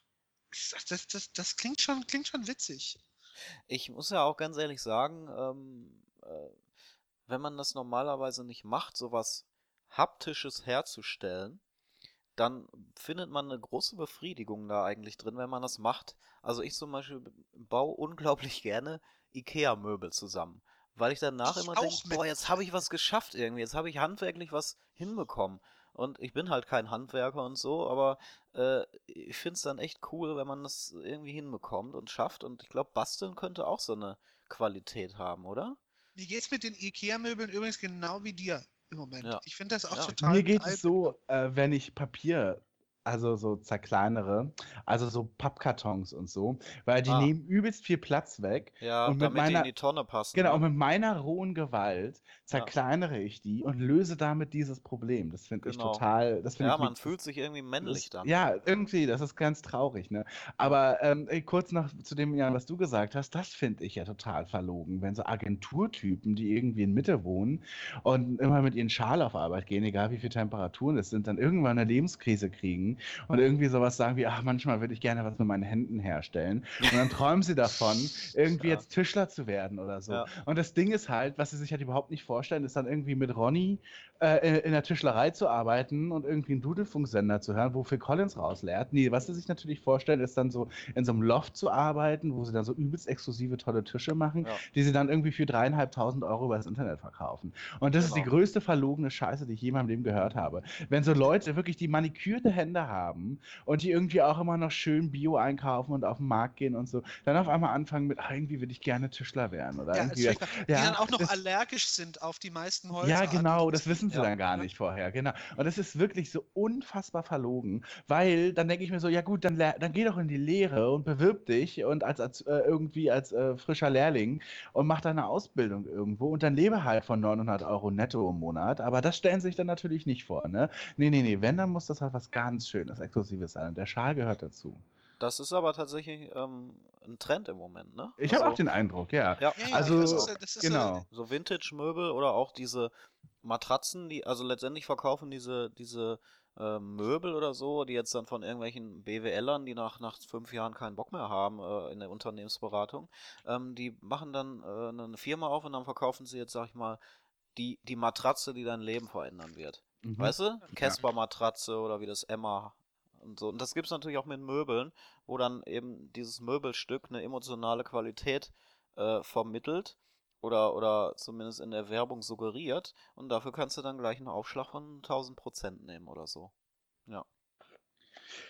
Das, das, das klingt schon, klingt schon witzig. Ich muss ja auch ganz ehrlich sagen, ähm, äh, wenn man das normalerweise nicht macht, sowas Haptisches herzustellen, dann findet man eine große Befriedigung da eigentlich drin, wenn man das macht. Also ich zum Beispiel b- baue unglaublich gerne IKEA-Möbel zusammen, weil ich danach Ich immer auch denke, boah, jetzt habe ich was geschafft irgendwie, jetzt habe ich handwerklich was hinbekommen. Und ich bin halt kein Handwerker und so, aber äh, ich finde es dann echt cool, wenn man das irgendwie hinbekommt und schafft. Und ich glaube, Basteln könnte auch so eine Qualität haben, oder? Mir geht's mit den IKEA-Möbeln übrigens genau wie dir im Moment. Ja. Ich finde das auch Ja. total Mir geht geil. es so, äh, wenn ich Papier, also so zerkleinere, also so Pappkartons und so, weil die Ah. nehmen übelst viel Platz weg. Ja, und mit damit die in meiner, die Tonne passen. genau, und ne? mit meiner rohen Gewalt zerkleinere ich die und löse damit dieses Problem. Das finde ich Genau. total, das finde Ja, ich man wirklich- fühlt sich irgendwie männlich das, dann. Ja, irgendwie, das ist ganz traurig, ne? Aber ähm, ey, kurz noch zu dem, Jan, was du gesagt hast, das finde ich ja total verlogen, wenn so Agenturtypen, die irgendwie in Mitte wohnen und immer mit ihren Schal auf Arbeit gehen, egal wie viel Temperaturen es sind, dann irgendwann eine Lebenskrise kriegen und irgendwie sowas sagen wie, ach, manchmal würde ich gerne was mit meinen Händen herstellen. Und dann träumen sie davon, irgendwie Ja. jetzt Tischler zu werden oder so. Ja. Und das Ding ist halt, was sie sich halt überhaupt nicht vorstellen, ist dann irgendwie mit Ronny äh, in, in der Tischlerei zu arbeiten und irgendwie einen Dudelfunksender zu hören, wo Phil Collins rausleert. Nee, was sie sich natürlich vorstellen, ist dann so in so einem Loft zu arbeiten, wo sie dann so übelst exklusive, tolle Tische machen, Ja. die sie dann irgendwie für dreieinhalbtausend Euro über das Internet verkaufen. Und das ist die Genau. größte verlogene Scheiße, die ich je in meinem Leben gehört habe. Wenn so Leute wirklich die manikürte Hände haben und die irgendwie auch immer noch schön Bio einkaufen und auf den Markt gehen und so, dann auf einmal anfangen mit, ah, irgendwie würde ich gerne Tischler werden. Oder Ja, irgendwie, ist furchtbar. die ja, dann auch noch das- allergisch sind auf die meisten ja, Holzarten. genau, das wissen sie Ja. dann gar nicht vorher, genau. Und das ist wirklich so unfassbar verlogen, weil dann denke ich mir so, ja gut, dann, lehr- dann geh doch in die Lehre und bewirb dich und als, als äh, irgendwie als äh, frischer Lehrling und mach deine Ausbildung irgendwo und dann lebe halt von neunhundert Euro netto im Monat, aber das stellen sie sich dann natürlich nicht vor, ne? Nee, nee, nee, wenn, dann muss das halt was ganz Schönes, Exklusives sein und der Schal gehört dazu. Das ist aber tatsächlich ähm, ein Trend im Moment, ne? Ich habe Also, auch den Eindruck, ja. Ja, Ja, ja, Also, das ist, das ist genau. so Vintage-Möbel oder auch diese Matratzen, die, also letztendlich verkaufen diese, diese äh, Möbel oder so, die jetzt dann von irgendwelchen B W Lern, die nach, nach fünf Jahren keinen Bock mehr haben äh, in der Unternehmensberatung, ähm, die machen dann äh, eine Firma auf und dann verkaufen sie jetzt, sag ich mal, die, die Matratze, die dein Leben verändern wird. Mhm. Weißt du? Casper-Matratze oder wie das Emma und so. Und das gibt es natürlich auch mit Möbeln, wo dann eben dieses Möbelstück eine emotionale Qualität äh, vermittelt oder, oder zumindest in der Werbung suggeriert. Und dafür kannst du dann gleich einen Aufschlag von tausend Prozent nehmen oder so. Ja.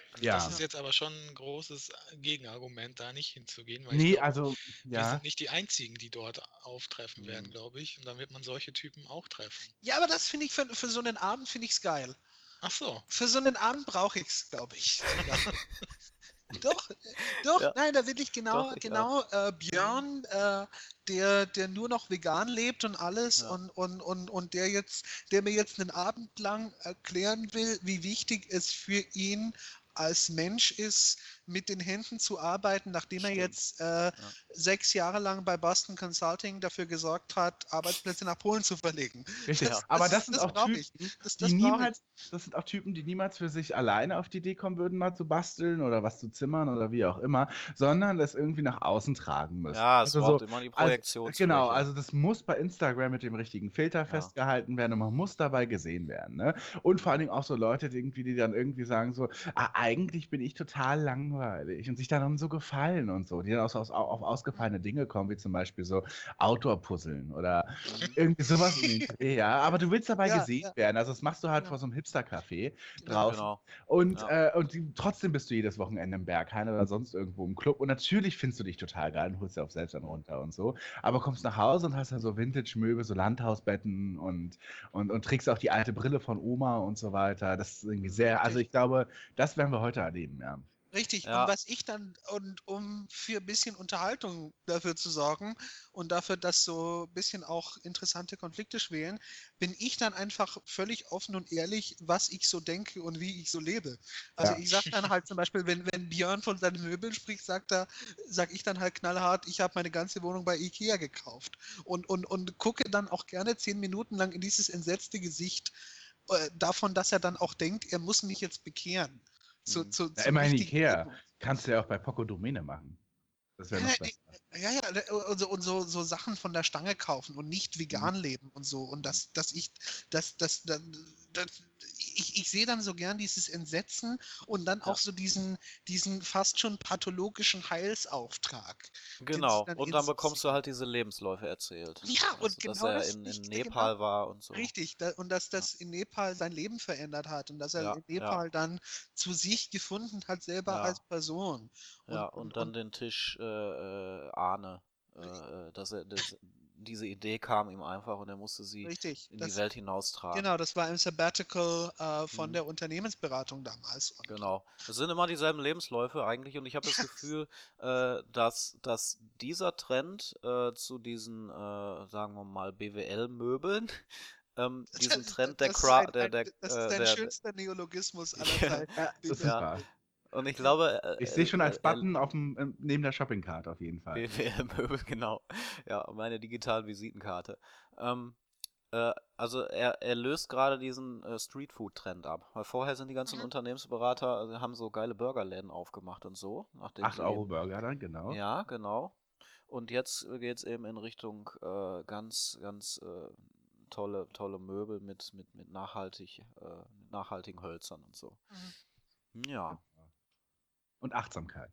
Also Ja. das ist jetzt aber schon ein großes Gegenargument, da nicht hinzugehen, weil ich Nee, glaube, also, wir ja. sind nicht die Einzigen, die dort auftreffen werden, Hm. glaube ich. Und dann wird man solche Typen auch treffen. Ja, aber das finde ich für, für so einen Abend finde ich's geil. Ach so. Für so einen Abend brauche ich's, glaube ich. sogar. Doch, äh, doch, Ja. nein, da will ich genau, Doch, ich genau äh, Björn, äh, der, der nur noch vegan lebt und alles Ja. und, und, und, und der jetzt, der mir jetzt einen Abend lang erklären will, wie wichtig es für ihn als Mensch ist, mit den Händen zu arbeiten, nachdem er Stimmt. jetzt äh, sechs Jahre lang bei Boston Consulting dafür gesorgt hat, Arbeitsplätze nach Polen zu verlegen. Richtig. Ja. Aber das sind das auch brauche ich. Typen, Das, die das brauche ich. niemals, das sind auch Typen, die niemals für sich alleine auf die Idee kommen würden, mal zu basteln oder was zu zimmern oder wie auch immer, sondern das irgendwie nach außen tragen müssen. Ja, es Also braucht so, immer die also, Projektionsfläche. genau, also das muss bei Instagram mit dem richtigen Filter Ja. festgehalten werden und man muss dabei gesehen werden. Ne? Und vor allen Dingen auch so Leute, die irgendwie, die dann irgendwie sagen so, ah, eigentlich bin ich total langweilig und sich dann so gefallen und so, die dann auch so aus, auf ausgefallene Dinge kommen, wie zum Beispiel so Outdoor-Puzzeln oder Mhm. irgendwie sowas in den Dreh, ja. Aber du willst dabei Ja, gesehen ja. werden. Also das machst du halt Genau. vor so einem Hipster-Café Genau. draußen. Genau. Und, Ja. äh, und die, trotzdem bist du jedes Wochenende im Berghain oder sonst irgendwo im Club. Und natürlich findest du dich total geil und holst dir auch selbst dann runter und so. Aber kommst nach Hause und hast dann so Vintage-Möbel, so Landhausbetten und, und, und trägst auch die alte Brille von Oma und so weiter. Das ist irgendwie sehr, also Richtig. ich glaube, das werden wir heute erleben, ja. Richtig, und Ja. was ich dann, und um für ein bisschen Unterhaltung dafür zu sorgen und dafür, dass so ein bisschen auch interessante Konflikte schwelen, bin ich dann einfach völlig offen und ehrlich, was ich so denke und wie ich so lebe. Also Ja. ich sag dann halt zum Beispiel, wenn, wenn Björn von seinen Möbeln spricht, sagt er, sag ich dann halt knallhart, ich habe meine ganze Wohnung bei Ikea gekauft. Und, und, und gucke dann auch gerne zehn Minuten lang in dieses entsetzte Gesicht äh, davon, dass er dann auch denkt, er muss mich jetzt bekehren. Zu, Mhm. zu, Ja, zum immerhin richtigen Ikea. Zeitpunkt. Kannst du ja auch bei Poco Domene machen. Das wäre Ja, noch nee, besser. ja, ja, und so, und so, so Sachen von der Stange kaufen und nicht vegan leben und so. Und dass, dass ich, dass, dass, dass, dass ich, ich sehe dann so gern dieses Entsetzen und dann Ja. auch so diesen, diesen fast schon pathologischen Heilsauftrag. den sie Genau. dann Und dann ins- bekommst du halt diese Lebensläufe erzählt. Ja, Also, und dass genau er das in, in nicht- Nepal genau. war und so. Richtig, da, und dass das in Nepal sein Leben verändert hat und dass er Ja, in ja. Nepal dann zu sich gefunden hat, selber Ja. als Person. Und, Ja, und, und dann den Tisch äh, äh, Ahne, äh, äh, dass er das, diese Idee kam ihm einfach und er musste sie richtig, in das, die Welt hinaustragen. genau, das war im Sabbatical äh, von Mhm. der Unternehmensberatung damals. Und Genau. Es sind immer dieselben Lebensläufe eigentlich und ich habe das Gefühl, äh, dass, dass dieser Trend äh, zu diesen, äh, sagen wir mal, B W L-Möbeln, ähm, diesen Das- Trend der das ist Cra ein- der, ein- der, Das äh, ist dein der, schönster Neologismus aller Ja. Zeiten. Ja, das ist Ja. wahr. und ich glaube, äh, Ich sehe schon als äh, er- Button auf dem, ähm, neben der Shoppingcard auf jeden Fall. B W L-Möbel, genau. Ja, meine digitale Visitenkarte. Ähm, äh, also er, er löst gerade diesen äh, Streetfood-Trend ab. Weil vorher sind die ganzen Mhm. Unternehmensberater, also haben so geile Burgerläden aufgemacht und so. Nachdem acht sie Euro eben- Burger dann, genau. Ja, genau. Und jetzt geht es eben in Richtung äh, ganz, ganz äh, tolle, tolle Möbel mit, mit, mit nachhaltig, äh, mit nachhaltigen Hölzern und so. Ja. Und Achtsamkeit.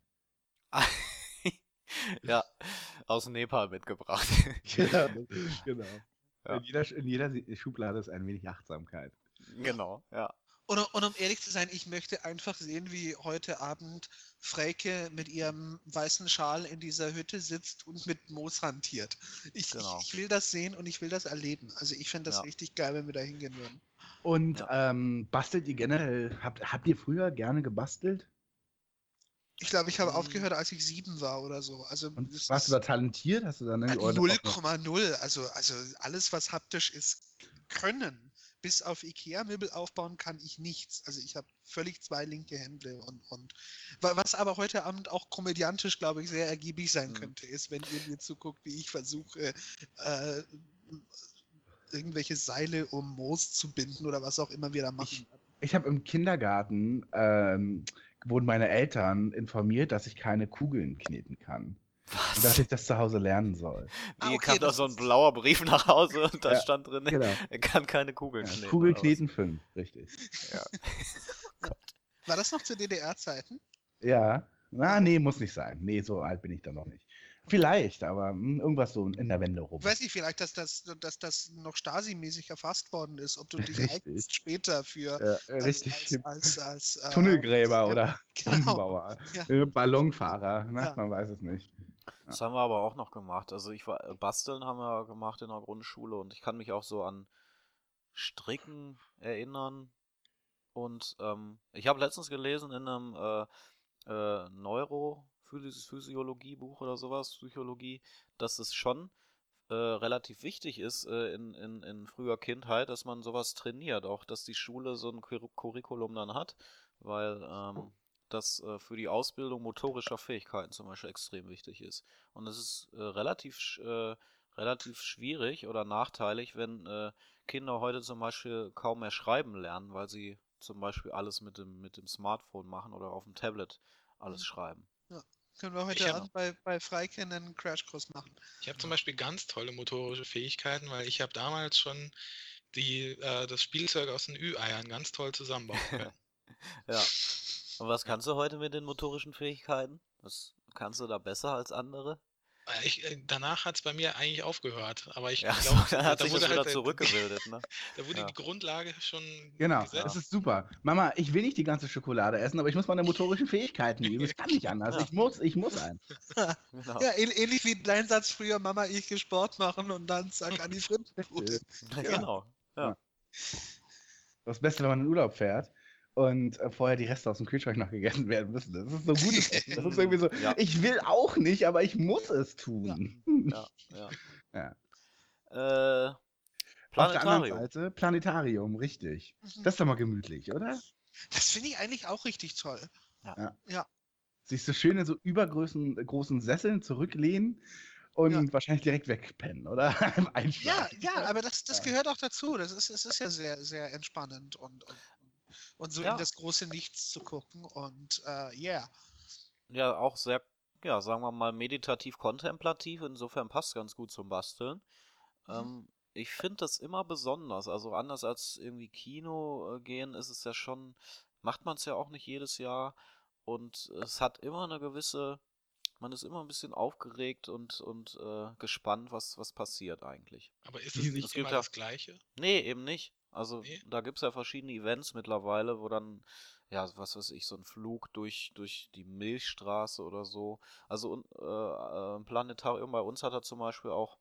Ja, aus Nepal mitgebracht. Ja, genau. Ja. In, jeder, in jeder Schublade ist ein wenig Achtsamkeit. Genau, ja. Und, und um ehrlich zu sein, ich möchte einfach sehen, wie heute Abend Freike mit ihrem weißen Schal in dieser Hütte sitzt und mit Moos hantiert. Ich, Genau. ich, ich will das sehen und ich will das erleben. Also ich fände das Ja. richtig geil, wenn wir da hingehen würden. Und Ja. ähm, bastelt ihr generell, habt, habt ihr früher gerne gebastelt? Ich glaube, ich habe Hm. aufgehört, als ich sieben war oder so. Also Und das warst ist- du da talentiert? Hast du dann Äh, irgendwie oder null auch noch- Komma null. Also, also alles, was haptisch ist, können. Bis auf Ikea-Möbel aufbauen kann ich nichts. Also ich habe völlig zwei linke Hände und, und wa- was aber heute Abend auch komödiantisch, glaube ich, sehr ergiebig sein Mhm. könnte, ist, wenn ihr mir zuguckt, wie ich versuche, äh, irgendwelche Seile um Moos zu binden oder was auch immer wir da machen. Ich habe im Kindergarten, ähm, wurden meine Eltern informiert, dass ich keine Kugeln kneten kann. Und dass Was? ich das zu Hause lernen soll. Ah, Wie okay, kam da das so ein ist- blauer Brief nach Hause und da Ja, stand drin, Genau. er kann keine Kugeln Ja, kneten. Kugel oder was? kneten fünf, richtig. Ja. War das noch zu D D R-Zeiten? Ja. Na, nee, muss nicht sein. Nee, so alt bin ich dann noch nicht. Vielleicht, aber hm, irgendwas so in der Wende rum. Ich weiß nicht, vielleicht, dass das, dass das noch Stasi-mäßig erfasst worden ist, ob du dich Richtig. eignest später für Ja, als, richtig. als, als, als äh, Tunnelgräber ja, oder genau. Bombenbauer, Ja. äh, Ballonfahrer, ne? Ja. Man weiß es nicht. Das haben wir aber auch noch gemacht. Also ich war, Basteln haben wir gemacht in der Grundschule und ich kann mich auch so an Stricken erinnern. Und ähm, ich habe letztens gelesen in einem äh, äh, Neurophysiologie-Buch oder sowas, Psychologie, dass es schon äh, relativ wichtig ist äh, in, in, in früher Kindheit, dass man sowas trainiert. Auch dass die Schule so ein Cur- Curriculum dann hat, weil ähm, das äh, für die Ausbildung motorischer Fähigkeiten zum Beispiel extrem wichtig ist. Und es ist äh, relativ, sch- äh, relativ schwierig oder nachteilig, wenn äh, Kinder heute zum Beispiel kaum mehr schreiben lernen, weil sie zum Beispiel alles mit dem, mit dem Smartphone machen oder auf dem Tablet alles Mhm. schreiben. Können wir Ich heute hab- Abend bei, bei Freiken einen Crashkurs machen. Ich habe zum Beispiel ganz tolle motorische Fähigkeiten, weil ich habe damals schon die, äh, das Spielzeug aus den Ü-Eiern ganz toll zusammenbauen können. Ja. Und was kannst du heute mit den motorischen Fähigkeiten? Was kannst du da besser als andere? Äh, Ich, äh, danach hat es bei mir eigentlich aufgehört, aber ich Ja, glaube, so, dann hat da sich das wurde wieder halt, äh, zurückgebildet, ne? da wurde Ja. die Grundlage schon Genau, gesetzt. das ist super. Mama, ich will nicht die ganze Schokolade essen, aber ich muss meine motorischen Fähigkeiten üben. Ich kann nicht anders. Ja. Ich muss, ich muss ein. Genau. Ja, ähn- ähnlich wie dein Satz früher, Mama, ich gehe Sport machen und dann zack an die Frittenbude. Genau. Ja. Das Beste, wenn man in Urlaub fährt und äh, vorher die Reste aus dem Kühlschrank noch gegessen werden müssen. Das ist so gutes Essen. Das ist irgendwie so, Ja. ich will auch nicht, aber ich muss es tun. Ja, ja. Ja. Äh, Auf der anderen Planetarium. Seite, Planetarium, richtig. Mhm. Das ist doch mal gemütlich, oder? Das finde ich eigentlich auch richtig toll. Sich so schön in so übergroßen großen Sesseln zurücklehnen und Ja. wahrscheinlich direkt wegpennen, oder? Ja, Einschlafen. ja, aber das, das Ja. gehört auch dazu. Das ist, es ist ja sehr, sehr entspannend und, und, und so Ja. in das große Nichts zu gucken und äh, yeah. Ja, auch sehr, ja, sagen wir mal, meditativ-kontemplativ. Insofern passt ganz gut zum Basteln. Mhm. Ähm, ich finde das immer besonders. Also anders als irgendwie Kino äh, gehen, ist es ja schon, macht man es ja auch nicht jedes Jahr. Und es hat immer eine gewisse, man ist immer ein bisschen aufgeregt und, und äh, gespannt, was, was passiert eigentlich. Aber ist Wie- es es nicht gibt immer ja- das Gleiche? Nee, eben nicht. Also Nee? da gibt es ja verschiedene Events mittlerweile, wo dann, ja, was weiß ich, so ein Flug durch, durch die Milchstraße oder so. Also un- äh, äh, ein Planetarium bei uns hat er zum Beispiel auch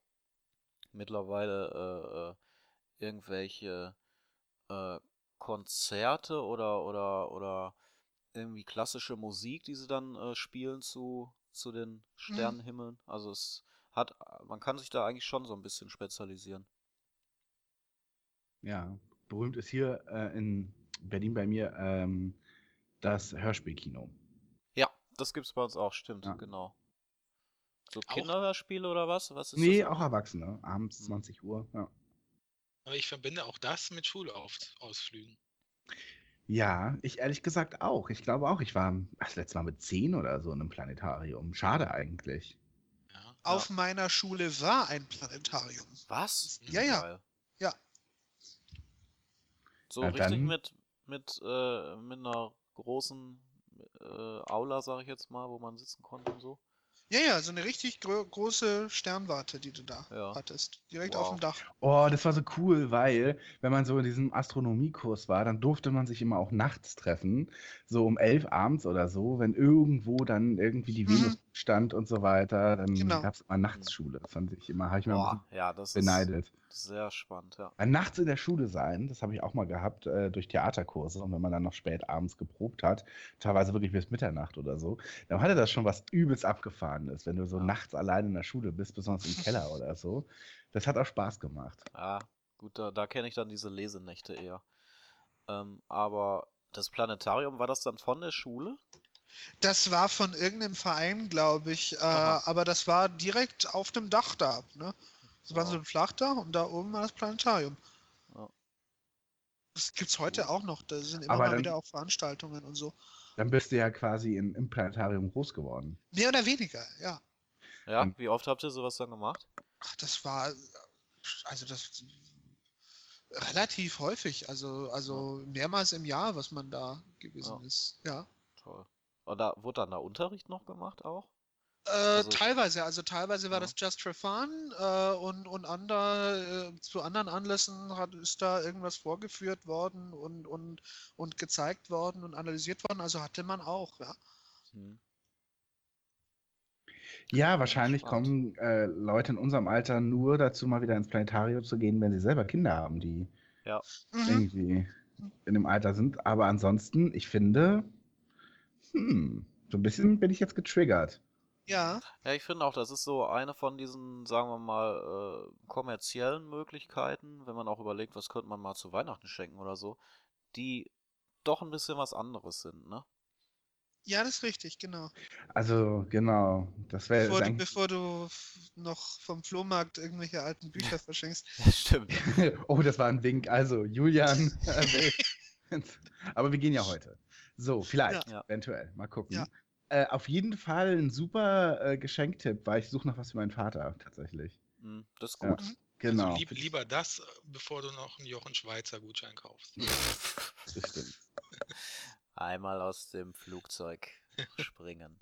mittlerweile äh, äh, irgendwelche äh, Konzerte oder, oder, oder irgendwie klassische Musik, die sie dann äh, spielen zu, zu den Sternenhimmeln. Also es hat, man kann sich da eigentlich schon so ein bisschen spezialisieren. Ja, berühmt ist hier äh, in Berlin bei mir ähm, das Hörspielkino. Ja, das gibt's bei uns auch, stimmt, Ja. genau. So Auch- Kinderhörspiele oder was? Was ist Nee, das? auch Erwachsene. Abends Hm. zwanzig Uhr. Ja. Aber ich verbinde auch das mit Schulausflügen. Ja, ich ehrlich gesagt auch. Ich glaube auch, ich war das letzte Mal mit zehn oder so in einem Planetarium. Schade eigentlich. Ja. Auf meiner Schule war ein Planetarium. Was? Ja, ja. Geil. Ja. So Na richtig dann. mit, mit, äh, mit einer großen äh, Aula, sag ich jetzt mal, wo man sitzen konnte und so. Ja, ja, so eine richtig gro große Sternwarte, die du da Ja. hattest. Direkt Wow. auf dem Dach. Oh, das war so cool, weil, wenn man so in diesem Astronomiekurs war, dann durfte man sich immer auch nachts treffen, so um elf abends oder so, wenn irgendwo dann irgendwie die Mhm. Venus stand und so weiter, dann Genau. gab es immer Nachtsschule. Das fand ich immer, habe ich mir ein Boah, bisschen ja, das ist beneidet. sehr spannend, ja. Weil nachts in der Schule sein, das habe ich auch mal gehabt, äh, durch Theaterkurse. Und wenn man dann noch spät abends geprobt hat, teilweise wirklich bis Mitternacht oder so, dann hatte das schon was übelst Abgefahrenes, wenn du so Ja. nachts allein in der Schule bist, besonders im Keller oder so. Das hat auch Spaß gemacht. Ja, gut, da, da kenne ich dann diese Lesenächte eher. Ähm, aber das Planetarium, war das dann von der Schule? Das war von irgendeinem Verein, glaube ich. Äh, Aha. aber das war direkt auf dem Dach da. Ne? Das war Ja. so ein Flachdach und da oben war das Planetarium. Ja. Das gibt's heute auch noch. Da sind immer Aber mal dann- wieder auch Veranstaltungen und so. Dann bist du ja quasi in, im Planetarium groß geworden. Mehr oder weniger, ja. Ja, Und- wie oft habt ihr sowas dann gemacht? Ach, das war also das relativ häufig, also also mehrmals im Jahr, was man da gewesen Ja. ist. Ja. Toll. Und da wurde dann der Unterricht noch gemacht auch? Äh, Also, teilweise, also teilweise war ja. das just for fun äh, und, und ander, äh, zu anderen Anlässen hat, ist da irgendwas vorgeführt worden und, und, und gezeigt worden und analysiert worden, also hatte man auch, ja. Hm, Ja, bin wahrscheinlich gespannt. kommen äh, Leute in unserem Alter nur dazu, mal wieder ins Planetarium zu gehen, wenn sie selber Kinder haben, die Ja. Mhm. irgendwie in dem Alter sind. Aber ansonsten, ich finde, hm, so ein bisschen bin ich jetzt getriggert. Ja, Ja, ich finde auch, das ist so eine von diesen, sagen wir mal, äh, kommerziellen Möglichkeiten, wenn man auch überlegt, was könnte man mal zu Weihnachten schenken oder so, die doch ein bisschen was anderes sind, ne? ja, das ist richtig, genau. Also, genau, das wäre Bevor du, eigentlich. bevor du f- noch vom Flohmarkt irgendwelche alten Bücher verschenkst. Ja, stimmt. Oh, das war ein Wink. Also, Julian äh, will. Aber wir gehen ja heute. So, vielleicht, Ja. eventuell. Mal gucken. Ja. Äh, auf jeden Fall ein super äh, Geschenktipp, weil ich suche noch was für meinen Vater tatsächlich. Hm, das ist Ja, gut. Mhm. genau. Also lieb, lieber das, äh, bevor du noch einen Jochen Schweizer Gutschein kaufst. Das stimmt. Einmal aus dem Flugzeug springen.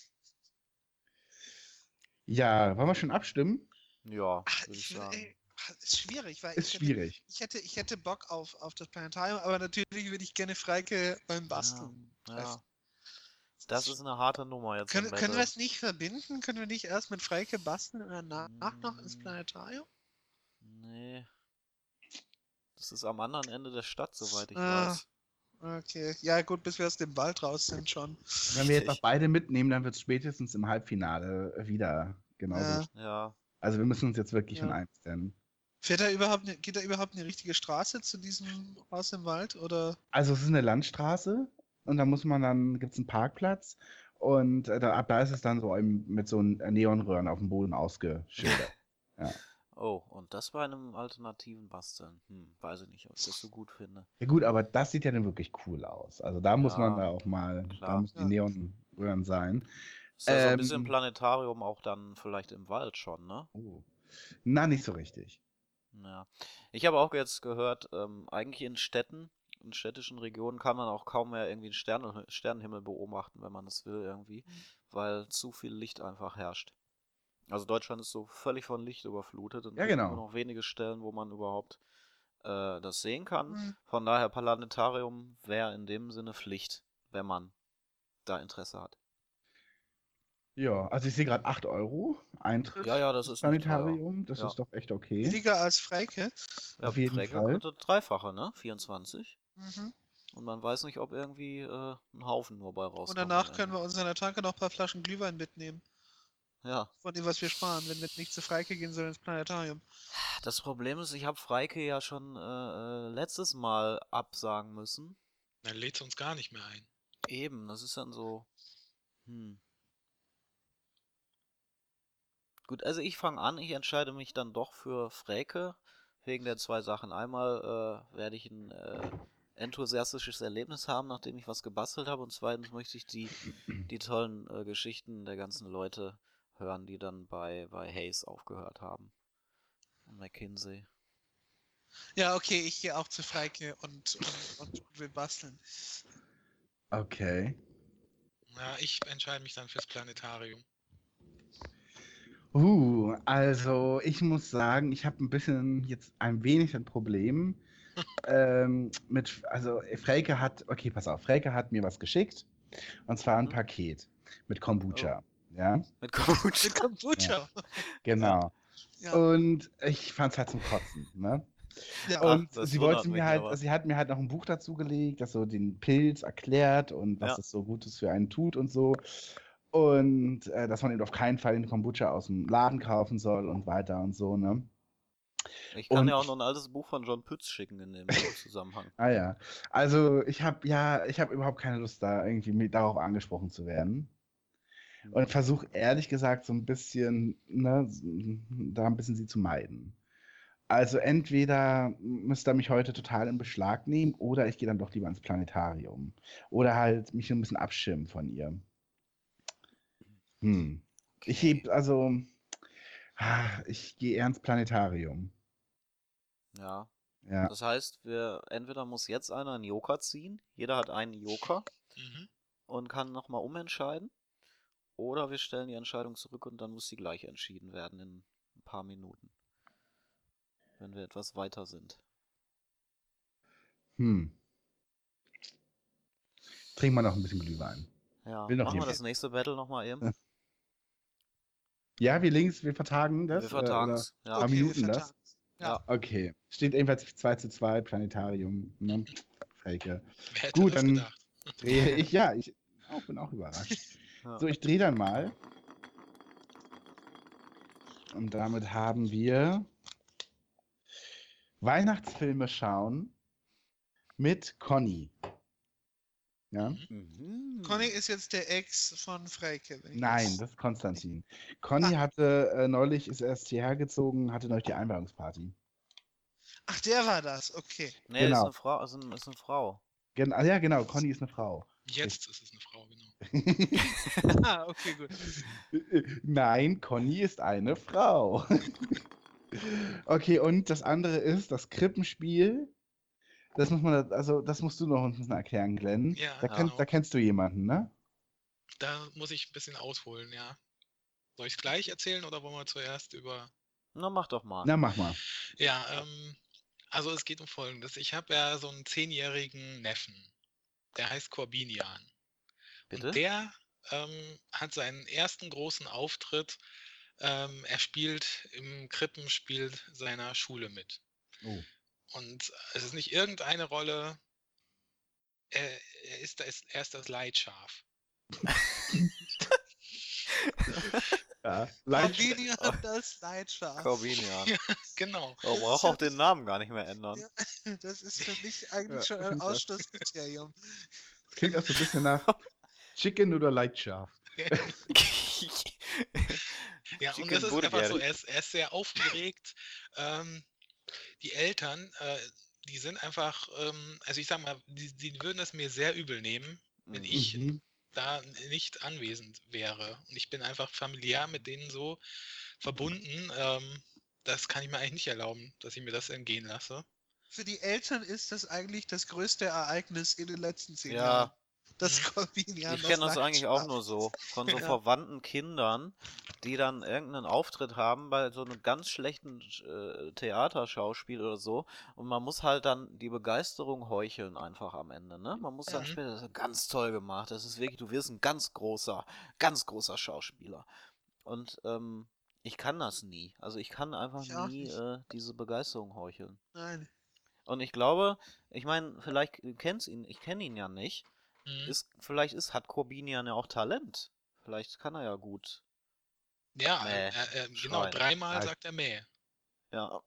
Ja, wollen wir schon abstimmen? Ja, Ach, würde ich ich will, sagen. ey, ach, ist schwierig, weil Ist ich hätte, schwierig. ich hätte, ich hätte Bock auf, auf das Planetarium, aber natürlich würde ich gerne Freike beim Basteln Ja, treffen. ja. Das ist eine harte Nummer jetzt Können, im können wir Battle. es nicht verbinden? Können wir nicht erst mit Freike basteln und danach noch ins Mm, Planetarium? Nee. Das ist am anderen Ende der Stadt, soweit ich Ah, weiß. okay. Ja, gut, bis wir aus dem Wald raus sind schon. Wenn wir jetzt noch Richtig. beide mitnehmen, dann wird es spätestens im Halbfinale wieder genauso. Ja. Ja. Also, wir müssen uns jetzt wirklich Ja. schon einstellen. Fährt da überhaupt, ne, geht da überhaupt eine richtige Straße zu diesem Haus im Wald? Oder? Also, es ist eine Landstraße und da muss man dann, gibt es einen Parkplatz und äh, da, ab da ist es dann so im- mit so einen Neonröhren auf dem Boden ausgeschildert. Ja. Oh, und das bei einem alternativen Basteln. Hm, weiß ich nicht, ob ich das so gut finde. Ja gut, aber das sieht ja dann wirklich cool aus. Also da muss man Ja, da auch mal, da klar. müssen die Ja. Neonröhren sein. Ist ja so ein bisschen Ähm, Planetarium auch dann vielleicht im Wald schon, ne? oh. Na, nicht so richtig. Ja. Ich habe auch jetzt gehört, ähm, eigentlich in Städten, in städtischen Regionen kann man auch kaum mehr irgendwie einen Stern Sternenhimmel beobachten, wenn man es will irgendwie, weil zu viel Licht einfach herrscht. Also Deutschland ist so völlig von Licht überflutet und Ja, es gibt genau. nur noch wenige Stellen, wo man überhaupt äh, das sehen kann. Hm. Von daher Planetarium wäre in dem Sinne Pflicht, wenn man da Interesse hat. Ja, also ich sehe gerade acht Euro Eintritt Ja, ja, das ins ist nicht teuer. Planetarium. Das Ja. ist doch echt okay. Billiger als Freike? Ja, Auf jeden Frege Fall. kostet dreifache, ne? vierundzwanzig. Mhm. Und man weiß nicht, ob irgendwie äh, ein Haufen nur bei rauskommt. Und danach am können Ende. wir uns in der Tanke noch ein paar Flaschen Glühwein mitnehmen. Ja. Von dem, was wir sparen, wenn wir nicht zu Freike gehen, sondern ins Planetarium. Das Problem ist, ich habe Freike ja schon äh, äh, letztes Mal absagen müssen. Dann lädst du uns gar nicht mehr ein. Eben, das ist dann so. Hm. Gut, also ich fange an, ich entscheide mich dann doch für Freke, wegen der zwei Sachen. Einmal äh, werde ich ein äh, enthusiastisches Erlebnis haben, nachdem ich was gebastelt habe, und zweitens möchte ich die, die tollen äh, Geschichten der ganzen Leute hören, die dann bei, bei Hayes aufgehört haben. Und McKinsey. Ja, okay, ich gehe auch zu Freike und, und, und, und will basteln. Okay. Ja, ich entscheide mich dann fürs Planetarium. Uh, also ich muss sagen, ich habe ein bisschen jetzt ein wenig ein Problem ähm, mit, also Freyke hat, okay, pass auf, Freyke hat mir was geschickt und zwar ein Mhm. Paket mit Kombucha, Oh. ja, Mit Mit Kombucha. Kombucha. genau. Ja. Und ich fand es halt zum Kotzen, ne? Ja. Ach, Und das sie wundert wollte mich mir halt, aber. sie hat mir halt noch ein Buch dazu gelegt, das so den Pilz erklärt und was Ja. das so Gutes für einen tut und so. Und äh, dass man eben auf keinen Fall den Kombucha aus dem Laden kaufen soll und weiter und so, ne? Ich kann Und ja auch ich- noch ein altes Buch von John Pütz schicken in dem Zusammenhang. Ah ja. Also ich habe ja, ich habe überhaupt keine Lust, da irgendwie mit, darauf angesprochen zu werden. Und versuche ehrlich gesagt so ein bisschen, ne, da ein bisschen sie zu meiden. Also entweder müsst ihr mich heute total in Beschlag nehmen oder ich gehe dann doch lieber ins Planetarium. Oder halt mich ein bisschen abschirmen von ihr. Hm. Ich Okay. heb, also, ah, ich gehe eher ins Planetarium. Ja. Ja. Das heißt, wir entweder muss jetzt einer einen Joker ziehen, jeder hat einen Joker Mhm. und kann nochmal umentscheiden. Oder wir stellen die Entscheidung zurück und dann muss sie gleich entschieden werden in ein paar Minuten. Wenn wir etwas weiter sind. Hm. Trink mal noch ein bisschen Glühwein. Ja, Will noch machen wir jemand? das nächste Battle nochmal eben. Ja, wir links, wir vertagen das. Wir vertagen äh, es. oder- Ja. Paar Okay, Minuten wir das? vertagen. Ja. Okay. Steht ebenfalls zwei zu zwei, Planetarium. Ne? Fake. Wer hätte Gut, das dann gedacht? drehe ich, ja, ich auch, bin auch überrascht. Ja. So, ich drehe dann mal. Und damit haben wir Weihnachtsfilme schauen mit Conny. Ja? Mhm. Conny ist jetzt der Ex von Freike. wenn ich Nein, das- das ist Konstantin. Conny hatte äh, neulich, ist erst hierher gezogen, hatte neulich die Einweihungsparty. Ach, der war das, okay. Nee, ist Genau. eine Frau, ist, ein, ist eine Frau. Gen ah, ja, genau, Conny ist eine Frau. Jetzt ist es eine Frau, genau. Ah, okay, gut. Nein, Conny ist eine Frau. Okay, und das andere ist das Krippenspiel. Das muss man, also das musst du noch ein bisschen erklären, Glenn. Ja, Da, genau. kennst, da kennst du jemanden, ne? Da muss ich ein bisschen ausholen, ja. Soll ich es gleich erzählen oder wollen wir zuerst über... Na, mach doch mal. Na, mach mal. Ja, ähm, also es geht um Folgendes. Ich habe ja so einen zehnjährigen Neffen. Der heißt Corbinian. Bitte? Und der ähm, hat seinen ersten großen Auftritt. Ähm, er spielt im Krippenspiel seiner Schule mit. Oh. Und es ist nicht irgendeine Rolle. Er, er, ist, er, ist, er ist das Leitschaf. Ja, leicht. Corbinian hat das Leitschaf. Corbinian. Ja, genau. Oh, braucht auch den Namen gar nicht mehr ändern. Ja, das ist für mich eigentlich Ja, schon ein Ausschlusskriterium. Klingt auch so ein bisschen nach Chicken oder Leitschaf. Ja, und Chicken das ist einfach Burger. so, er ist, er ist sehr aufgeregt. Ähm, die Eltern, äh, die sind einfach, ähm, also ich sag mal, die, die würden es mir sehr übel nehmen, wenn Mhm. ich Mhm. da nicht anwesend wäre. Und ich bin einfach familiär mit denen so verbunden. Ähm, das kann ich mir eigentlich nicht erlauben, dass ich mir das entgehen lasse. Für die Eltern ist das eigentlich das größte Ereignis in den letzten zehn Ja. Jahren. Das Mhm. Corbinian Ich kenne das eigentlich auch Leitschaf. nur so. Von so Ja. verwandten Kindern, die dann irgendeinen Auftritt haben bei so einem ganz schlechten äh, Theaterschauspiel oder so. Und man muss halt dann die Begeisterung heucheln einfach am Ende, ne? Man muss dann Mhm. später, das ist ganz toll gemacht. Das ist wirklich, du wirst ein ganz großer, ganz großer Schauspieler. Und ähm, ich kann das nie. Also ich kann einfach Ich auch nie nicht. äh, diese Begeisterung heucheln. Nein. Und ich glaube, ich meine, vielleicht kennst ihn, ich kenne ihn ja nicht. Mhm. Ist, vielleicht ist, hat Corbinian ja auch Talent. Vielleicht kann er ja gut. Ja, Mäh. er, er, genau, Schreien. dreimal Halt. sagt er Mäh. Ja.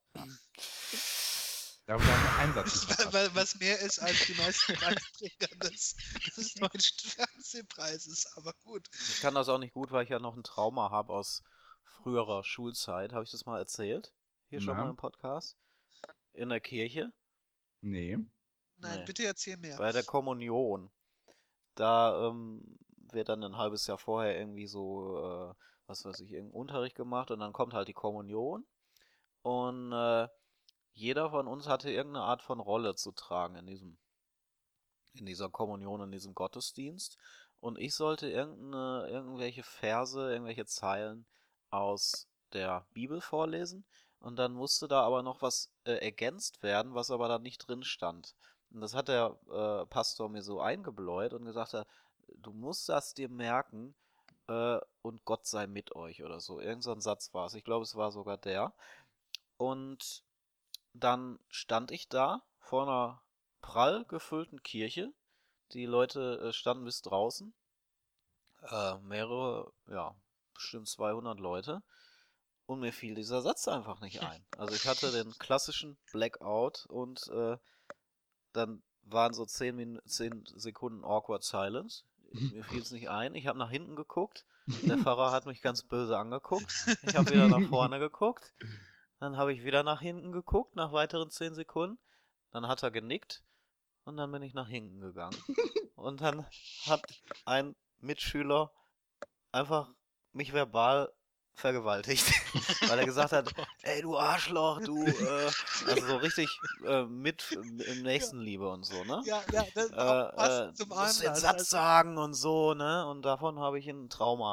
Da haben wir einen Einsatz Was, verpasst. wa- was mehr ist als die meisten Preisträger des, des deutschen Fernsehpreises, aber gut. Ich kann das auch nicht gut, weil ich ja noch ein Trauma habe aus früherer Schulzeit. Habe ich das mal erzählt? Hier schon Na? mal im Podcast? In der Kirche? Nee. Nein, Nee. bitte erzähl mehr. Bei der Kommunion. Da ähm, wird dann ein halbes Jahr vorher irgendwie so, äh, was weiß ich, irgendein Unterricht gemacht und dann kommt halt die Kommunion. Und äh, jeder von uns hatte irgendeine Art von Rolle zu tragen in diesem, in dieser Kommunion, in diesem Gottesdienst. Und ich sollte irgendeine, irgendwelche Verse, irgendwelche Zeilen aus der Bibel vorlesen. Und dann musste da aber noch was äh, ergänzt werden, was aber da nicht drin stand. Und das hat der äh, Pastor mir so eingebläut und gesagt, hat, du musst das dir merken äh, und Gott sei mit euch oder so. Irgend so ein Satz war es. Ich glaube, es war sogar der. Und dann stand ich da vor einer prall gefüllten Kirche. Die Leute äh, standen bis draußen. Äh, mehrere, ja, bestimmt zweihundert Leute. Und mir fiel dieser Satz einfach nicht ein. Also ich hatte den klassischen Blackout und äh, dann waren so zehn, Min- zehn Sekunden awkward silence. Mir fiel es nicht ein. Ich habe nach hinten geguckt. Der Pfarrer hat mich ganz böse angeguckt. Ich habe wieder nach vorne geguckt. Dann habe ich wieder nach hinten geguckt, nach weiteren zehn Sekunden. Dann hat er genickt und dann bin ich nach hinten gegangen. Und dann hat ein Mitschüler einfach mich verbal vergewaltigt, weil er gesagt hat, ey du Arschloch, du, äh, also so richtig äh, mit im Nächstenliebe und so, ne? Ja, ja, das Äh, auch äh, passend du zum musst den Anlass. Satz Also, sagen und so, ne? Und davon habe ich ein Trauma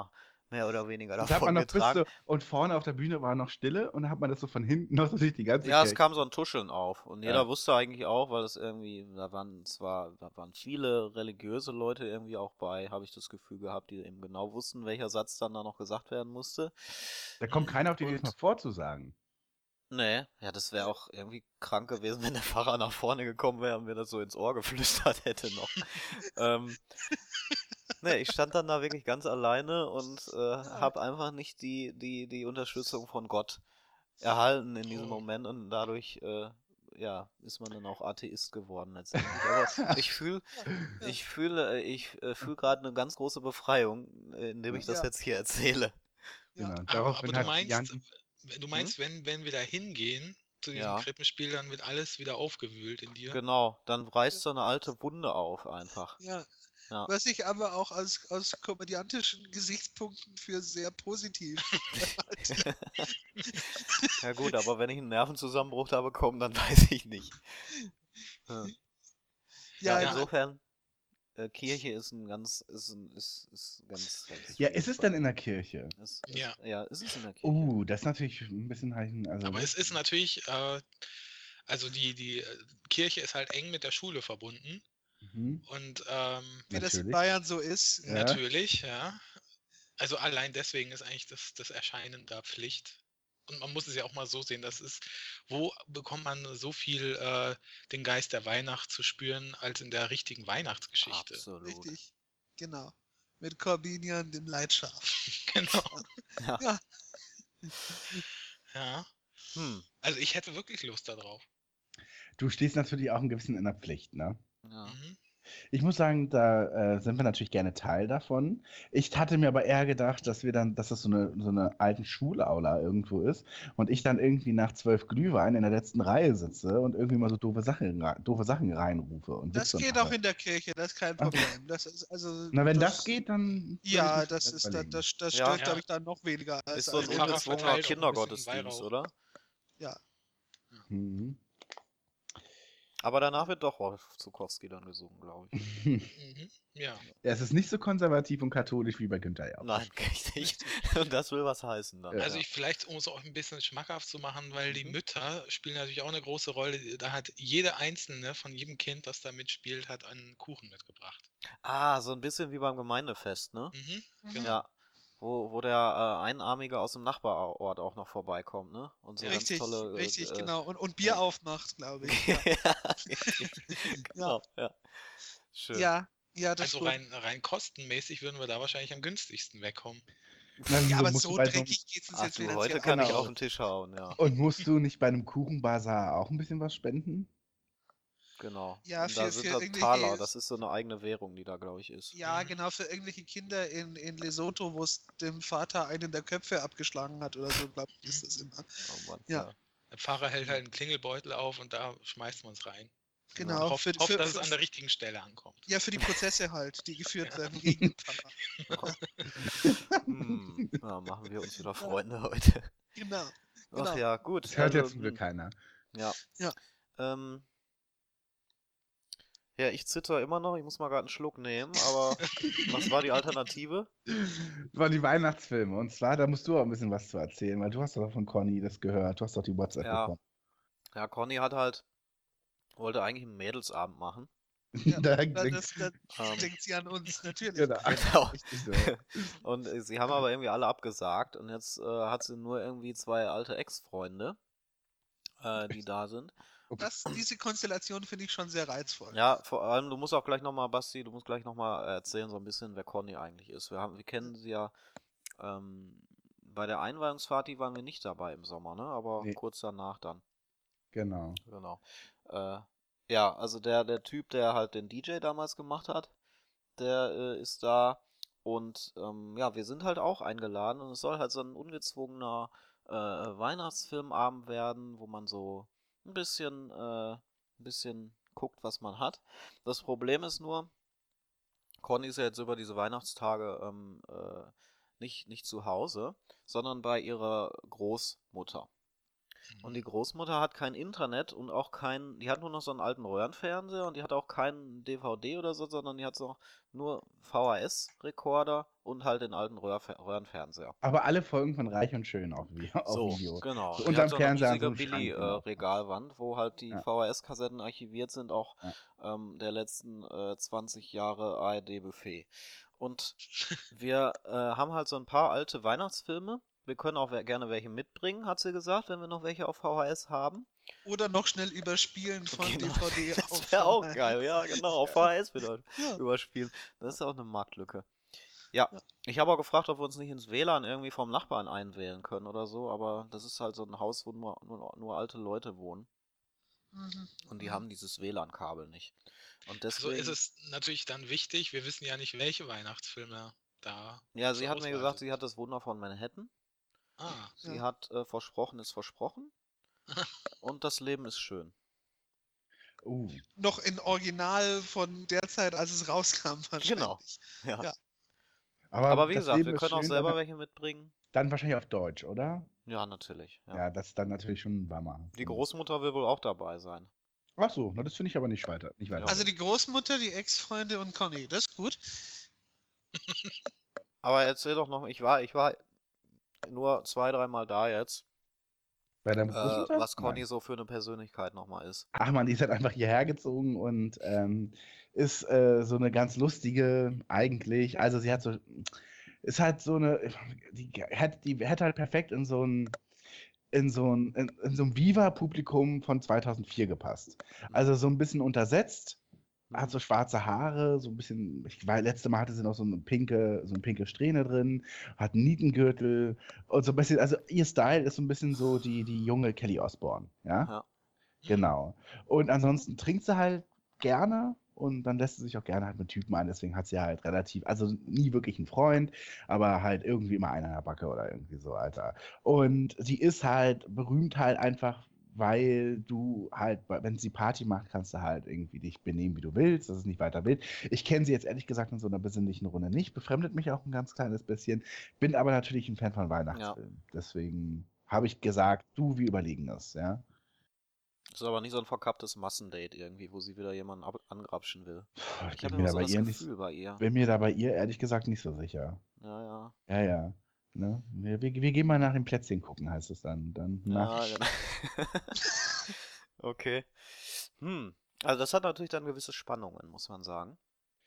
mehr oder weniger Das hat davon man noch bis getragen. so, und vorne auf der Bühne war noch Stille und dann hat man das so von hinten noch so durch die ganze Ja, es Kirche. kam so ein Tuscheln auf und jeder Ja. wusste eigentlich auch, weil es irgendwie, da waren zwar, da waren viele religiöse Leute irgendwie auch bei, habe ich das Gefühl gehabt, die eben genau wussten, welcher Satz dann da noch gesagt werden musste. Da kommt keiner auf die Idee, das Und- mal vorzusagen. Nee, ja, das wäre auch irgendwie krank gewesen, wenn der Pfarrer nach vorne gekommen wäre und mir das so ins Ohr geflüstert hätte noch. ähm, nee, ich stand dann da wirklich ganz alleine und äh, habe einfach nicht die, die, die Unterstützung von Gott erhalten in diesem Oh. Moment und dadurch, äh, ja, ist man dann auch Atheist geworden letztendlich. Aber ich fühle, ich fühle, ich äh, fühle gerade eine ganz große Befreiung, äh, indem ich das Ja. jetzt hier erzähle. Ja. Genau. Aber, Daraufhin aber du hat meinst, Jan, du meinst, wenn, wenn wir da hingehen zu diesem Ja. Krippenspiel, dann wird alles wieder aufgewühlt in dir. Genau, dann reißt so eine alte Wunde auf einfach. Ja. Ja. Was ich aber auch aus, aus komödiantischen Gesichtspunkten für sehr positiv halte. Ja gut, aber wenn ich einen Nervenzusammenbruch da bekomme, dann weiß ich nicht. Ja, Ja, ja, ja. insofern, äh, Kirche ist ein ganz, ist ein, ist, ist ganz, ganz ja, ist es bei denn in mir. der Kirche? Ist, ist, Ja. ja, ist es in der Kirche. Uh, das ist natürlich ein bisschen heißen. Also, Aber ne? es ist natürlich, äh, also die, die äh, Kirche ist halt eng mit der Schule verbunden. Mhm. Und ähm, wie das in Natürlich. Bayern so ist. Ja. natürlich, ja. Also allein deswegen ist eigentlich das, das Erscheinen da Pflicht. Und man muss es ja auch mal so sehen, das ist, wo bekommt man so viel äh, den Geist der Weihnacht zu spüren, als in der richtigen Weihnachtsgeschichte. Absolut. Richtig. Genau. Mit Corbinian, dem Leitschaf. Genau. Ja. Ja. Ja. Hm. Also ich hätte wirklich Lust darauf. Du stehst natürlich auch ein gewissen in der Pflicht, ne? Ja. Mhm. Ich muss sagen, da äh, sind wir natürlich gerne Teil davon. Ich hatte mir aber eher gedacht, dass wir dann, dass das so eine, so eine alten Schulaula irgendwo ist und ich dann irgendwie nach zwölf Glühwein in der letzten Reihe sitze und irgendwie mal so doofe Sachen, rei- doofe Sachen reinrufe. Und Das Witze geht mache. auch in der Kirche, das ist kein Ach so. Problem. Das ist also. Na, wenn das, geht, dann. würde ich Ja, mich das das ist da, überlegen. das, das Ja. stört, Ja. glaube ich, da noch weniger als Ist so ein Der Pfarrer ungezwungener verteilt auch ein bisschen Kindergottesdienst, Weihrauch. oder? Ja. Mhm. Aber danach wird doch Rolf Zukowski dann gesungen, glaube ich. Mhm. Ja. Ja, es ist nicht so konservativ und katholisch wie bei Günther Jauch. Nein, richtig. Und das will was heißen dann. Ja. Also ich vielleicht, um es auch ein bisschen schmackhaft zu machen, weil die Mhm. Mütter spielen natürlich auch eine große Rolle. Da hat jede einzelne von jedem Kind, das da mitspielt, hat einen Kuchen mitgebracht. Ah, so ein bisschen wie beim Gemeindefest, ne? Mhm. Mhm. Genau. Ja. Wo, wo der äh, Einarmige aus dem Nachbarort auch noch vorbeikommt, ne? Und so Ja. ganz Richtig, tolle. äh, richtig, äh, genau. Und, und Bier ja. aufmacht, glaube ich. ja, Ja. richtig. Genau, ja. Schön. Ja, ja, das Also ist gut. rein, rein kostenmäßig würden wir da wahrscheinlich am günstigsten wegkommen. Na, wieso Ja, aber musst so du bei so einem- dreckig geht es uns Ach jetzt du, finanziell heute auch kann ich Genau. auf den Tisch hauen, ja. Und musst du nicht bei einem Kuchenbazar auch ein bisschen was spenden? Genau. Ja, Und da für- sind für das irgendwelche- Taler, das ist so eine eigene Währung, die da, glaube ich, ist. Ja, Mhm. genau, für irgendwelche Kinder in, in Lesotho, wo es dem Vater einen der Köpfe abgeschlagen hat oder so, glaube ich, ist das immer. Oh Mann, Ja. Der Pfarrer hält halt einen Klingelbeutel auf und da schmeißt man es rein. Genau, Und hofft, für, hofft für, dass es für, an der richtigen Stelle ankommt. ja, für die Prozesse halt, die geführt werden gegen den Pfarrer. Hm, ja, machen wir uns wieder Freunde heute. Genau. Ach Genau. ja, gut. Das hört also, jetzt zum Glück hm, keiner. Ja. Ja. Ähm, ja, ich zitter immer noch, ich muss mal gerade einen Schluck nehmen, aber was war die Alternative? Das waren die Weihnachtsfilme. Und zwar, da musst du auch ein bisschen was zu erzählen, weil du hast doch von Conny das gehört. Du hast doch die WhatsApp Ja. bekommen. Ja, Conny hat halt, wollte eigentlich einen Mädelsabend machen. Ja, Da Da, denkt- das, da Ähm. denkt sie an uns, natürlich. Genau. Genau. Richtig so. Und äh, sie haben aber irgendwie alle abgesagt und jetzt äh, hat sie nur irgendwie zwei alte Ex-Freunde, äh, die da sind. Das, diese Konstellation finde ich schon sehr reizvoll. Ja, vor allem, du musst auch gleich nochmal, Basti, du musst gleich nochmal erzählen, so ein bisschen, wer Conny eigentlich ist. Wir haben, wir kennen sie ja, ähm, bei der Einweihungsparty waren wir nicht dabei im Sommer, ne? Aber Nee. kurz danach dann. Genau. Genau. Äh, ja, also der, der Typ, der halt den D J damals gemacht hat, der äh, ist da und ähm, ja, wir sind halt auch eingeladen und es soll halt so ein ungezwungener äh, Weihnachtsfilmabend werden, wo man so ein bisschen, äh, ein bisschen guckt, was man hat. Das Problem ist nur, Conny ist ja jetzt über diese Weihnachtstage ähm, äh, nicht, nicht zu Hause, sondern bei ihrer Großmutter. Und die Großmutter hat kein Internet und auch kein, die hat nur noch so einen alten Röhrenfernseher und die hat auch keinen D V D oder so, sondern die hat so nur V H S-Rekorder und halt den alten Röhrfer Röhrenfernseher. Aber alle Folgen von Reich und Schön auf, Vi- auf So, Video. genau. So Die unterm hat so eine Fernseher an riesige so einem Schrank, genau. Billy-Regalwand, wo halt die Ja. V H S-Kassetten archiviert sind, auch Ja. ähm, der letzten äh, zwanzig Jahre A R D-Buffet. Und wir äh, haben halt so ein paar alte Weihnachtsfilme. Wir können auch wer- gerne welche mitbringen, hat sie gesagt, wenn wir noch welche auf V H S haben. Oder noch schnell überspielen von Genau. D V D auf Das wäre auch V H S. geil, ja, genau, auf V H S wieder Ja. überspielen. Das ist auch eine Marktlücke. Ja, Ja. ich habe auch gefragt, ob wir uns nicht ins W L A N irgendwie vom Nachbarn einwählen können oder so, aber das ist halt so ein Haus, wo nur, nur, nur alte Leute wohnen Mhm. und die Mhm. haben dieses W L A N-Kabel nicht. Und Also deswegen, ist es natürlich dann wichtig, wir wissen ja nicht, welche Weihnachtsfilme da ja, zur sie hat mir Auswahl gesagt, sind. sie hat das Wunder von Manhattan, Ah, sie Ja. hat äh, versprochen, ist versprochen und das Leben ist schön. Uh. Noch in Original von der Zeit, als es rauskam, wahrscheinlich. Genau, ja. Ja. Aber, Aber wie das gesagt, Leben wir ist können auch schön, selber dann, welche mitbringen. dann wahrscheinlich auf Deutsch, oder? Ja, natürlich. Ja. Ja, das ist dann natürlich schon ein Bummer. Die Großmutter will wohl auch dabei sein. Ach so, na, das finde ich aber nicht weiter. Nicht weiter. Also die Großmutter, die Ex-Freunde und Conny, das ist gut. Aber erzähl doch noch, ich war, ich war nur zwei, dreimal da jetzt, Bei der äh, Großmutter? was Conny Nein. so für eine Persönlichkeit nochmal ist. Ach man, die ist halt einfach hierher gezogen und ähm, ist äh, so eine ganz lustige eigentlich. Also sie hat so, ist halt so eine, die hätte, die hätte halt perfekt in so ein, in so ein, in, in so ein Viva-Publikum von zweitausendvier gepasst. Also so ein bisschen untersetzt, hat so schwarze Haare, so ein bisschen, ich weiß, letzte Mal hatte sie noch so eine pinke, so eine pinke Strähne drin, hat einen Nietengürtel und so ein bisschen, also ihr Style ist so ein bisschen so die, die junge Kelly Osbourne, ja? Ja. Genau. Und ansonsten trinkt sie halt gerne und dann lässt sie sich auch gerne halt mit Typen ein, deswegen hat sie halt relativ, also nie wirklich einen Freund, aber halt irgendwie immer einen an der Backe oder irgendwie so, Alter. Und sie ist halt berühmt halt einfach, weil du halt, wenn sie Party macht, kannst du halt irgendwie dich benehmen, wie du willst, das ist nicht weiter wild. Ich kenne sie jetzt ehrlich gesagt in so einer besinnlichen Runde nicht, befremdet mich auch ein ganz kleines bisschen, bin aber natürlich ein Fan von Weihnachtsfilmen. Deswegen habe ich gesagt, du, wir überlegen das, ja. Das ist aber nicht so ein verkapptes Massendate irgendwie, wo sie wieder jemanden ab angrapschen will. Ich bin habe mir immer da so bei das ihr nicht, Gefühl bei ihr. bin mir da bei ihr ehrlich gesagt nicht so sicher. Ja, ja. Ja, ja. Ne? Wir, wir, wir gehen mal nach dem Plätzchen gucken, heißt es dann. dann nach, Ja, genau. Okay. Hm. Also das hat natürlich dann gewisse Spannungen, muss man sagen.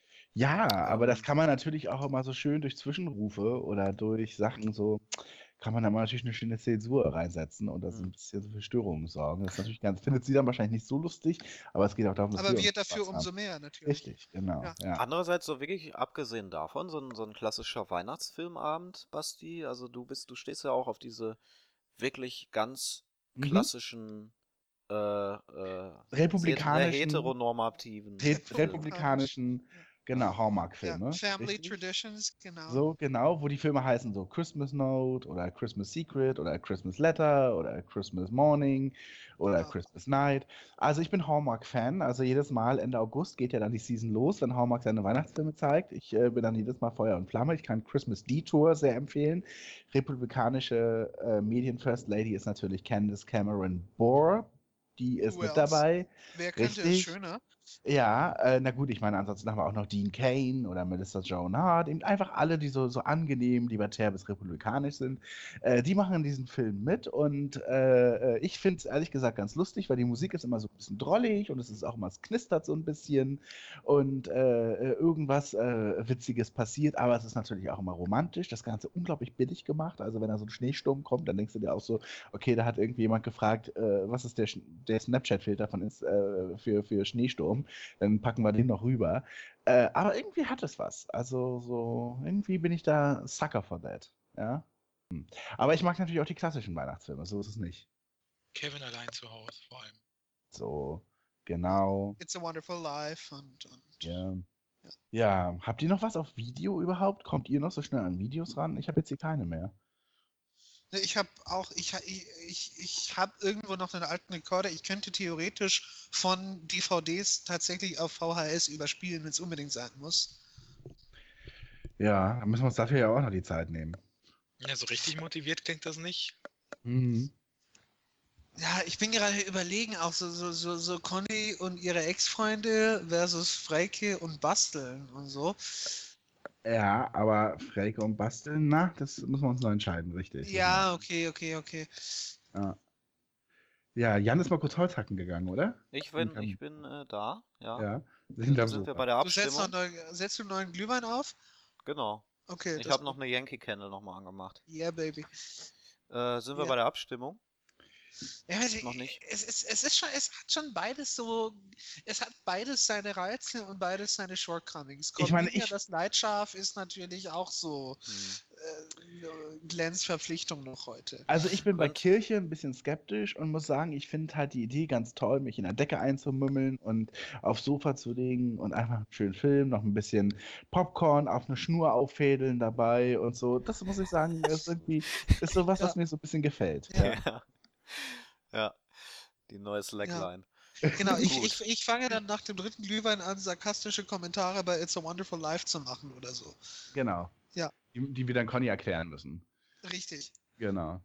ja, aber das Ähm. kann man natürlich auch immer so schön durch Zwischenrufe oder durch Sachen so, kann man da mal natürlich eine schöne Zäsur reinsetzen und das Hm. ein bisschen so für Störungen sorgen. Das ist natürlich ganz, findet sie dann wahrscheinlich nicht so lustig, aber es geht auch darum, dass Aber wir wir uns dafür Spaß umso haben. mehr, natürlich. Richtig, genau. Ja. Ja. Andererseits, so wirklich abgesehen davon, so ein, so ein klassischer Weihnachtsfilmabend, Basti, also du bist, du stehst ja auch auf diese wirklich ganz Mhm. klassischen, äh, äh, sehr, sehr Republikanischen, heteronormativen Re Filme. republikanischen, genau, Ja, Hallmark-Filme. Family richtig? Traditions, genau. So, genau, wo die Filme heißen so Christmas Note oder Christmas Secret oder Christmas Letter oder Christmas Morning oder Genau. Christmas Night. Also ich bin Hallmark-Fan, also jedes Mal Ende August geht ja dann die Season los, wenn Hallmark seine Weihnachtsfilme zeigt. Ich äh, bin dann jedes Mal Feuer und Flamme. Ich kann Christmas Detour sehr empfehlen. Republikanische äh, Medien-First Lady ist natürlich Candace Cameron Bure. Die ist Who mit else? dabei. Wer könnte es Richtig. schöner? Ja, äh, na gut, ich meine, ansonsten haben wir auch noch Dean Cain oder Melissa Joan Hart, eben einfach alle, die so, so angenehm, libertär bis republikanisch sind. Äh, die machen in diesem Film mit und äh, äh, ich finde es ehrlich gesagt ganz lustig, weil die Musik ist immer so ein bisschen drollig und es ist auch immer, es knistert so ein bisschen und äh, äh, irgendwas äh, Witziges passiert, aber es ist natürlich auch immer romantisch. Das Ganze unglaublich billig gemacht. Also wenn da so ein Schneesturm kommt, dann denkst du dir auch so, okay, da hat irgendwie jemand gefragt, äh, was ist der, Sch- der Snapchat-Filter von Ins- äh, für, für Schneesturm? Dann packen wir den noch rüber. Äh, aber irgendwie hat es was. Also so, irgendwie bin ich da Sucker for that. Ja. Hm. Aber ich mag natürlich auch die klassischen Weihnachtsfilme, so ist es nicht. Kevin allein zu Hause vor allem. So, genau. It's a Wonderful Life und, und Ja. Ja. Ja, habt ihr noch was auf Video überhaupt? Kommt ihr noch so schnell an Videos ran? Ich habe jetzt hier keine mehr. Ne, ich habe auch, ich, ha- ich, ich, ich habe irgendwo noch einen alten Rekorder. Ich könnte theoretisch von D V Ds tatsächlich auf V H S überspielen, wenn es unbedingt sein muss. Ja, dann müssen wir uns dafür ja auch noch die Zeit nehmen. Ja, so richtig motiviert klingt das nicht. Mhm. Ja, ich bin gerade überlegen, auch so, so, so, so Conny und ihre Ex-Freunde versus Freike und Basteln und so. Ja, aber Frelke und Basteln, na, das müssen wir uns noch entscheiden, richtig. Ja, okay, okay, okay. Ja. Ja, Jan ist mal kurz Holz hacken gegangen, oder? Ich Und bin, kann- ich bin äh, da, ja. Ja, sind Sind, am sind wir Sofa. bei der Du setzt, noch Abstimmung? neu, setzt du einen neuen Glühwein auf? Genau. Okay, Ich das habe noch eine Yankee Candle nochmal angemacht. Yeah, baby. Äh, sind wir Ja. bei der Abstimmung? Ja, es, Noch nicht. Es, es, es ist schon, es hat schon beides so, es hat beides seine Reize und beides seine Shortcomings. Ich meine, Cornelia, ich- das Leitschaf ist natürlich auch so Hm. äh, Glens Verpflichtung noch heute. Also ich bin bei Könnt- Kirche ein bisschen skeptisch und muss sagen, ich finde halt die Idee ganz toll, mich in der Decke einzumümmeln und aufs Sofa zu legen und einfach einen schönen Film, noch ein bisschen Popcorn auf eine Schnur auffädeln dabei und so. Das muss ich sagen, ist irgendwie, ist sowas, was Ja. mir so ein bisschen gefällt. Ja. Ja. Ja. Die neue Slackline. Genau, ich, Gut. ich, ich fange dann nach dem dritten Glühwein an, sarkastische Kommentare bei It's a Wonderful Life zu machen oder so. Genau. Ja. Die, die wir dann Conny erklären müssen. Richtig. Genau.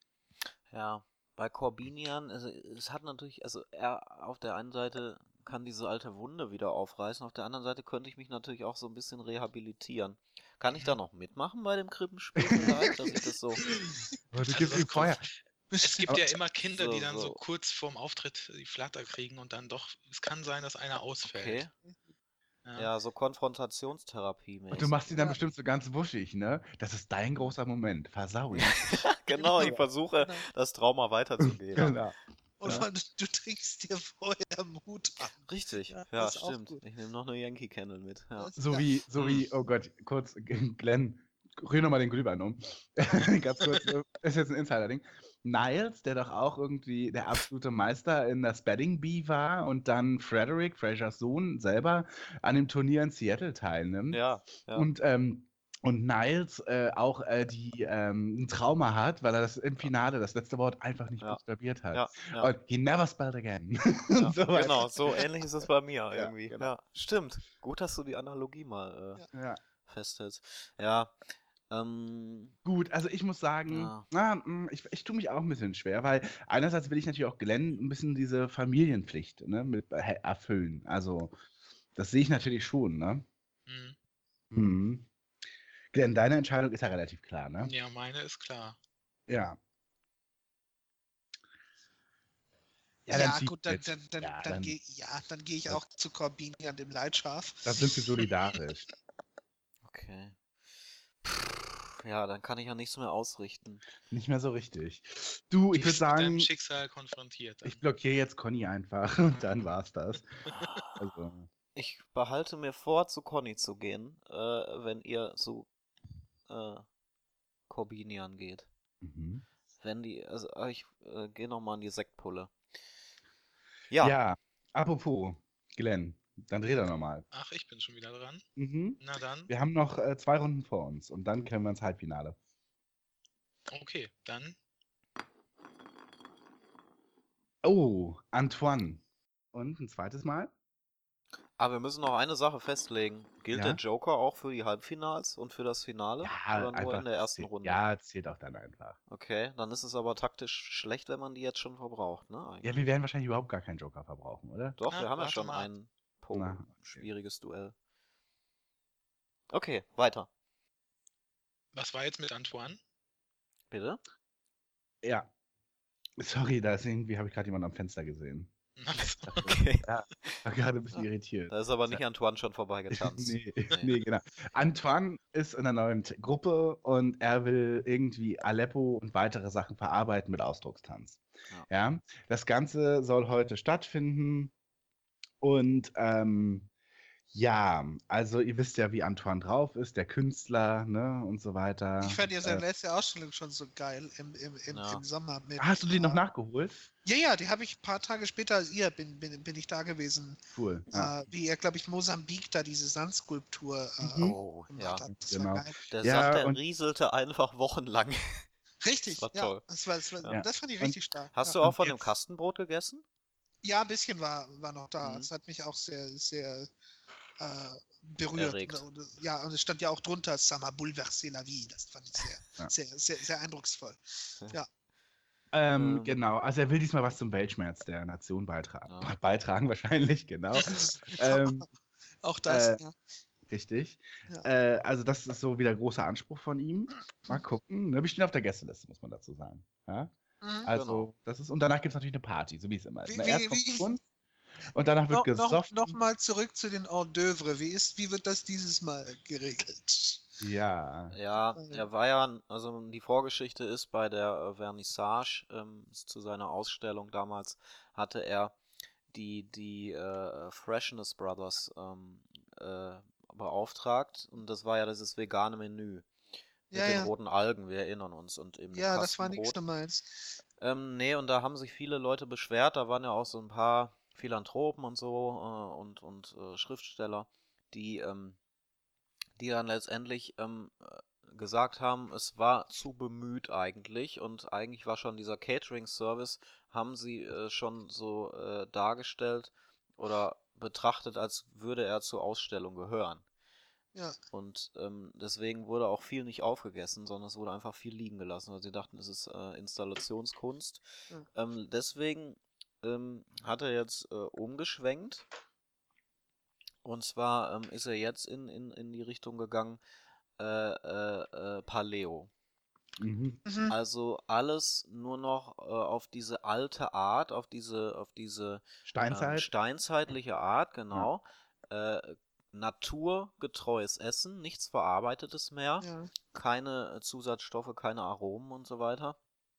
Ja. Bei Corbinian, also es hat natürlich, also er auf der einen Seite kann diese alte Wunde wieder aufreißen, auf der anderen Seite könnte ich mich natürlich auch so ein bisschen rehabilitieren. Kann ich da noch mitmachen bei dem Krippenspiel vielleicht, dass ich das so... Aber du Also gibst es ihm Feuer. Es gibt Aber- ja immer Kinder, So, die dann so. so. kurz vorm Auftritt die Flatter kriegen und dann doch, es kann sein, dass einer ausfällt. Okay. Ja. Ja, so Konfrontationstherapie mäßig. Und du machst ihn dann Ja. bestimmt so ganz wuschig, ne? Das ist dein großer Moment. Versau ihn. Genau, ich Genau. versuche, Genau. das Trauma weiterzugeben. Genau. Und Ja. vor allem, du trinkst dir vorher Mut an. Richtig, Ja, ja, das ist auch stimmt. gut. Ich nehme noch eine Yankee Candle mit. Ja. Das- So ja. wie, so wie, oh Gott, kurz, Glenn, rühr nochmal den Glühwein um. Ganz kurz, äh, ist jetzt ein Insider-Ding. Niles, der doch auch irgendwie der absolute Meister in der Spedding Bee war und dann Frederick, Frasers Sohn, selber an dem Turnier in Seattle teilnimmt. Ja, ja. Und, ähm, und Niles äh, auch äh, die ähm, ein Trauma hat, weil er das im Finale das letzte Wort einfach nicht Ja. buchstabiert hat. ja, ja, Und he never spelled again. ja. Und so weiter. Genau, so ähnlich ist es bei mir Ja, irgendwie. genau. Ja, stimmt. Gut, dass du die Analogie mal äh, Ja. festhältst. Ja, ähm, Gut, also ich muss sagen, Ja. na, mh, ich, ich tue mich auch ein bisschen schwer, weil einerseits will ich natürlich auch Glenn ein bisschen diese Familienpflicht, ne, mit äh, erfüllen. Also, das sehe ich natürlich schon, ne? Mhm. Mhm. Glenn, deine Entscheidung ist ja relativ klar, ne? Ja, meine ist klar. Ja. Ja, dann zieh gut, dann, jetzt. dann, dann, Ja, dann, dann- gehe ja, dann gehe ich das- auch zu Corbini an dem Leitschaf. Da sind wir solidarisch. okay. Pff, Ja, dann kann ich ja nichts mehr ausrichten. Nicht mehr so richtig. Du, ich Du würde bist mit deinem sagen, Schicksal konfrontiert. Dann. ich blockiere jetzt Conny einfach und dann war's das. Also, Ich behalte mir vor, zu Conny zu gehen, äh, wenn ihr zu äh, Corbinian geht. mhm. Wenn die, also äh, ich äh, gehe nochmal in die Sektpulle. Ja, Ja, apropos, Glenn, dann dreh doch nochmal. Ach, ich bin schon wieder dran. Mhm. Na dann, Wir haben noch äh, zwei Runden vor uns und dann können wir ins Halbfinale. okay, dann Oh, Antoine. Und ein zweites Mal? aber wir müssen noch eine Sache festlegen. Gilt Ja? der Joker auch für die Halbfinals und für das Finale? Oder nur in der ersten zäh- Runde? Ja, zählt auch dann einfach. Okay, dann ist es aber taktisch schlecht, wenn man die jetzt schon verbraucht, ne? Eigentlich. Ja, wir werden wahrscheinlich überhaupt gar keinen Joker verbrauchen, oder? Doch, Na, wir haben ja warte schon mal ab. ein po Na, okay. schwieriges Duell. Okay, weiter. was war jetzt mit Antoine? Bitte? Ja. Sorry, da ist irgendwie, habe ich gerade jemanden am Fenster gesehen. Okay. War gerade ein bisschen irritiert. Da ist aber nicht Antoine schon vorbeigetanzt. Nee, nee, genau. Antoine ist in einer neuen T- Gruppe und er will irgendwie Aleppo und weitere Sachen verarbeiten mit Ausdruckstanz. Ja. Das Ganze soll heute stattfinden und ähm, ja, also ihr wisst ja, wie Antoine drauf ist, der Künstler, ne, und so weiter. Ich fand ja seine Äh, letzte Ausstellung schon so geil im, im, im, Ja. im Sommer. Mit, hast du die noch äh, nachgeholt? Ja, ja, die habe ich ein paar Tage später als ihr, bin, bin, bin ich da gewesen. Cool. Ja. Äh, wie er, glaube ich, Mosambik da diese Sandskulptur äh, Mhm. Oh, gemacht ja. hat. Das Genau. war geil. Der Ja, Saft, der und- rieselte einfach wochenlang. Richtig, Das war ja. toll. Das, war, das, war, Ja. das fand ich Und- richtig stark. Hast ja. du auch von jetzt- dem Kastenbrot gegessen? Ja, ein bisschen war, war noch da. Mhm. Das hat mich auch sehr, sehr äh, berührt. Erregt. Und, und, ja, und es stand ja auch drunter, Sama bouleversé la vie. Das fand ich sehr, Ja. sehr, sehr, sehr eindrucksvoll. Ähm, Ähm, genau, also er will diesmal was zum Weltschmerz der Nation beitragen. Ja. Beitragen wahrscheinlich, genau. ähm, Auch das, äh, ja. richtig. Ja. Äh, also das ist so wieder großer Anspruch von ihm. Mal gucken. Ne? Wir stehen auf der Gästeliste, muss man dazu sagen. Ja? Mhm. Also, Genau. das ist, und danach gibt es natürlich eine Party, so wie es immer ist. Wie, Ne? Erst wie, kommt wie, Kunst und danach wird noch, noch, gesoffen. noch mal zurück zu den Hors d'oeuvre. Wie, ist, wie wird das dieses Mal geregelt? Ja. Ja, Äh, er war ja, also die Vorgeschichte ist, bei der äh, Vernissage ähm, zu seiner Ausstellung damals hatte er die, die äh, Freshness Brothers ähm, äh, beauftragt, und das war ja dieses vegane Menü mit Ja, den ja. roten Algen, wir erinnern uns, und eben dem Ja, das war nichts Kastenbrot. für meins. Ähm, nee, und da haben sich viele Leute beschwert, da waren ja auch so ein paar Philanthropen und so äh, und, und äh, Schriftsteller, die, ähm, die dann letztendlich ähm, äh, gesagt haben, es war zu bemüht eigentlich, und eigentlich war schon dieser Catering-Service, haben sie äh, schon so äh, dargestellt oder betrachtet, als würde er zur Ausstellung gehören. Ja. Und ähm, deswegen wurde auch viel nicht aufgegessen, sondern es wurde einfach viel liegen gelassen, weil sie dachten, es ist äh, Installationskunst. Ja. Ähm, deswegen ähm, hat er jetzt äh, umgeschwenkt. Und zwar ähm, ist er jetzt in, in, in die Richtung gegangen, äh, äh, äh, Paleo. Mhm. Mhm. Also alles nur noch äh, auf diese alte Art, auf diese, auf diese ähm, Steinzeit. steinzeitliche Art, genau. Äh, naturgetreues Essen, nichts Verarbeitetes mehr, Ja. keine äh, Zusatzstoffe, keine Aromen und so weiter.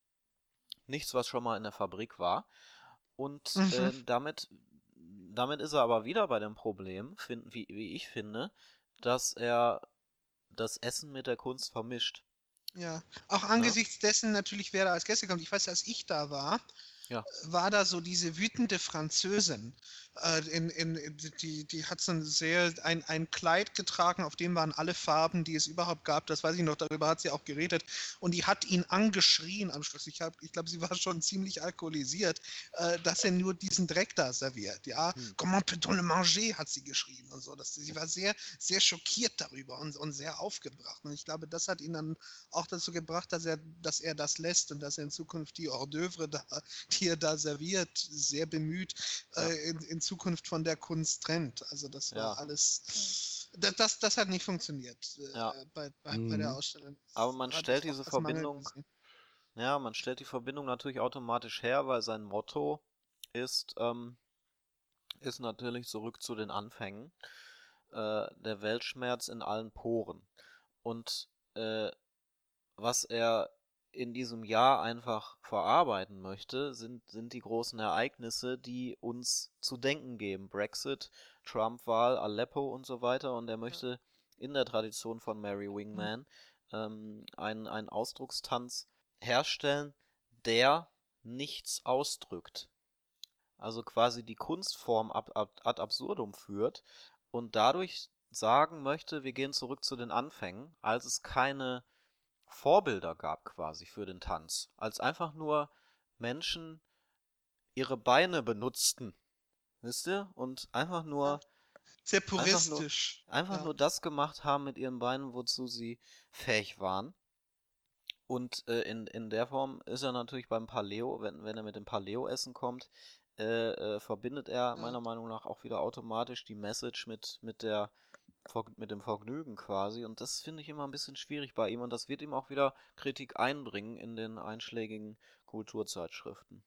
Nichts, was schon mal in der Fabrik war. Und Mhm. äh, damit, damit ist er aber wieder bei dem Problem, find, wie, wie ich finde, dass er das Essen mit der Kunst vermischt. Ja. Auch Ne? angesichts dessen natürlich, wer da als Gäste kommt. Ich weiß, als ich da war, Ja. war da so diese wütende Französin. Äh, in, in, die, die hat so ein sehr ein, ein Kleid getragen, auf dem waren alle Farben, die es überhaupt gab. Das weiß ich noch, darüber hat sie auch geredet. Und die hat ihn angeschrien am Schluss. Ich, hab, ich glaube, sie war schon ziemlich alkoholisiert, äh, dass er nur diesen Dreck da serviert. Ja, Hm. comment peut-on le manger, hat sie geschrien und so. Das, sie war sehr, sehr schockiert darüber und, und sehr aufgebracht. Und ich glaube, das hat ihn dann auch dazu gebracht, dass er, dass er das lässt und dass er in Zukunft die Hors d'oeuvre da, die er da serviert, sehr bemüht, Ja. äh, in, in Zukunft von der Kunst trennt. Also das war Ja. alles, das, das, das hat nicht funktioniert äh, Ja. bei, bei, bei der Mhm. Ausstellung. Aber man Habe stellt ich auch diese als Mangel Verbindung, gesehen. ja, man stellt die Verbindung natürlich automatisch her, weil sein Motto ist, ähm, ist natürlich zurück zu den Anfängen. Äh, der Weltschmerz in allen Poren. Und äh, was er in diesem Jahr einfach verarbeiten möchte, sind, sind die großen Ereignisse, die uns zu denken geben. Brexit, Trump-Wahl, Aleppo und so weiter. Und er möchte in der Tradition von Mary Wingman ähm, einen, einen Ausdruckstanz herstellen, der nichts ausdrückt. Also quasi die Kunstform ab, ab, ad absurdum führt und dadurch sagen möchte, wir gehen zurück zu den Anfängen, als es keine Vorbilder gab quasi für den Tanz, als einfach nur Menschen ihre Beine benutzten, wisst ihr? Und einfach nur, Sehr einfach nur, puristisch. einfach Ja. nur das gemacht haben mit ihren Beinen, wozu sie fähig waren. Und äh, in, in der Form ist er natürlich beim Paleo, wenn, wenn er mit dem Paleo-Essen kommt, äh, äh, verbindet er Ja. meiner Meinung nach auch wieder automatisch die Message mit, mit, der, Ver- mit dem Vergnügen quasi. Und das finde ich immer ein bisschen schwierig bei ihm. Und das wird ihm auch wieder Kritik einbringen in den einschlägigen Kulturzeitschriften.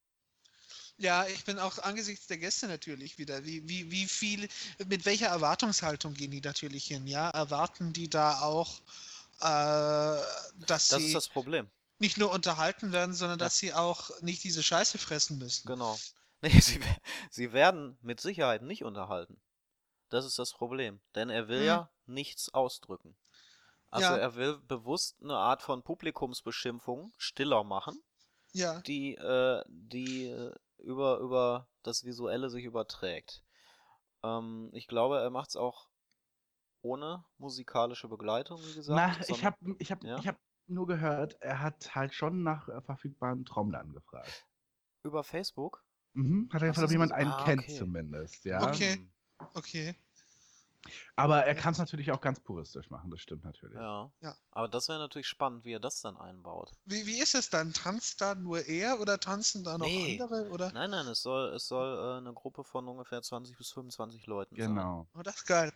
Ja, ich bin auch angesichts der Gäste natürlich wieder. Wie, wie, wie viel, mit welcher Erwartungshaltung gehen die natürlich hin? Ja, erwarten die da auch, äh, dass Das ist sie das Problem. nicht nur unterhalten werden, sondern Ja. dass sie auch nicht diese Scheiße fressen müssen. Genau. Nee, sie, we- sie werden mit Sicherheit nicht unterhalten. Das ist das Problem. Denn er will Hm. ja nichts ausdrücken. Also Ja. er will bewusst eine Art von Publikumsbeschimpfung stiller machen, Ja, die, äh, die äh, über, über das Visuelle sich überträgt. Ähm, ich glaube, er macht es auch ohne musikalische Begleitung, wie gesagt. Na, ich sondern- habe ich hab, ja? ich hab nur gehört, er hat halt schon nach äh, verfügbaren Trommlern gefragt. Über Facebook? Mhm. Hat er Ach, gefragt, ob so, jemand so- einen ah, kennt okay. zumindest, ja. Okay. Hm. okay. Aber er Ja. kann es natürlich auch ganz puristisch machen, das stimmt natürlich. Ja. Ja. Aber das wäre natürlich spannend, wie er das dann einbaut. Wie, wie ist es dann? Tanzt da nur er oder tanzen da noch Nee. andere? Oder? Nein, nein, es soll, es soll äh, eine Gruppe von ungefähr zwanzig bis fünfundzwanzig Leuten sein. Genau. Oh, das ist geil.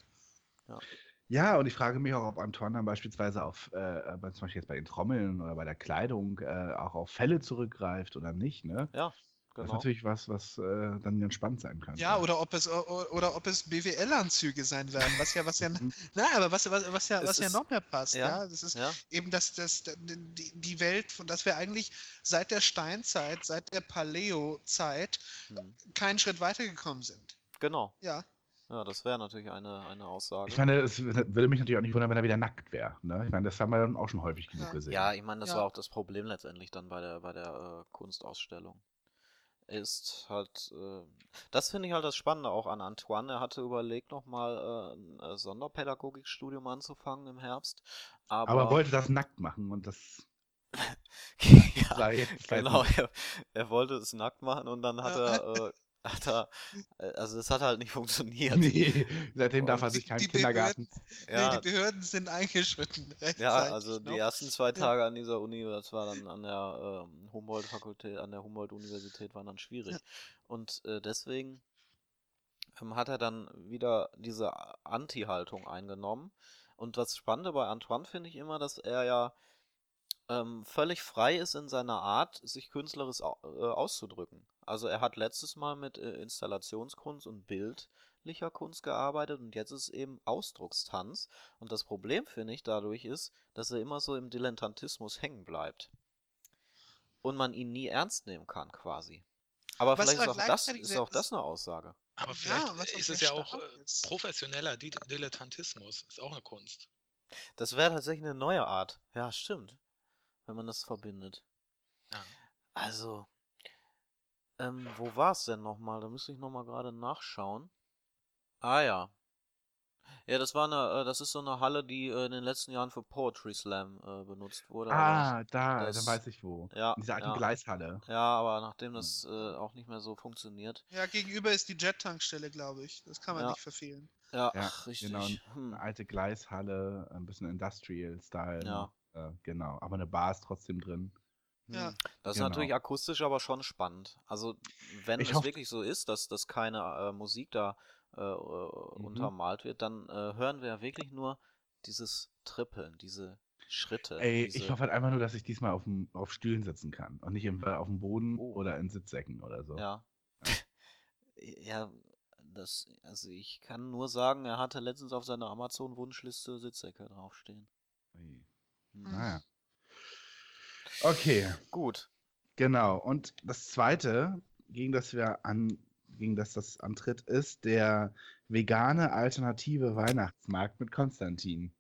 Ja, und ich frage mich auch, ob Antoine dann beispielsweise auf, äh, bei, zum Beispiel jetzt bei den Trommeln oder bei der Kleidung äh, auch auf Fälle zurückgreift oder nicht, ne? Ja, Das ist genau. natürlich was, was äh, dann ganz spannend sein könnte. Ja, oder ob es o- oder ob es B W L-Anzüge sein werden, was ja, was ja, Mhm. na, aber was, was, was ja, Es was ja ist- noch mehr passt, ja, ja. Das ist Ja, eben das, das, die, die Welt, von dass wir eigentlich seit der Steinzeit, seit der Paleo-Zeit hm. keinen Schritt weitergekommen sind. genau. Ja. Ja, das wäre natürlich eine, eine Aussage. Ich meine, es würde mich natürlich auch nicht wundern, wenn er wieder nackt wäre. Ne? Ich meine, das haben wir dann auch schon häufig genug Ja. gesehen. Ja, ich meine, das Ja. war auch das Problem letztendlich dann bei der, bei der äh, Kunstausstellung. Ist halt, äh, das finde ich halt das Spannende auch an Antoine. Er hatte überlegt, nochmal äh, ein äh, Sonderpädagogikstudium anzufangen im Herbst. Aber, Aber er wollte das nackt machen und das ja, war jetzt genau, er, er wollte es nackt machen und dann hat Ja. er, äh, hat er, äh, also das hat halt nicht funktioniert. Nee, seitdem darf er Und sich die- keinen die Kindergarten. Ja, Nee, die Behörden sind eingeschritten. ja, rechtzeitig also die noch. ersten zwei Ja. Tage an dieser Uni, das war dann an der ähm, Humboldt-Fakultät, an der Humboldt-Universität, waren dann schwierig. Ja. Und äh, deswegen ähm, hat er dann wieder diese Anti-Haltung eingenommen. Und das Spannende bei Antoine finde ich immer, dass er ja ähm, völlig frei ist in seiner Art, sich künstlerisch au äh, auszudrücken. Also er hat letztes Mal mit äh, Installationskunst und bildlicher Kunst gearbeitet und jetzt ist es eben Ausdruckstanz. Und das Problem, finde ich, dadurch ist, dass er immer so im Dilettantismus hängen bleibt. Und man ihn nie ernst nehmen kann, quasi. Aber Was vielleicht ist aber auch, das, gleichzeitig ist sehr- auch das eine Aussage. Aber Ja, vielleicht was auch ist sehr es ja auch stark äh, ist. professioneller Di- Dilettantismus. Ist auch eine Kunst. Das wäre tatsächlich eine neue Art. Ja, stimmt. Wenn man das verbindet. Ja. Also, ähm, wo war es denn nochmal? Da müsste ich nochmal gerade nachschauen. Ah ja. Ja, das war eine, äh, das ist so eine Halle, die äh, in den letzten Jahren für Poetry Slam äh, benutzt wurde. Aber, Ah, da, das- dann weiß ich wo. ja, In dieser alten ja. Gleishalle. ja, aber nachdem das äh, auch nicht mehr so funktioniert. Ja, gegenüber ist die Jet-Tankstelle, glaube ich. Das kann man Ja. nicht verfehlen. Ja, Ja, ach, richtig. genau. Hm. Eine alte Gleishalle, ein bisschen Industrial-Style. Ja. Äh, genau, aber eine Bar ist trotzdem drin. Ja. Hm. Das ist Genau. natürlich akustisch aber schon spannend. Also, wenn Ich es hoffe- wirklich so ist, dass, dass keine äh, Musik da äh, äh, Mhm. untermalt wird, dann äh, hören wir ja wirklich nur dieses Trippeln, diese Schritte. Ey, diese... ich hoffe halt einfach nur, dass ich diesmal auf, dem, auf Stühlen sitzen kann und nicht im, äh, auf dem Boden Oh. oder in Sitzsäcken oder so. Ja. Ja, das, also ich kann nur sagen, er hatte letztens auf seiner Amazon-Wunschliste Sitzsäcke draufstehen. Ui. Hm. Naja. Okay, Gut. genau. Und das zweite, gegen das wir an, gegen das das antritt, ist der vegane alternative Weihnachtsmarkt mit Konstantin.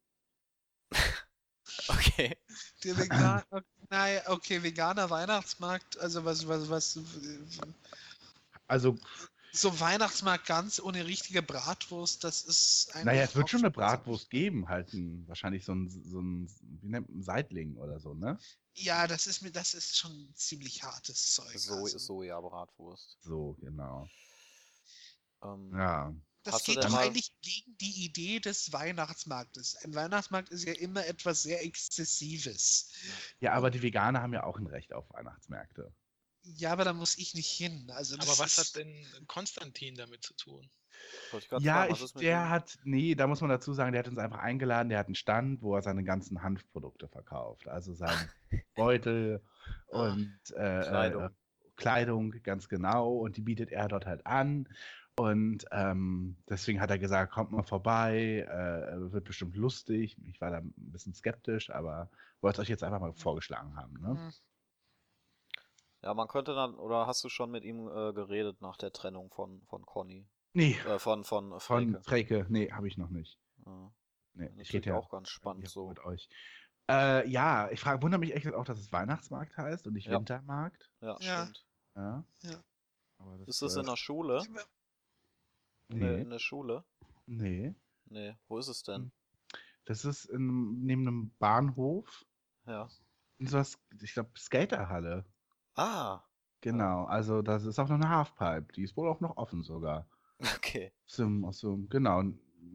Okay. Der Vegan, okay, naja, okay, veganer Weihnachtsmarkt, also was, was, was, Also, so Weihnachtsmarkt ganz ohne richtige Bratwurst, das ist eigentlich naja, es wird auch schon eine Spaß. Bratwurst geben, halt ein, wahrscheinlich so ein, so ein, wie nennt man, Seitling oder so, ne? Ja, das ist mir, das ist schon ziemlich hartes Zeug. So, also. Soja-Bratwurst. So, genau. Ähm, Ja. Das Hast du geht denn doch mal- eigentlich gegen die Idee des Weihnachtsmarktes. Ein Weihnachtsmarkt ist ja immer etwas sehr Exzessives. Ja, aber die Veganer haben ja auch ein Recht auf Weihnachtsmärkte. Ja, aber da muss ich nicht hin. Also das Aber was ist, hat denn Konstantin damit zu tun? wollte ich grad Ja, fragen, was ich, ist mit der ihm? hat, nee, da muss man dazu sagen, der hat uns einfach eingeladen, der hat einen Stand, wo er seine ganzen Hanfprodukte verkauft. Also seine Beutel Ah, und äh, Kleidung. Äh, Kleidung, ganz genau. Und die bietet er dort halt an. Und ähm, deswegen hat er gesagt, kommt mal vorbei, äh, wird bestimmt lustig. Ich war da ein bisschen skeptisch, aber wollte es euch jetzt einfach mal vorgeschlagen haben. Ne? hm. Ja, man könnte dann, oder hast du schon mit ihm äh, geredet nach der Trennung von, von Conny? Nee, Äh, von, von von Freke. Freke, nee, habe ich noch nicht. Ja. Nee, ich Natürlich rede ja auch ganz spannend ja, so. mit euch. Äh, ja, ich frage, wundere mich echt auch, dass es Weihnachtsmarkt heißt und nicht Ja. Wintermarkt. Ja, Ja. stimmt. Ja. Ja. Aber das, Ist das äh, in der Schule? In, der, Nee. in der Schule? Nee. Nee, wo ist es denn? Das ist in, neben einem Bahnhof Ja. in so was, ich glaube, Skaterhalle. Ah, Genau, also das ist auch noch eine Halfpipe. Die ist wohl auch noch offen sogar. okay. Aus dem, aus dem, genau. Eine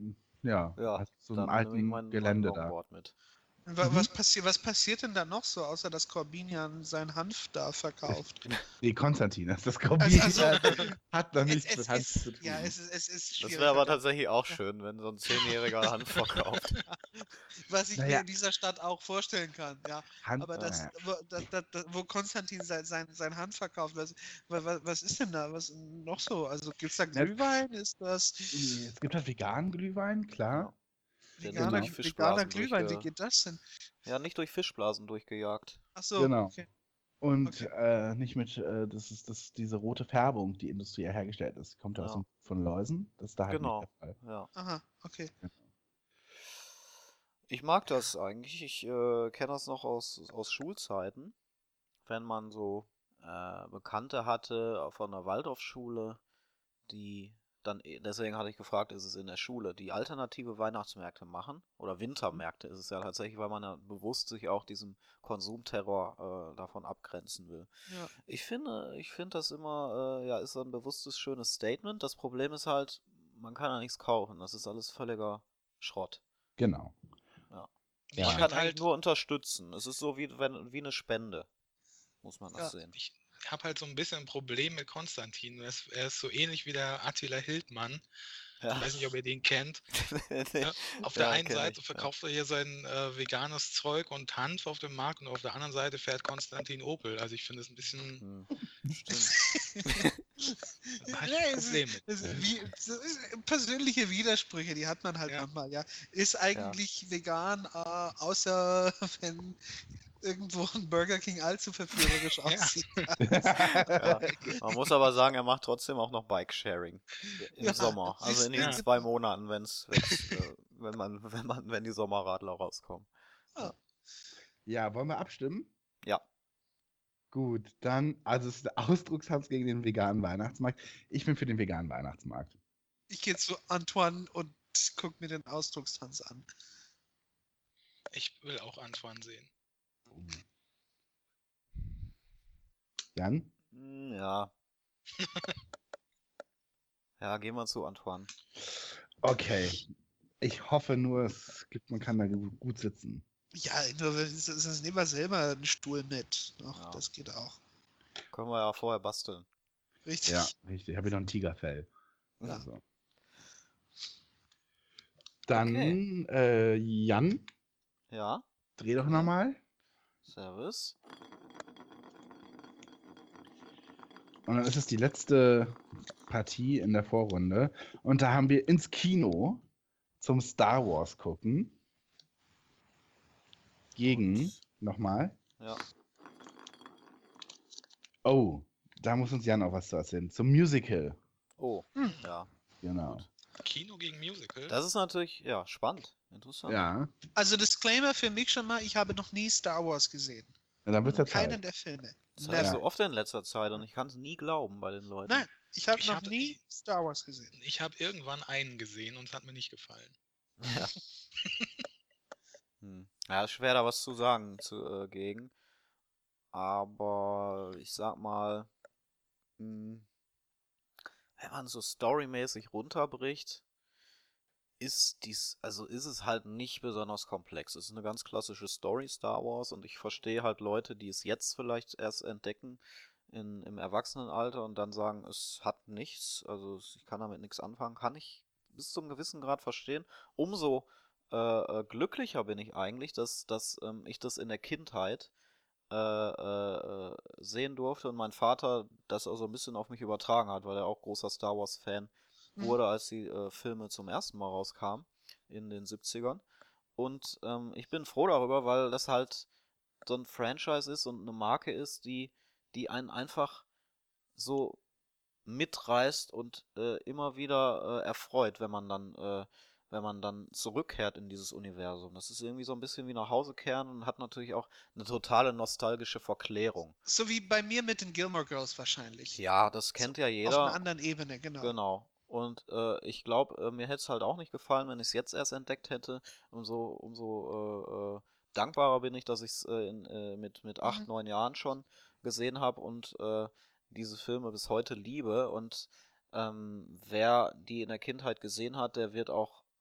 Ja, Ja, also so einem dann nehme ich alten mein, mein Gelände da. Longboard mit. Wa- Mhm. Was, passi was passiert denn da noch so, außer dass Corbinian seinen Hanf da verkauft? Nee, Konstantin, das ist Also, also Corbinian. Hat noch es, nichts es mit Hans ist, zu tun. ja, es ist, es ist Das schwierig. wäre aber weil- tatsächlich auch schön, wenn so ein Zehnjähriger Hand verkauft. Was ich mir Naja. in dieser Stadt auch vorstellen kann, ja. Hand, Aber das, äh, wo, da, da, da, wo Konstantin sein, sein, sein Hand verkauft, was, was, was ist denn da? Was noch so? Also gibt es da Na, Glühwein? Ist das nee, es gibt halt veganen Glühwein, klar. Der Genau. veganer, durch veganer Fischblasen Glühwein? Wie durchge... geht das denn? Ja, nicht durch Fischblasen durchgejagt. Ach so, Genau. okay. Und Okay. äh, nicht mit, äh, das ist das, diese rote Färbung, die industriell hergestellt ist, kommt ja aus Ja. dem, von Läusen. Das ist da halt Genau. nicht der Fall. Ja. Aha, okay. Ich mag das eigentlich. Ich äh, kenne das noch aus, aus Schulzeiten, wenn man so äh, Bekannte hatte von der Waldorfschule, die dann, eh- deswegen hatte ich gefragt, ist es in der Schule, die alternative Weihnachtsmärkte machen oder Wintermärkte ist es ja tatsächlich, weil man ja bewusst sich auch diesem Konsumterror äh, davon abgrenzen will. Ja. Ich finde, ich finde das immer, äh, ja, ist so ein bewusstes, schönes Statement. Das Problem ist halt, man kann ja nichts kaufen. Das ist alles völliger Schrott. Genau. Ich Ja. Man find kann eigentlich halt, nur unterstützen. Es ist so wie, wenn, wie eine Spende, muss man das Ja. sehen. ich habe halt so ein bisschen ein Problem mit Konstantin. Er ist, er ist so ähnlich wie der Attila Hildmann. Ja. Ich weiß nicht, ob ihr den kennt. Nee. Ja, auf der Ja, einen kenn Seite ich, verkauft er hier sein äh, veganes Zeug und Hanf auf dem Markt und auf der anderen Seite fährt Konstantin Opel. Also ich finde es ein bisschen, Hm, stimmt. da habe Ja, ich ein es Problem ist, mit. es ist wie, es ist persönliche Widersprüche, die hat man halt Ja. manchmal, ja. Ist eigentlich vegan, äh, außer wenn irgendwo ein Burger King allzu verführerisch aussieht. Ja. Man muss aber sagen, er macht trotzdem auch noch Bike-Sharing im Ja, Sommer. Also in diesen Ja. zwei Monaten, wenn's, wenn's, äh, wenn man, wenn man, wenn die Sommerradler rauskommen. Ja, wollen wir abstimmen? Ja. Gut, dann, also es ist der Ausdruckstanz gegen den veganen Weihnachtsmarkt. Ich bin für den veganen Weihnachtsmarkt. Ich gehe zu Antoine und guck mir den Ausdruckstanz an. Ich will auch Antoine sehen. Jan? Hm, Ja. Ja, gehen wir zu Antoine. Okay. Ich hoffe nur, es gibt, man kann da gu- gut sitzen. Ja, nur es ist es nehmen wir selber einen Stuhl mit. Ach, Ja. das geht auch. Können wir ja vorher basteln. Richtig. Ja, richtig. Ich habe hier noch ein Tigerfell. Ja. Also. Dann, Okay. äh, Jan, Ja, dreh doch nochmal. Servus. Und dann ist es die letzte Partie in der Vorrunde. Und da haben wir ins Kino zum Star Wars gucken. Gegen, nochmal. Ja. Oh, da muss uns Jan auch was zu erzählen. Zum Musical. Oh, Hm. ja. Genau. Gut. Kino gegen Musical? Das ist natürlich, ja, spannend. Interessant. Ja, Also Disclaimer für mich schon mal, ich habe noch nie Star Wars gesehen. ja dann wird ja Keinen Zeit. der Filme. Das habe ich Ja. so oft in letzter Zeit und ich kann es nie glauben bei den Leuten. Nein, ich habe Ich noch hab- nie Star Wars gesehen. Ich habe irgendwann einen gesehen und es hat mir nicht gefallen. Ja. Hm. Ja, ist schwer da was zu sagen zu, äh, gegen. Aber ich sag mal, hm, wenn man so storymäßig runterbricht, ist dies, also ist es halt nicht besonders komplex. Es ist eine ganz klassische Story, Star Wars, und ich verstehe halt Leute, die es jetzt vielleicht erst entdecken in, im Erwachsenenalter und dann sagen, es hat nichts, also es- ich kann damit nichts anfangen, kann ich bis zu einem gewissen Grad verstehen. Umso äh, äh, glücklicher bin ich eigentlich, dass, dass ähm, ich das in der Kindheit äh, äh, äh, sehen durfte und mein Vater das auch so ein bisschen auf mich übertragen hat, weil er auch großer Star Wars-Fan Mhm. wurde, als die äh, Filme zum ersten Mal rauskamen in den siebzigern. Und ähm, ich bin froh darüber, weil das halt so ein Franchise ist und eine Marke ist, die, die einen einfach so mitreißt und äh, immer wieder äh, erfreut, wenn man dann, äh, wenn man dann zurückkehrt in dieses Universum. Das ist irgendwie so ein bisschen wie nach Hause kehren und hat natürlich auch eine totale nostalgische Verklärung. So wie bei mir mit den Gilmore Girls wahrscheinlich. Ja, das kennt ja Auf einer jeder. anderen Ebene, genau. Genau. Und äh, ich glaube, äh, mir hätte es halt auch nicht gefallen, wenn ich es jetzt erst entdeckt hätte. Umso, umso äh, äh, dankbarer bin ich, dass ich es äh, in, äh, mit, mit acht, Mhm. neun Jahren schon gesehen habe und äh, diese Filme bis heute liebe. Und ähm, wer die in der Kindheit gesehen hat, der wird auch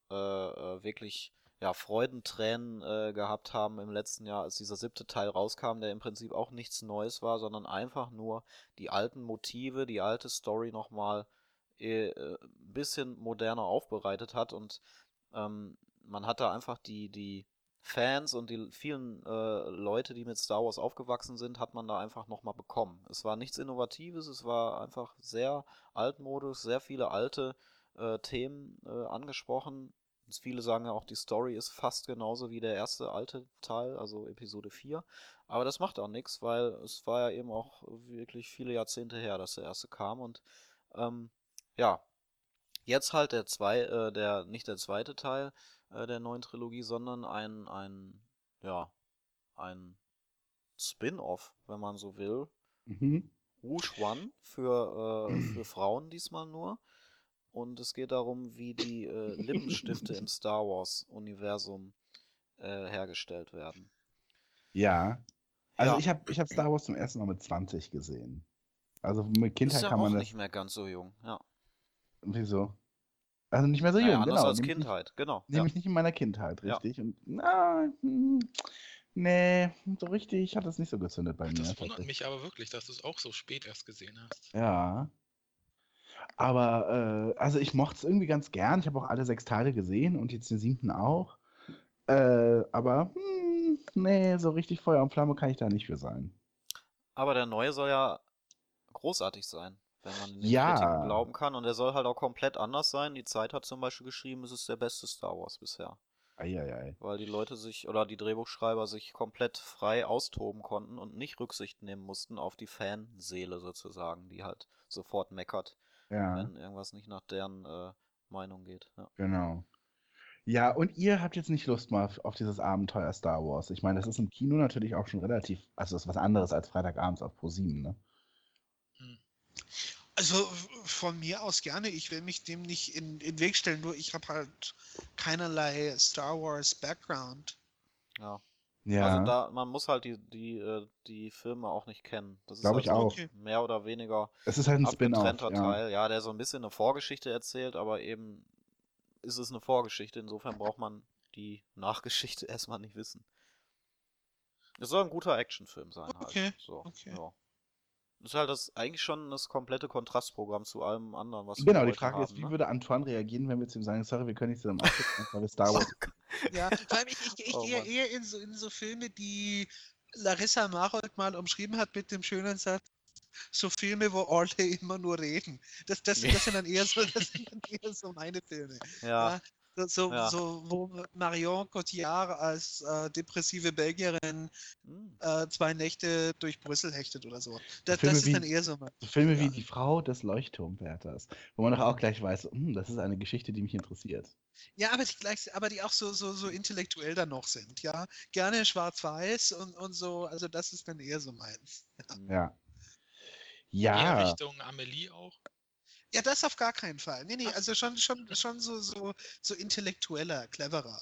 äh, äh, wirklich ja, Freudentränen äh, gehabt haben im letzten Jahr, als dieser siebte Teil rauskam, der im Prinzip auch nichts Neues war, sondern einfach nur die alten Motive, die alte Story nochmal äh, äh, ein bisschen moderner aufbereitet hat und ähm, man hat da einfach die, die Fans und die vielen äh, Leute, die mit Star Wars aufgewachsen sind, hat man da einfach nochmal bekommen. Es war nichts Innovatives, es war einfach sehr altmodisch, sehr viele alte äh, Themen äh, angesprochen. Viele sagen ja auch, die Story ist fast genauso wie der erste alte Teil, also Episode vier. Aber das macht auch nichts, weil es war ja eben auch wirklich viele Jahrzehnte her, dass der erste kam. Und ähm, ja, jetzt halt der zwei, äh, der, nicht der zweite Teil äh, der neuen Trilogie, sondern ein, ein, ja, ein Spin-off, wenn man so will. Mhm. Rouge One für, äh, für Frauen diesmal nur. Und es geht darum, wie die äh, Lippenstifte im Star Wars-Universum äh, hergestellt werden. Ja. Also Ja, ich habe ich hab Star Wars zum ersten Mal mit zwanzig gesehen. Also mit ist Kindheit ja kann auch man das. nicht mehr ganz so jung. Ja. Wieso? Also nicht mehr so Naja, jung, anders genau. als Nämlich nicht, Kindheit, genau. Ja. nämlich nicht in meiner Kindheit, Ja. richtig. Und na, hm, nee, so richtig hat es nicht so gezündet bei Ach, mir. das wundert tatsächlich. mich aber wirklich, dass du es auch so spät erst gesehen hast. Ja. Aber, äh, also ich mochte es irgendwie ganz gern. Ich habe auch alle sechs Teile gesehen und jetzt den siebten auch. Äh, aber, hm, nee, so richtig Feuer und Flamme kann ich da nicht für sein. Aber der neue soll ja großartig sein, wenn man den Kritiken Ja, glauben kann. Und der soll halt auch komplett anders sein. Die Zeit hat zum Beispiel geschrieben, es ist der beste Star Wars bisher. eieiei. Weil die Leute sich, oder die Drehbuchschreiber sich komplett frei austoben konnten und nicht Rücksicht nehmen mussten auf die Fanseele sozusagen, die halt sofort meckert, Ja, wenn irgendwas nicht nach deren äh, Meinung geht. Ja. genau. Ja, und ihr habt jetzt nicht Lust mal auf, auf dieses Abenteuer Star Wars. Ich meine, das ist im Kino natürlich auch schon relativ, also das ist was anderes als Freitagabends auf ProSieben, ne? Hm. Also von mir aus gerne. Ich will mich dem nicht in, in den Weg stellen, nur ich habe halt keinerlei Star Wars Background. Ja. Ja, Also da, man muss halt die, die, äh, die Filme auch nicht kennen. Das ist glaube ich also auch. Okay. mehr oder weniger Es ist halt ein Spin-off, abgetrennter ja. Teil, ja, der so ein bisschen eine Vorgeschichte erzählt, aber eben ist es eine Vorgeschichte. Insofern braucht man die Nachgeschichte erstmal nicht wissen. Es soll ein guter Actionfilm sein halt. Okay, So, okay. ja. Das ist halt das eigentlich schon das komplette Kontrastprogramm zu allem anderen, was wir Genau, die heute Frage haben, ist, wie ne? würde Antoine reagieren, wenn wir zu ihm sagen, sorry, wir können nicht zusammen aufsetzen, weil wir Star Wars. Ja, vor allem ich, ich, ich Oh gehe Mann. eher in so, in so Filme, die Larissa Marold mal umschrieben hat mit dem schönen Satz, so Filme, wo alle immer nur reden. Das, das, das sind dann eher so, das sind dann eher so meine Filme. Ja, Ja, so, so, ja. so wo Marion Cotillard als äh, depressive Belgierin Hm. äh, zwei Nächte durch Brüssel hechtet oder so. Das, Filme das ist wie- dann eher so mein. So Filme wie Ja. Die Frau des Leuchtturmwärters, wo man doch auch gleich weiß, hm, das ist eine Geschichte, die mich interessiert. Ja, aber die, gleich, aber die auch so, so, so intellektuell dann noch sind, ja. Gerne schwarz-weiß und, und so, also das ist dann eher so meins. Hm. Ja. Eher Ja, Richtung Amelie auch. Ja, das auf gar keinen Fall. Nee, nee, also schon, schon, schon so, so, so intellektueller, cleverer,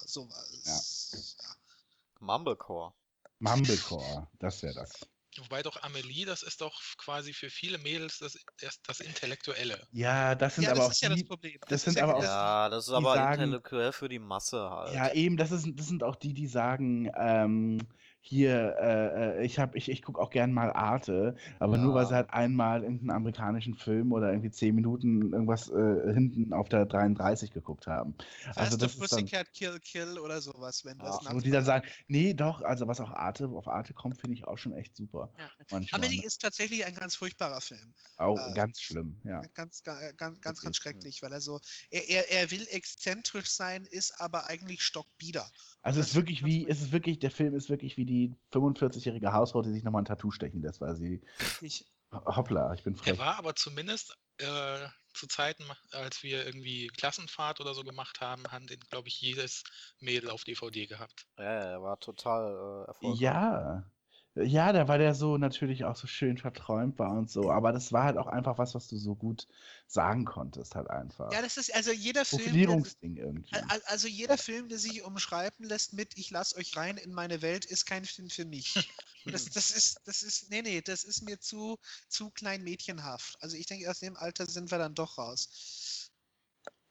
sowas. Ja. Mumblecore. Mumblecore, das wäre das. Wobei doch Amelie, das ist doch quasi für viele Mädels das, das, das Intellektuelle. Ja, das sind Ja, aber das auch ist ja die, das Problem. das ist sind ja aber genau auch- das- Ja, das ist die aber sagen- intellektuell für die Masse halt. ja eben, das, ist, das sind auch die, die sagen, ähm, hier, äh, äh, ich hab, ich, ich gucke auch gern mal Arte, aber nur weil sie Ja. halt einmal irgendeinen amerikanischen Film oder irgendwie zehn Minuten irgendwas äh, hinten auf der dreiunddreißig geguckt haben. Fast Also das the ist dann, Pussycat Kill Kill oder sowas, wenn das Ja, ein wo die dann sagen, nee, doch, also was auch Arte, auf Arte kommt, finde ich auch schon echt super. Ja. Manchmal. Amelie Ne? ist tatsächlich ein ganz furchtbarer Film. Auch äh, ganz schlimm, ja. Ganz, ga- ganz, ganz, ganz Wirklich. schrecklich, weil er so, er, er, er will exzentrisch sein, ist aber eigentlich stockbieder. Also es Das- ist wirklich das- wie, es ist wirklich, der Film ist wirklich wie die fünfundvierzigjährige Hausfrau, die sich nochmal ein Tattoo stechen lässt, weil sie, Ich, hoppla, ich bin Er frech. war aber zumindest äh, zu Zeiten, als wir irgendwie Klassenfahrt oder so gemacht haben, hat, glaube ich, jedes Mädel auf D V D gehabt. ja, ja, er war total äh, erfolgreich. Ja, ja, da war der so natürlich auch so schön verträumt war und so, aber das war halt auch einfach was, was du so gut sagen konntest, halt einfach. ja, das ist also jeder Film, der, Profilierungsding irgendwie. al- also jeder Film, der sich umschreiben lässt mit ich lass euch rein in meine Welt, ist kein Film für mich. Das, das ist, das ist, nee, nee, das ist mir zu, zu klein mädchenhaft. Also ich denke, aus dem Alter sind wir dann doch raus.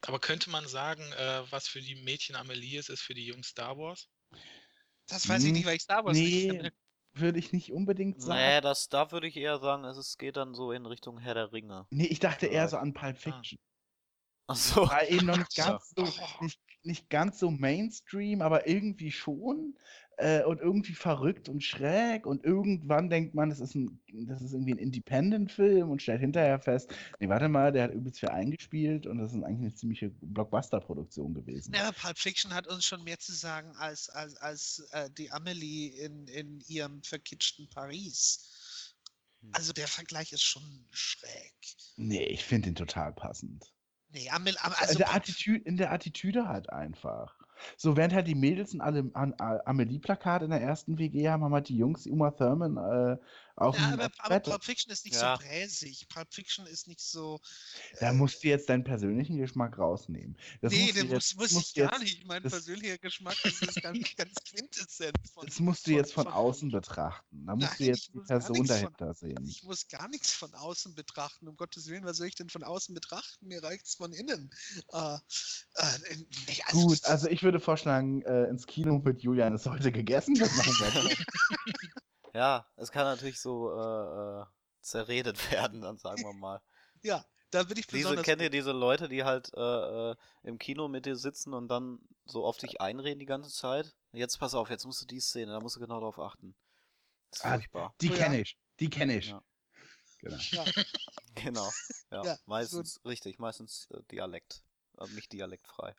Aber könnte man sagen, äh, was für die Mädchen Amelie ist, ist für die Jungs Star Wars? Das weiß ich nicht, weil ich Star Wars nicht Nee, kenne. würde ich nicht unbedingt sagen. Nee, das, da würde ich eher sagen, es ist, geht dann so in Richtung Herr der Ringe. Nee, ich dachte eher Bereich. so an Pulp Fiction. Ach so. War eben noch nicht Ja. ganz so, nicht, nicht ganz so Mainstream, aber irgendwie schon. Äh, und irgendwie verrückt und schräg. Und irgendwann denkt man, das ist, ein, das ist irgendwie ein Independent-Film und stellt hinterher fest, nee, warte mal, der hat übelst viel eingespielt und das ist eigentlich eine ziemliche Blockbuster-Produktion gewesen. Ja, aber Pulp Fiction hat uns schon mehr zu sagen als, als, als äh, die Amelie in, in ihrem verkitschten Paris. Also der Vergleich ist schon schräg. Nee, ich finde ihn total passend. Nee, Amel, Am- Also also in, der Attitüde, in der Attitüde halt einfach. So, während halt die Mädels ein alle an, an, Amelie-Plakat in der ersten W G haben, haben halt die Jungs Uma Thurman äh, auf ja, dem aber, aufs aber Bett. Pulp Fiction ist nicht Ja. so bräsig. Pulp Fiction ist nicht so. Da äh, musst du jetzt deinen persönlichen Geschmack rausnehmen. Das nee, musst du den jetzt, muss, muss musst ich du gar jetzt, nicht. Mein das- persönlicher Geschmack das ist ganz, ganz Quintessenz von. Das musst du von- jetzt von von- außen betrachten. Da musst du Nein, jetzt ich die muss gar Person nichts von- dahinter sehen. Ich muss gar nichts von außen betrachten. Um Gottes Willen, was soll ich denn von außen betrachten? Mir reicht's von innen. Äh, äh, nee, also Gut, das- also ich würde vorschlagen, äh, ins Kino mit Julian ist heute gegessen. Das machen wir. Ja, es kann natürlich so äh, äh, zerredet werden, dann sagen wir mal. ja, da bin ich Diese, besonders. kennt ihr diese Leute, die halt äh, äh, im Kino mit dir sitzen und dann so auf dich einreden die ganze Zeit? Jetzt pass auf, jetzt musst du die Szene, da musst du genau drauf achten. Das ist Ah, furchtbar. Die Oh ja. kenne ich. Die kenne ich. Ja. Genau. Ja, Genau. Ja, Ja, meistens, richtig, meistens äh, Dialekt. Also nicht dialektfrei.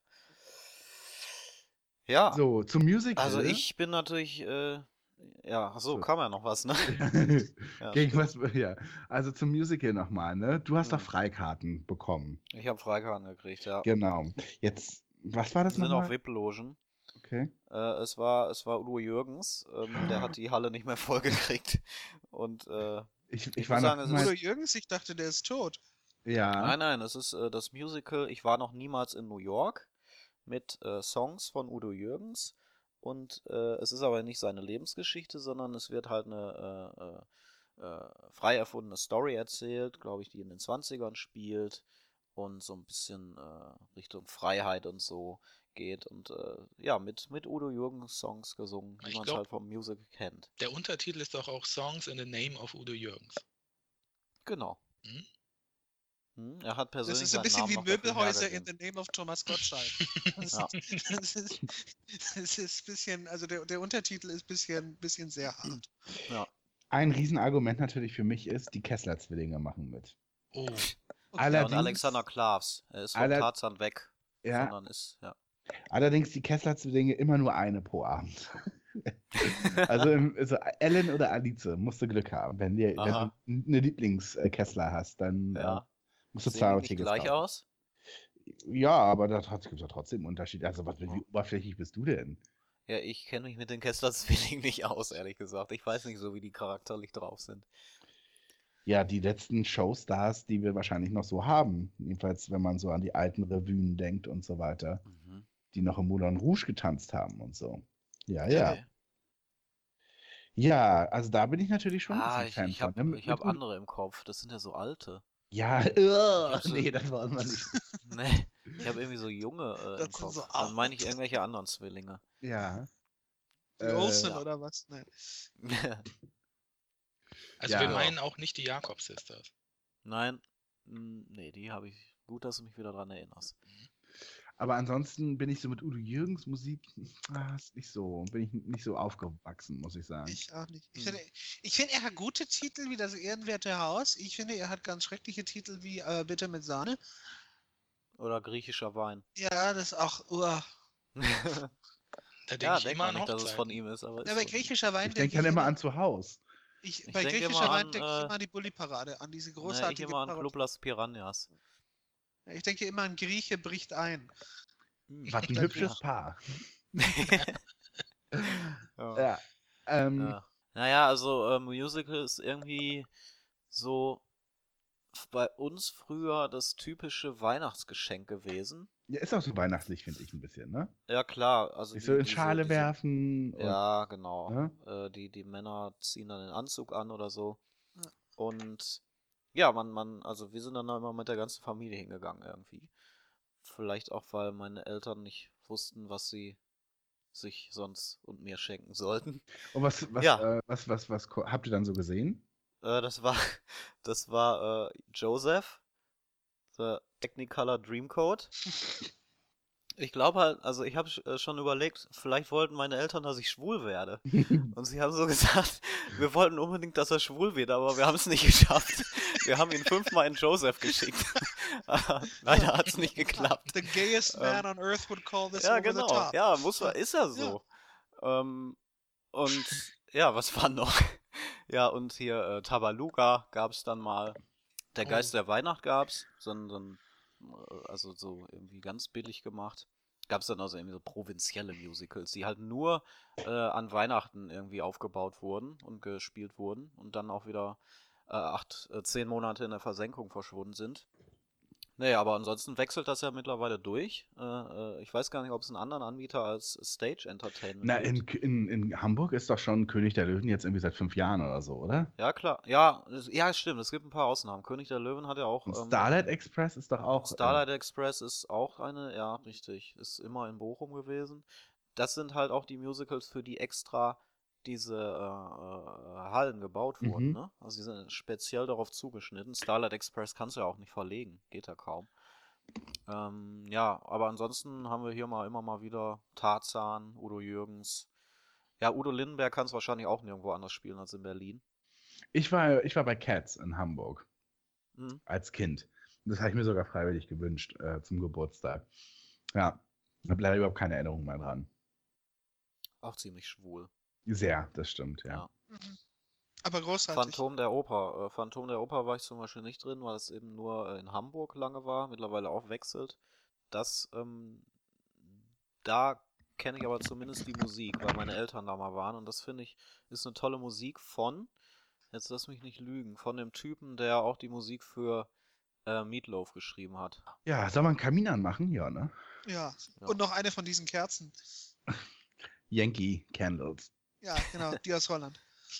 Ja, So, zum Musical. also ich bin natürlich, äh, ja, ach so, So. kam ja noch was, ne? Ja, Gegen stimmt. was, ja. Also zum Musical nochmal, ne? Du hast doch Hm. Freikarten bekommen. Ich habe Freikarten gekriegt, ja. Genau. Jetzt, was war das Wir sind nochmal? auf V I P-Logen. Okay. Äh, es war, es war Udo Jürgens, ähm, der hat die Halle nicht mehr voll gekriegt. Und äh, Ich, ich, Ich war muss noch sagen, es niemals- Udo Jürgens, ich dachte, der ist tot. Ja. nein, nein, es ist äh, das Musical. Ich war noch niemals in New York mit äh, Songs von Udo Jürgens. Und äh, es ist aber nicht seine Lebensgeschichte, sondern es wird halt eine äh, äh, äh, frei erfundene Story erzählt, glaube ich, die in den zwanzigern spielt und so ein bisschen äh, Richtung Freiheit und so geht. Und äh, ja, mit, mit Udo Jürgens Songs gesungen, wie Ich man es glaub- halt vom Musical kennt. Der Untertitel ist doch auch Songs in the Name of Udo Jürgens. Genau. Hm? Hm, er hat Das persönlich ist ein seinen bisschen Namen wie noch dafür Möbelhäuser in hergegeben. the name of Thomas Gottschalk. Das, Ja. das, ist, das ist ein bisschen, also der, der Untertitel ist ein bisschen, bisschen sehr hart. Ja. Ein Riesenargument natürlich für mich ist, die Kessler-Zwillinge machen mit. Oh, Okay. Ja, und Allerdings- Alexander Klavs. Er ist von Aller- Tarzan weg. Ja, Sondern ist, ja. allerdings die Kessler-Zwillinge immer nur eine pro Abend. Also, im, also Ellen oder Alice musst du Glück haben. Wenn, dir, wenn Aha. du eine Lieblings-Kessler hast, dann äh, Ja. musst du Sehen zwei die nicht Tickets gleich kaufen. aus? Ja, aber da gibt es ja trotzdem Unterschiede. Also, was, wie oberflächlich bist du denn? Ja, ich kenne mich mit den Kessler-Zwillingen nicht aus, ehrlich gesagt. Ich weiß nicht so, wie die charakterlich drauf sind. Ja, die letzten Showstars, die wir wahrscheinlich noch so haben. Jedenfalls, wenn man so an die alten Revuen denkt und so weiter, Mhm. die noch im Moulin Rouge getanzt haben und so. Ja, ja. Okay. Ja, also da bin ich natürlich schon ein Ah, bisschen ich, Fan ich von. habe ne? Mit- ich hab mit- andere im Kopf. Das sind ja so alte. Ja, hab uh, so- nee, das wollen wir nicht. Nee, ich habe irgendwie so junge äh, Das im sind Kopf. so Dann meine ich alte. irgendwelche anderen Zwillinge. Ja. Die Äh, Olsen ja. oder was? Nein. also Ja. wir meinen auch nicht die Jakob Sisters. Nein, mm, nee, die habe ich. Gut, dass du mich wieder dran erinnerst. Aber ansonsten bin ich so mit Udo Jürgens Musik, ah, ist nicht so, bin ich nicht so aufgewachsen, muss ich sagen. Ich auch nicht. Ich Hm. finde, ich finde, er hat gute Titel wie das ehrenwerte Haus. Ich finde, er hat ganz schreckliche Titel wie äh, Bitte mit Sahne. Oder griechischer Wein. Ja, das ist auch. Uh. Da denke Ja, ich denk immer mal an nicht, dass es von Hochzeiten. ihm ist, aber ist Ja, bei von ihm. griechischer Wein Ich denke dann immer an zu Haus. Ich, Ich bei denke griechischer immer Wein an, denke ich äh, immer an die Bulli-Parade, an diese Nee, ich großartige immer an Parade. Club Las Piranhas. Ich denke immer an Grieche bricht ein. Hm. Was ein Ja, hübsches ja. Paar. Ja. Ja. Ähm, Ja. Naja, also äh, Musical ist irgendwie so f- bei uns früher das typische Weihnachtsgeschenk gewesen. ja, ist auch so weihnachtlich, finde ich ein bisschen, ne? Ja klar, also Sich die, so in diese, Schale diese, werfen. Und, Ja, genau. ne? Äh, die, die Männer ziehen dann den Anzug an oder so. Ja. Und ja, man, man, also wir sind dann immer mit der ganzen Familie hingegangen irgendwie. Vielleicht auch, weil meine Eltern nicht wussten, was sie sich sonst und mir schenken sollten. Und was, was, Ja. äh, was, was, was, ko- habt ihr dann so gesehen? Äh, das war, das war äh, Joseph, The Technicolor Dreamcoat. Ich glaube halt, also ich habe äh, schon überlegt, vielleicht wollten meine Eltern, dass ich schwul werde. Und sie haben so gesagt, wir wollten unbedingt, dass er schwul wird, aber wir haben es nicht geschafft. Wir haben ihn fünfmal in Joseph geschickt. Aber leider hat es nicht geklappt. The gayest man Ähm, on earth would call this Ja, over the genau. top. Ja, muss Ja. man, ist ja so. Ähm, und ja, was war noch? Ja, und hier äh, Tabaluga gab es dann mal. Der Oh. Geist der Weihnacht gab's, so ein, so ein, äh, also so irgendwie ganz billig gemacht. Gab es dann also irgendwie so provinzielle Musicals, die halt nur äh, an Weihnachten irgendwie aufgebaut wurden und gespielt wurden und dann auch wieder äh, acht, äh, zehn Monate in der Versenkung verschwunden sind. Nee, aber ansonsten wechselt das ja mittlerweile durch. Äh, äh, ich weiß gar nicht, ob es einen anderen Anbieter als Stage Entertainment Na, gibt. in, in, in Hamburg ist doch schon König der Löwen jetzt irgendwie seit fünf Jahren oder so, oder? Ja, klar. Ja, es- ja, stimmt. Es gibt ein paar Ausnahmen. König der Löwen hat ja auch. Und ähm, Starlight Express ist doch auch. Starlight Express ist auch eine, ja, richtig. Ist immer in Bochum gewesen. Das sind halt auch die Musicals, für die extra diese äh, äh, Hallen gebaut wurden, Mhm. ne? Also die sind speziell darauf zugeschnitten. Starlight Express kannst du ja auch nicht verlegen. Geht ja kaum. Ähm, ja, aber ansonsten haben wir hier mal immer mal wieder Tarzan, Udo Jürgens. Ja, Udo Lindenberg kann es wahrscheinlich auch nirgendwo anders spielen als in Berlin. äh, ich, war, ich war bei Cats in Hamburg Mhm. als Kind. Das habe ich mir sogar freiwillig gewünscht äh, zum Geburtstag. Ja, ich habe leider überhaupt keine Erinnerung mehr dran. Auch ziemlich schwul. Sehr, das stimmt, ja. Ja. Mhm. Aber großartig. Phantom der Oper. Äh, Phantom der Oper war ich zum Beispiel nicht drin, weil es eben nur äh, in Hamburg lange war, mittlerweile auch wechselt. Das, ähm, da kenne ich aber zumindest die Musik, weil meine Eltern da mal waren und das finde ich, ist eine tolle Musik von, jetzt lass mich nicht lügen, von dem Typen, der auch die Musik für äh, Meatloaf geschrieben hat. Ja, soll man einen Kamin anmachen? Ja, ne? Ja. Ja. Und noch eine von diesen Kerzen. Yankee Candles. Ja, genau, die aus Holland.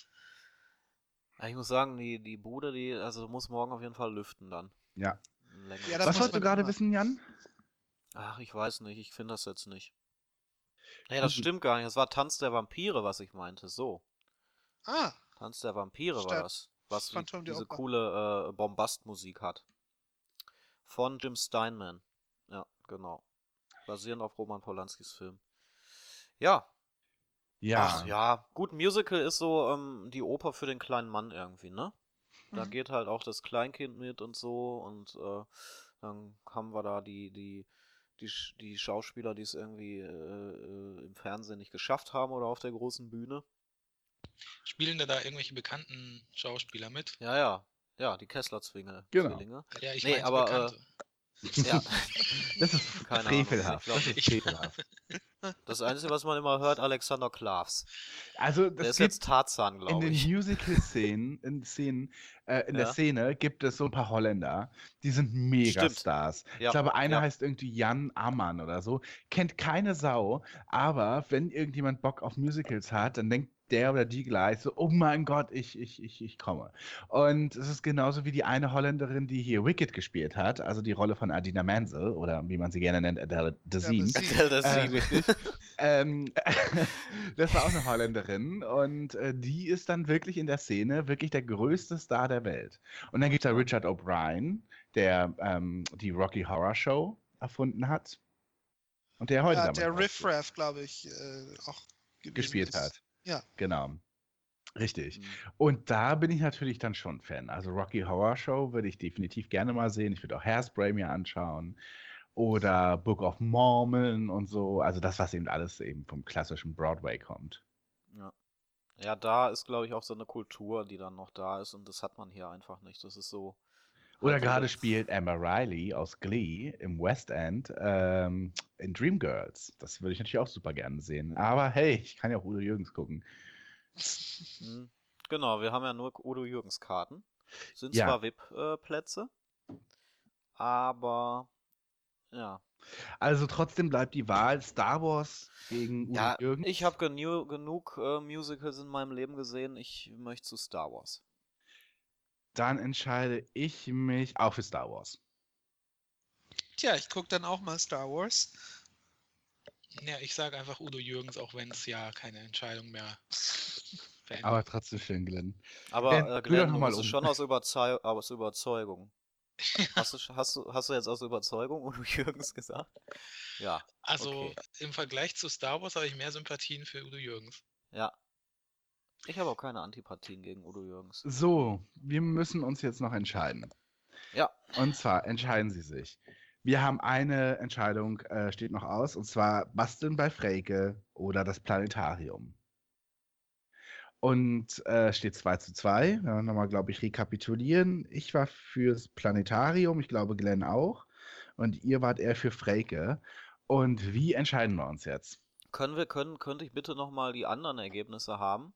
Ja, ich muss sagen, die, die Bude, die, also muss morgen auf jeden Fall lüften dann. Ja. Länger. Ja, das Was muss wolltest du man gerade immer. wissen, Jan? Ach, ich weiß nicht, ich finde das jetzt nicht. Nee, das Gut. stimmt gar nicht. Das war Tanz der Vampire, was ich meinte. So. Ah, Tanz der Vampire war Statt das. Was wie Phantom der diese Oper. coole äh, Bombastmusik hat. Von Jim Steinman. Ja, genau. Basierend auf Roman Polanskis Film. Ja. Ja. Ach ja. Gut, Musical ist so ähm, die Oper für den kleinen Mann irgendwie, ne? Da Mhm. geht halt auch das Kleinkind mit und so und äh, dann haben wir da die, die, die, Sch- die Schauspieler, die es irgendwie äh, äh, im Fernsehen nicht geschafft haben oder auf der großen Bühne. Spielen da da irgendwelche bekannten Schauspieler mit? Ja, ja. Ja, die Kessler-Zwillinge. Genau. Zwillinge. Ja, ich Nee, meine aber, Bekannte. Ja, Das ist Keine Ahnung, frevelhaft. ich glaub- Das ist ich- frevelhaft. das Einzige, was man immer hört, Alexander Klavs. Also, Der das ist gibt jetzt Tarzan, in glaube den ich. Musical-Szenen, in, Szenen, äh, in der Ja. Szene gibt es so ein paar Holländer, die sind Megastars. Ja, Ich glaube, einer ja. heißt irgendwie Jan Ammann oder so. Kennt keine Sau, aber wenn irgendjemand Bock auf Musicals hat, dann denkt der oder die gleich so, oh mein Gott, ich, ich, ich, ich komme. Und es ist genauso wie die eine Holländerin, die hier Wicked gespielt hat, also die Rolle von Adina Menzel, oder wie man sie gerne nennt, Adele Dazeem. Dazeem. Adele Äh, Dazeem. richtig. ähm, das war auch eine Holländerin und äh, die ist dann wirklich in der Szene wirklich der größte Star der Welt. Und dann gibt es da Richard O'Brien, der ähm, die Rocky Horror Show erfunden hat und der heute Ja, damit der auftritt, Riff Raff, glaube ich, äh, auch gewesen gespielt ist. hat. Ja. Genau. Richtig. Mhm. Und da bin ich natürlich dann schon Fan. Also Rocky Horror Show würde ich definitiv gerne mal sehen. Ich würde auch Hairspray mir anschauen. Oder Book of Mormon und so. Also das, was eben alles eben vom klassischen Broadway kommt. Ja. Ja, da ist, glaube ich, auch so eine Kultur, die dann noch da ist und das hat man hier einfach nicht. Das ist so. Oder halt gerade wieder- spielt Emma Riley aus Glee im West End ähm, in Dreamgirls. Das würde ich natürlich auch super gerne sehen. Aber hey, ich kann ja auch Udo Jürgens gucken. Mhm. Genau, wir haben ja nur Udo Jürgens Karten. Sind Ja. zwar V I P-Plätze, aber ja. Also trotzdem bleibt die Wahl Star Wars gegen Udo Ja, Jürgens. ich habe genu genug äh, Musicals in meinem Leben gesehen. Ich möchte zu Star Wars. Dann entscheide ich mich auch für Star Wars. Tja, ich gucke dann auch mal Star Wars. Ja, ich sage einfach Udo Jürgens, auch wenn es ja keine Entscheidung mehr verändert. Aber trotzdem schön, Glenn. Aber Glenn, äh, dreh doch Glenn, noch du mal musst es um. schon aus, Überzeu aus Überzeugung. Hast du, sch- hast, du, hast du jetzt aus Überzeugung Udo Jürgens gesagt? Ja, Also okay. im Vergleich zu Star Wars habe ich mehr Sympathien für Udo Jürgens. Ja. Ich habe auch keine Antipathien gegen Udo Jürgens. So, wir müssen uns jetzt noch entscheiden. Ja, Und zwar entscheiden Sie sich. Wir haben eine Entscheidung, äh, steht noch aus, und zwar Basteln bei Freyke oder das Planetarium. Und äh, steht zwei zu zwei. Wir werden nochmal, glaube ich, rekapitulieren. Ich war fürs Planetarium, ich glaube Glenn auch. Und ihr wart eher für Freyke. Und wie entscheiden wir uns jetzt? können wir, können, könnte ich bitte nochmal die anderen Ergebnisse haben?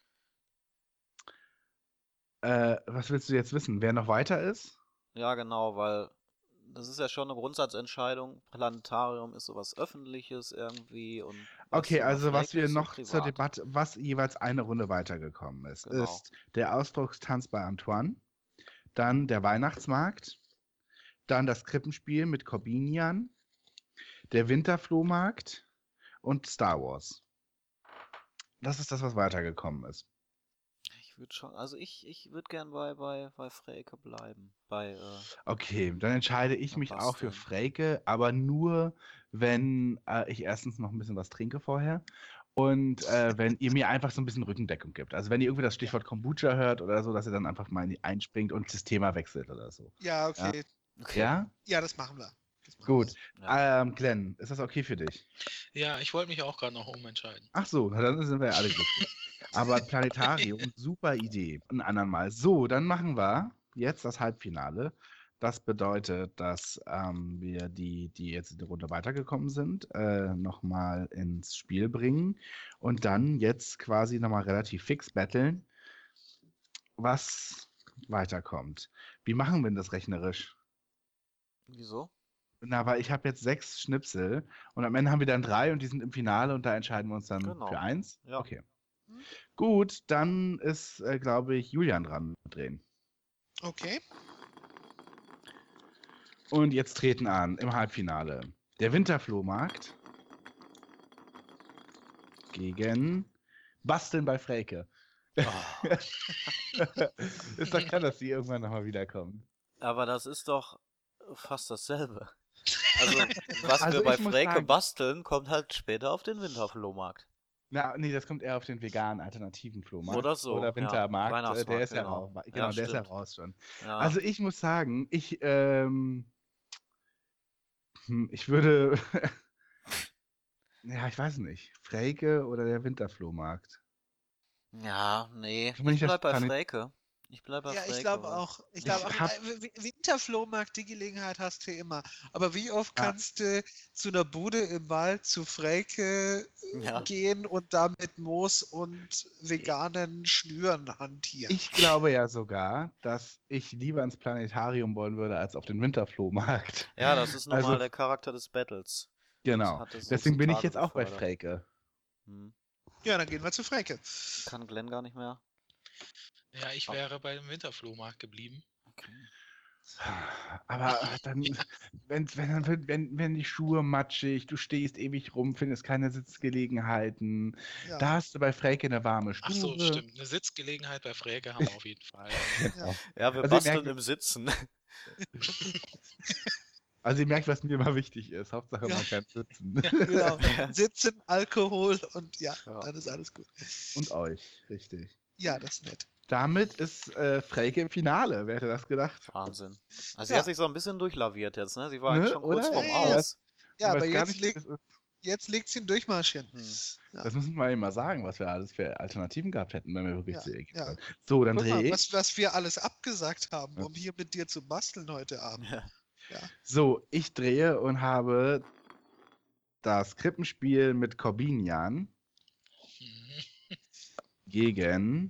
Äh, was willst du jetzt wissen? Wer noch weiter ist? Ja, genau, weil das ist ja schon eine Grundsatzentscheidung. Planetarium ist sowas Öffentliches irgendwie und Okay, Basteln bei also was Freyke wir ist so noch zur privat. Debatte, was jeweils eine Runde weitergekommen ist, Genau. ist der Ausdruckstanz bei Antoine, dann der Weihnachtsmarkt, dann das Krippenspiel mit Corbinian, der Winterflohmarkt und Star Wars. Das ist das, was weitergekommen ist. Ich würde schon, also ich, ich würde gern bei, bei, bei Freyke bleiben. Bei, äh, Okay, dann entscheide ich Mal mich auch für basteln. Freyke, aber nur, wenn äh, ich erstens noch ein bisschen was trinke vorher und äh, wenn ihr mir einfach so ein bisschen Rückendeckung gibt. Also wenn ihr irgendwie das Stichwort Kombucha hört oder so, dass ihr dann einfach mal einspringt und das Thema wechselt oder so. Ja, okay. okay. Ja? Ja, das machen wir. Das machen Gut. Ja. Ähm, Glenn, ist das okay für dich? Ja, ich wollte mich auch gerade noch umentscheiden. Ach so, na, dann sind wir ja alle glücklich. Aber Planetarium, super Idee. Ein andermal. So, dann machen wir jetzt das Halbfinale. Das bedeutet, dass ähm, wir die, die jetzt in die Runde weitergekommen sind, äh, nochmal ins Spiel bringen und dann jetzt quasi nochmal relativ fix battlen, was weiterkommt. Wie machen wir denn das rechnerisch? Wieso? Na, weil ich habe jetzt sechs Schnipsel und am Ende haben wir dann drei und die sind im Finale und da entscheiden wir uns dann Genau. für eins. Ja. Okay. Hm. Gut, dann ist, äh, glaube ich, Julian dran mit drehen. wir. Okay. Und jetzt treten an im Halbfinale der Winterflohmarkt gegen Basteln bei Freyke. Oh. Ist doch klar, dass die irgendwann nochmal wiederkommen. Aber das ist doch fast dasselbe. Also, was Also wir bei ich muss Freyke sagen- basteln, kommt halt später auf den Winterflohmarkt. Na, nee, das kommt eher auf den veganen alternativen Flohmarkt. Oder so, Oder ja. Wintermarkt. äh, der Weihnachtsmarkt, ist ja genau. raus. Genau, Ja, der ist ja stimmt. raus schon. Ja. Also ich muss sagen, ich, ähm, hm, ich würde, ja, ich weiß nicht, Freyke oder der Winterflohmarkt. ja, nee. Kann man Ich nicht das bleib bei Planet- Freyke. Ich bleib bei Ja, Freyke. ich glaube weil- auch. Ich Ich glaube auch, hab- äh, W- Winterflohmarkt, die Gelegenheit hast du immer. Aber wie oft Ja. kannst du zu einer Bude im Wald zu Freyke äh, Ja. gehen und da mit Moos und veganen Schnüren hantieren? Ich glaube ja sogar, dass ich lieber ins Planetarium wollen würde, als auf den Winterflohmarkt. Ja, das ist nun Also- mal der Charakter des Battles. Genau. hat es so Deswegen bin ich zutage jetzt auch bei gefördert. Freyke. Hm. Ja, dann gehen wir zu Freyke. Kann Glenn gar nicht mehr. Ja, ich Ah. wäre bei dem Winterflohmarkt geblieben. Okay. Aber dann, wenn, wenn, wenn, wenn, wenn die Schuhe matschig, du stehst ewig rum, findest keine Sitzgelegenheiten, Ja. da hast du bei Freyke eine warme Ach Stube. so, stimmt. Eine Sitzgelegenheit bei Freyke haben wir auf jeden Fall. Genau. Ja, wir Also ihr basteln merkt- im Sitzen. Also ihr merkt, was mir immer wichtig ist. Hauptsache Ja. man kann sitzen. Genau. Sitzen, Alkohol und ja, Ja. dann ist alles gut. Und euch, richtig. Ja, das ist nett. Damit ist äh, Freyke im Finale. Wer hätte das gedacht? Wahnsinn. Also sie Ja. hat sich so ein bisschen durchlaviert jetzt, ne? Sie war Ne, eigentlich schon kurz oder? vorm Ja, ja. Aus. Ja, Ich aber weiß gar jetzt, nicht, leg, das, ist, jetzt legt sie ihn durchmarschieren. Hm. Ja. das müssen wir ihm mal sagen, was wir alles für Alternativen gehabt hätten, wenn wir wirklich Ja, zu ihr gehen ja. wollen. So, dann Guck mal, drehe ich. was, was wir alles abgesagt haben, Ja. um hier mit dir zu basteln heute Abend. Ja. So, ich drehe und habe das Krippenspiel mit Corbinian Mhm. gegen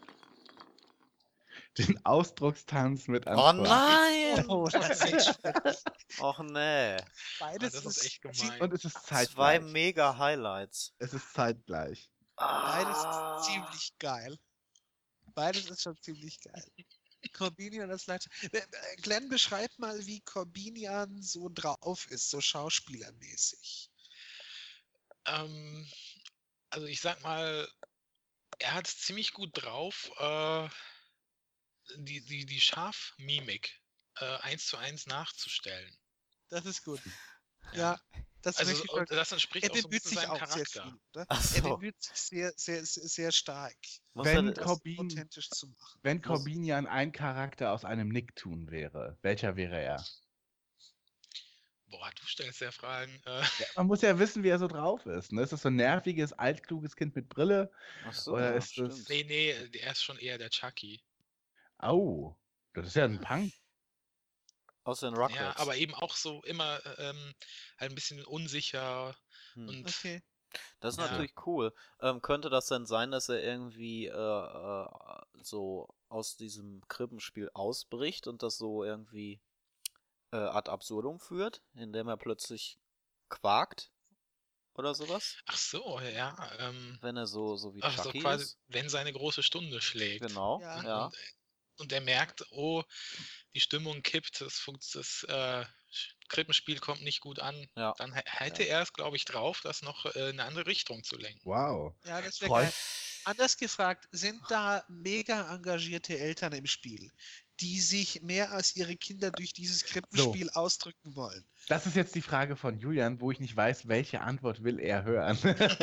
den Ausdruckstanz mit Oh Antoine. nein! Oh, das ist schwierig. Och nee. Beides Ah, das ist echt zie- gemein. Und es ist Zwei zeitgleich. mega Highlights. Es ist zeitgleich. Beides Ah. ist ziemlich geil. Beides ist schon ziemlich geil. Corbinian als Leiter. Äh, Glenn, beschreib mal, wie Corbinian so drauf ist, so schauspielermäßig. Ähm, also ich sag mal, er hat es ziemlich gut drauf, äh, die, die, die Schafmimik äh, eins zu eins nachzustellen. Das ist gut. Ja. Ja, das Also möchte ich und mal. das entspricht Er auch so ein bemüht bisschen sich seinem auch sehr Charakter. viel, oder? Ach Er so. bemüht sich sehr, sehr, sehr, sehr stark, Muss Wenn er, das Corbin, authentisch zu machen. wenn Muss- Corbinian ein Charakter aus einem Nicktoon wäre, welcher wäre er? Boah, du stellst ja Fragen. Äh, Ja, man muss ja wissen, wie er so drauf ist. Ne? Ist das so ein nerviges, altkluges Kind mit Brille? ach so, Oder ja, ist das. stimmt. nee, nee, er ist schon eher der Chucky. Au, das ist ja ein Punk. Aus den Ja, Rugrats. aber eben auch so immer ähm, halt ein bisschen unsicher Hm. und Okay. Das ist Ja. natürlich cool. Ähm, könnte das denn sein, dass er irgendwie äh, äh, so aus diesem Krippenspiel ausbricht und das so irgendwie äh, ad absurdum führt, indem er plötzlich quakt oder sowas? ach so, ja, ähm, Wenn er so, so wie also Chucky quasi, ist? wenn seine große Stunde schlägt. Genau, Ja. ja. Und, und er merkt, oh, die Stimmung kippt, das, funkt- das äh, Krippenspiel kommt nicht gut an. Ja. Dann hä- hätte er es, glaube ich, drauf, das noch äh, in eine andere Richtung zu lenken. Wow. Ja, das wäre Freut- geil. Anders gefragt, sind da mega engagierte Eltern im Spiel, die sich mehr als ihre Kinder durch dieses Krippenspiel ausdrücken wollen? Das ist jetzt die Frage von Julian, wo ich nicht weiß, welche Antwort will er hören.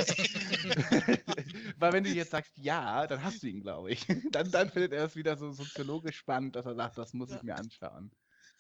Weil wenn du jetzt sagst ja, dann hast du ihn, glaube ich. Dann, dann findet er es wieder so soziologisch spannend, dass er sagt, das muss Ja. ich mir anschauen.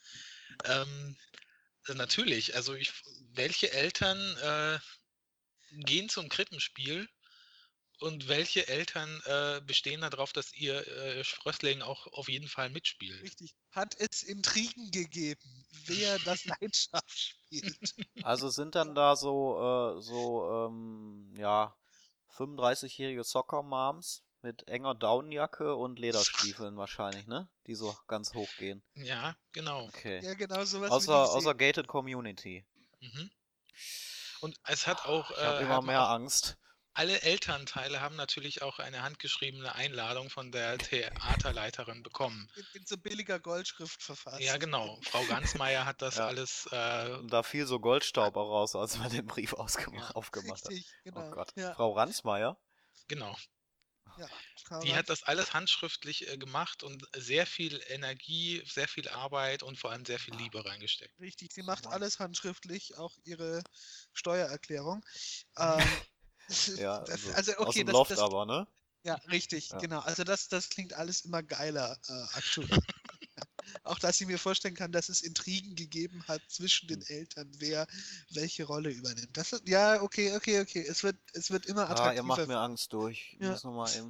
Ähm, natürlich, also ich, welche Eltern äh, gehen zum Krippenspiel und welche Eltern äh, bestehen darauf, dass ihr äh, Sprössling auch auf jeden Fall mitspielt? Richtig. Hat es Intrigen gegeben, wer das Leidenschaft spielt? Also sind dann da so, äh, so, ähm, ja, fünfunddreißigjährige Soccer-Moms mit enger Daunenjacke und Lederstiefeln wahrscheinlich, ne? Die so ganz hoch gehen. Ja, genau. Okay. Ja, genau sowas Außer, will ich außer sehen. Gated Community. Mhm. Und es hat auch, Ich habe äh, immer haben mehr auch Angst. alle Elternteile haben natürlich auch eine handgeschriebene Einladung von der Theaterleiterin bekommen. In, in so billiger Goldschrift verfasst. Ja, genau. Frau Gansmeier hat das Ja. alles. Äh, Und da fiel so Goldstaub auch raus, als man den Brief ausgemacht, Ja. aufgemacht hat. Richtig, genau. Oh Gott. Ja, Frau Ransmeier? genau. ja. Frau Die hat Ranz- das alles handschriftlich äh, gemacht und sehr viel Energie, sehr viel Arbeit und vor allem sehr viel Liebe reingesteckt. Richtig, sie macht alles handschriftlich, auch ihre Steuererklärung. Ähm, Ja, das- also, also aus okay, dem das, Loft das, aber, ne? ja, richtig, Ja. genau. Also das, das klingt alles immer geiler äh, aktuell. Auch dass ich mir vorstellen kann, dass es Intrigen gegeben hat zwischen den Eltern, wer welche Rolle übernimmt. Das ist, ja, okay, okay, okay. Es wird, es wird immer Ah, attraktiver. ihr macht mir Angst durch. Ich Ja. muss nochmal eben.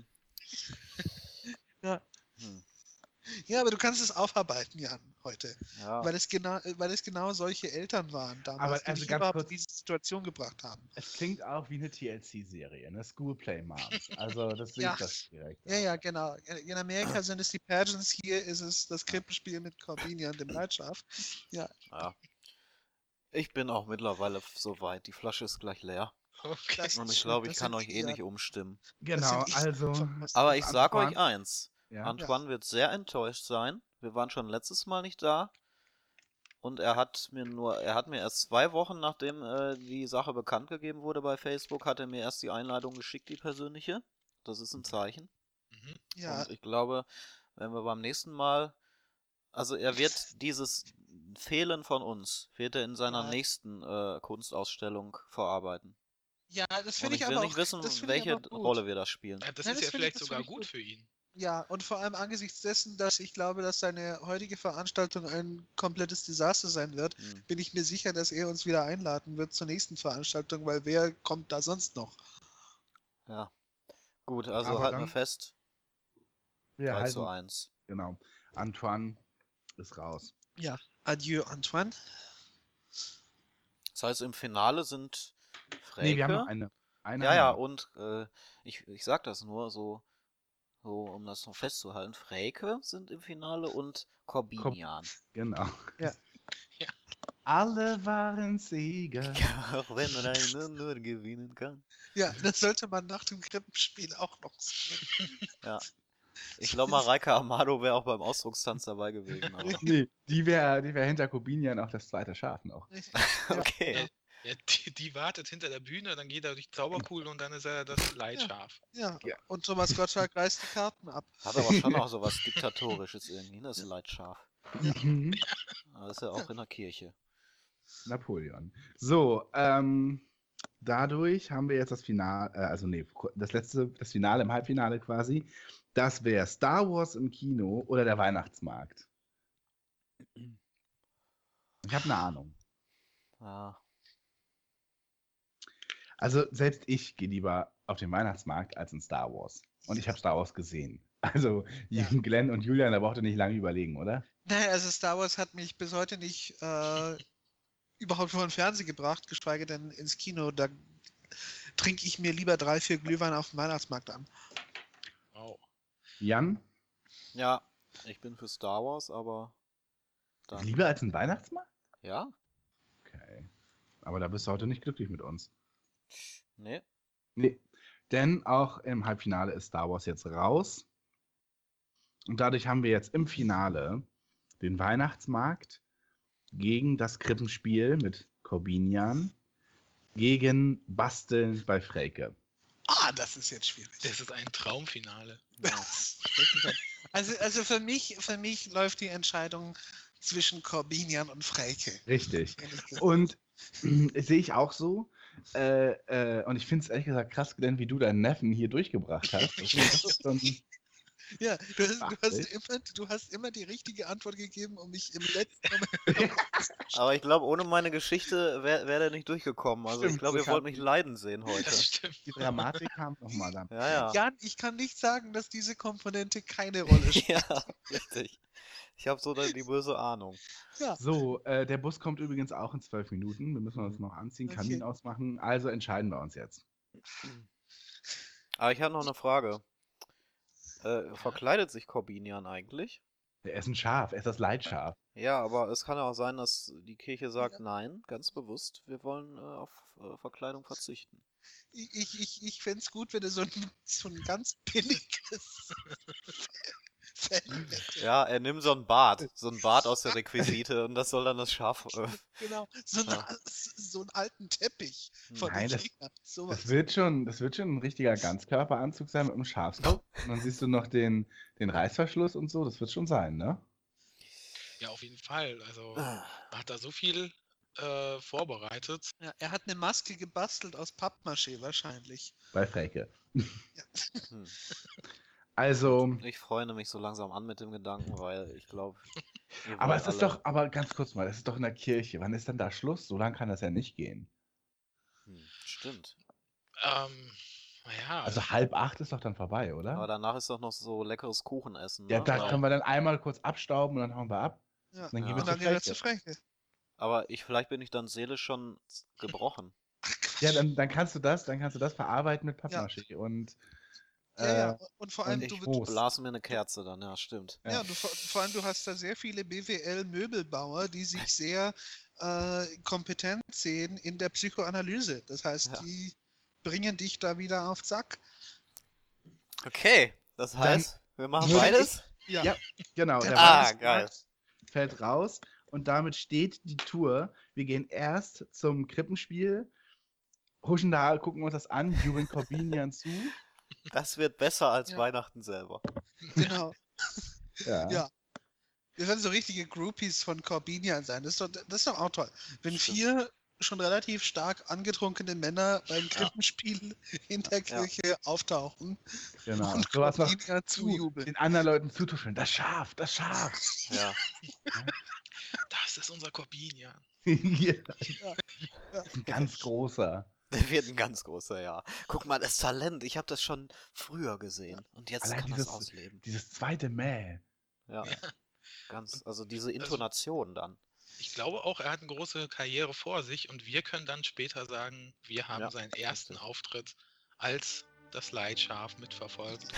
Ja. Hm. Ja, aber du kannst es aufarbeiten, Jan, heute. Ja. Weil es genau, weil es genau solche Eltern waren damals, Aber die also dich ganz überhaupt kurz- in diese Situation gebracht haben. Es klingt auch wie eine T L C-Serie, eine Schoolplay Moms. Also das sehe Ja. ich das direkt. Ja, ja, genau. In in Amerika sind es die Pageants, hier ist es das Krippenspiel mit Corbinian, dem Leitschaf. Ja, Ja. Ich bin auch mittlerweile f- so weit. Die Flasche ist gleich leer. Okay. Das Und ist ich schön, glaube, ich das kann sind euch eh wir. nicht umstimmen. Genau, Das sind also. ich- Aber ich sag euch Antoine? eins. Ja. Antoine wird sehr enttäuscht sein. Wir waren schon letztes Mal nicht da. Und er hat mir nur, er hat mir erst zwei Wochen, nachdem äh, die Sache bekannt gegeben wurde bei Facebook, hat er mir erst die Einladung geschickt, die persönliche. Das ist ein Zeichen. Mhm. Ja, Und ich glaube, wenn wir beim nächsten Mal, also er wird dieses Fehlen von uns, wird er in seiner Ja. nächsten äh, Kunstausstellung verarbeiten. ja, das Und finde ich ich will aber nicht auch, wissen, das finde ich welche aber auch gut. Rolle wir da spielen. Ja, das Nein, ist das ja finde ich- vielleicht das sogar finde ich gut gut. für ihn. Ja, und vor allem angesichts dessen, dass ich glaube, dass seine heutige Veranstaltung ein komplettes Desaster sein wird, Hm. bin ich mir sicher, dass er uns wieder einladen wird zur nächsten Veranstaltung, weil wer kommt da sonst noch? Ja. Gut, also Aber halten wir dann- fest. Wir drei halten, zu eins. genau. Antoine ist raus. Ja, adieu, Antoine. Das heißt, im Finale sind Freke. Nee, wir haben noch eine. eine ja, ja, haben und äh, ich, ich sag das nur so, so, um das noch festzuhalten. Freke sind im Finale und Corbinian. wir. Genau. Ja. Ja. Alle waren Sieger. Auch wenn man einen nur gewinnen kann. Ja, das sollte man nach dem Krippenspiel auch noch sehen. Ja. Ich glaube, Mareike Amado wäre auch beim Ausdruckstanz dabei gewesen. Aber Nee, die wäre die wär hinter Kobinian auch das zweite Schaf noch. okay. Ja, die, die wartet hinter der Bühne, dann geht er durch die Zauberkugel und dann ist er das Leitschaf. Ja. Ja. Und Thomas Gottschalk reißt die Karten ab. Hat aber schon auch so was Diktatorisches irgendwie, ne? Das Leitschaf. Mhm. Aber das ist ja auch in der Kirche. Napoleon. So, ähm, dadurch haben wir jetzt das Finale, äh, also nee, das letzte, das Finale im Halbfinale quasi. Das wäre Star Wars im Kino oder der Weihnachtsmarkt. Ich habe eine Ahnung. Ja. Also selbst ich gehe lieber auf den Weihnachtsmarkt als in Star Wars. Und ich habe Star Wars gesehen. Also Ja. Glenn und Julian, da braucht ihr nicht lange überlegen, oder? Naja, also Star Wars hat mich bis heute nicht äh, überhaupt vor den Fernseher gebracht, geschweige denn ins Kino. Da trinke ich mir lieber drei, vier Glühwein auf dem Weihnachtsmarkt an. Wow. Jan? Ja, ich bin für Star Wars, aber dann. Lieber als ein Weihnachtsmarkt? Ja? Okay. Aber da bist du heute nicht glücklich mit uns. Nee. Nee. Denn auch im Halbfinale ist Star Wars jetzt raus. Und dadurch haben wir jetzt im Finale den Weihnachtsmarkt gegen das Krippenspiel mit Corbinian gegen Basteln bei Freyke. Ah, das ist jetzt schwierig. Das ist ein Traumfinale. Also, also für mich, für mich läuft die Entscheidung zwischen Corbinian und Freyke. Richtig. Und äh, sehe ich auch so. Äh, äh, und ich finde es ehrlich gesagt krass, Glenn, wie du deinen Neffen hier durchgebracht hast. Das ist so ein, Ja, du hast, du, hast Ach, immer, du hast immer die richtige Antwort gegeben, um mich im letzten Moment. Aber ich glaube, ohne meine Geschichte wäre wär der nicht durchgekommen. Also ich Stimmt, glaube, so ihr wollt kam- mich leiden sehen heute. Das stimmt. die Dramatik kam nochmal dann. Ja, ja. Jan, ich kann nicht sagen, dass diese Komponente keine Rolle spielt. Ja, richtig. Ich habe so da die böse Ahnung. Ja. So, äh, der Bus kommt übrigens auch in zwölf Minuten. Wir müssen uns noch anziehen, Okay. Kamin ausmachen. Also entscheiden wir uns jetzt. Aber ich habe noch eine Frage. Äh, verkleidet sich Corbinian eigentlich? Er ist ein Schaf, er ist das Leitschaf. Ja, aber es kann ja auch sein, dass die Kirche sagt, nein, ganz bewusst, wir wollen äh, auf äh, Verkleidung verzichten. Ich, ich, ich, ich fände es gut, wenn er so ein, so ein ganz billiges Fell hätte. Ja, er nimmt so ein Bart, so ein Bart aus der Requisite und das soll dann das Schaf. Äh, Genau, so, ein, Ja. so einen alten Teppich von Nein, das- Ikea. Sowas. Das wird schon, das wird schon ein richtiger Ganzkörperanzug sein mit einem Schafskopf. Und dann siehst du noch den, den Reißverschluss und so. Das wird schon sein, ne? Ja, auf jeden Fall. Also Ah. man hat da so viel äh, vorbereitet. Ja, er hat eine Maske gebastelt aus Pappmaché wahrscheinlich. Bei Freyke. hm. Also, Ich freue mich so langsam an mit dem Gedanken, weil ich glaube. aber es ist doch, aber ganz kurz mal, das ist doch in der Kirche. Wann ist denn da Schluss? So lange kann das ja nicht gehen. Hm, stimmt. Ähm, naja, Also halb acht ist doch dann vorbei, oder? Aber danach ist doch noch so leckeres Kuchenessen. Ja, Ne? da Weil- können wir dann einmal kurz abstauben und dann hauen wir ab. Ja. Dann Ja. gehen wir Und zu dann geht er Freyke. zu Fränke. Aber ich, vielleicht bin ich dann seelisch schon gebrochen. Ja, dann, dann kannst du das, dann kannst du das verarbeiten mit Pappmaché und Ja, ja. äh, Und vor allem, und du, ich du, Moos. Blasen mir eine Kerze dann, ja, stimmt. ja, du, vor, vor allem, du hast da sehr viele B W L-Möbelbauer, die sich sehr äh, kompetent sehen in der Psychoanalyse. Das heißt, Ja. die bringen dich da wieder auf Zack. Okay, das Dann heißt, wir machen würde beides? Ja. Ja, genau. Der Ah, Weihnachtsmarkt geil. fällt raus und damit steht die Tour. Wir gehen erst zum Krippenspiel, huschen da, gucken uns das an, jubeln Corbinian zu. Das wird besser als Ja. Weihnachten selber. Genau. Ja. Ja. Wir werden so richtige Groupies von Corbinian sein. Das ist doch, das ist doch auch toll. Wenn Stimmt. vier schon relativ stark angetrunkene Männer beim Krippenspiel in der Ja. Kirche auftauchen Genau. und Sowas noch Corbinian zu, zujubeln. den anderen Leuten zutuscheln. Das Schaf, das Schaf. Ja. das ist unser Corbinian. Ja. Ja. Ein ganz großer. Der wird ein ganz großer, ja. Guck mal, das Talent, ich habe das schon früher gesehen. Und jetzt Allein kann dieses- das ausleben. Dieses zweite Mäh. Ja. Ganz, also diese Intonation dann. Ich glaube auch, er hat eine große Karriere vor sich und wir können dann später sagen, wir haben Ja, seinen ersten richtig. Auftritt als das Leitschaf mitverfolgt.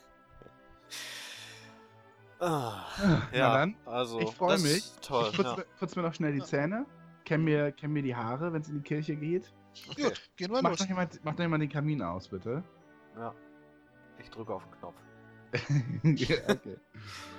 Ah, Na ja, dann, also, ich freu das mich. ist Toll, Ich putze ja. mir, putz mir noch schnell die Ja. Zähne, kenn mir, kenn mir die Haare, wenn es in die Kirche geht. Okay. Gut, gehen wir Mach los. noch, jemand, mach noch jemand den Kamin aus, bitte. Ja. Ich drücke auf den Knopf. okay.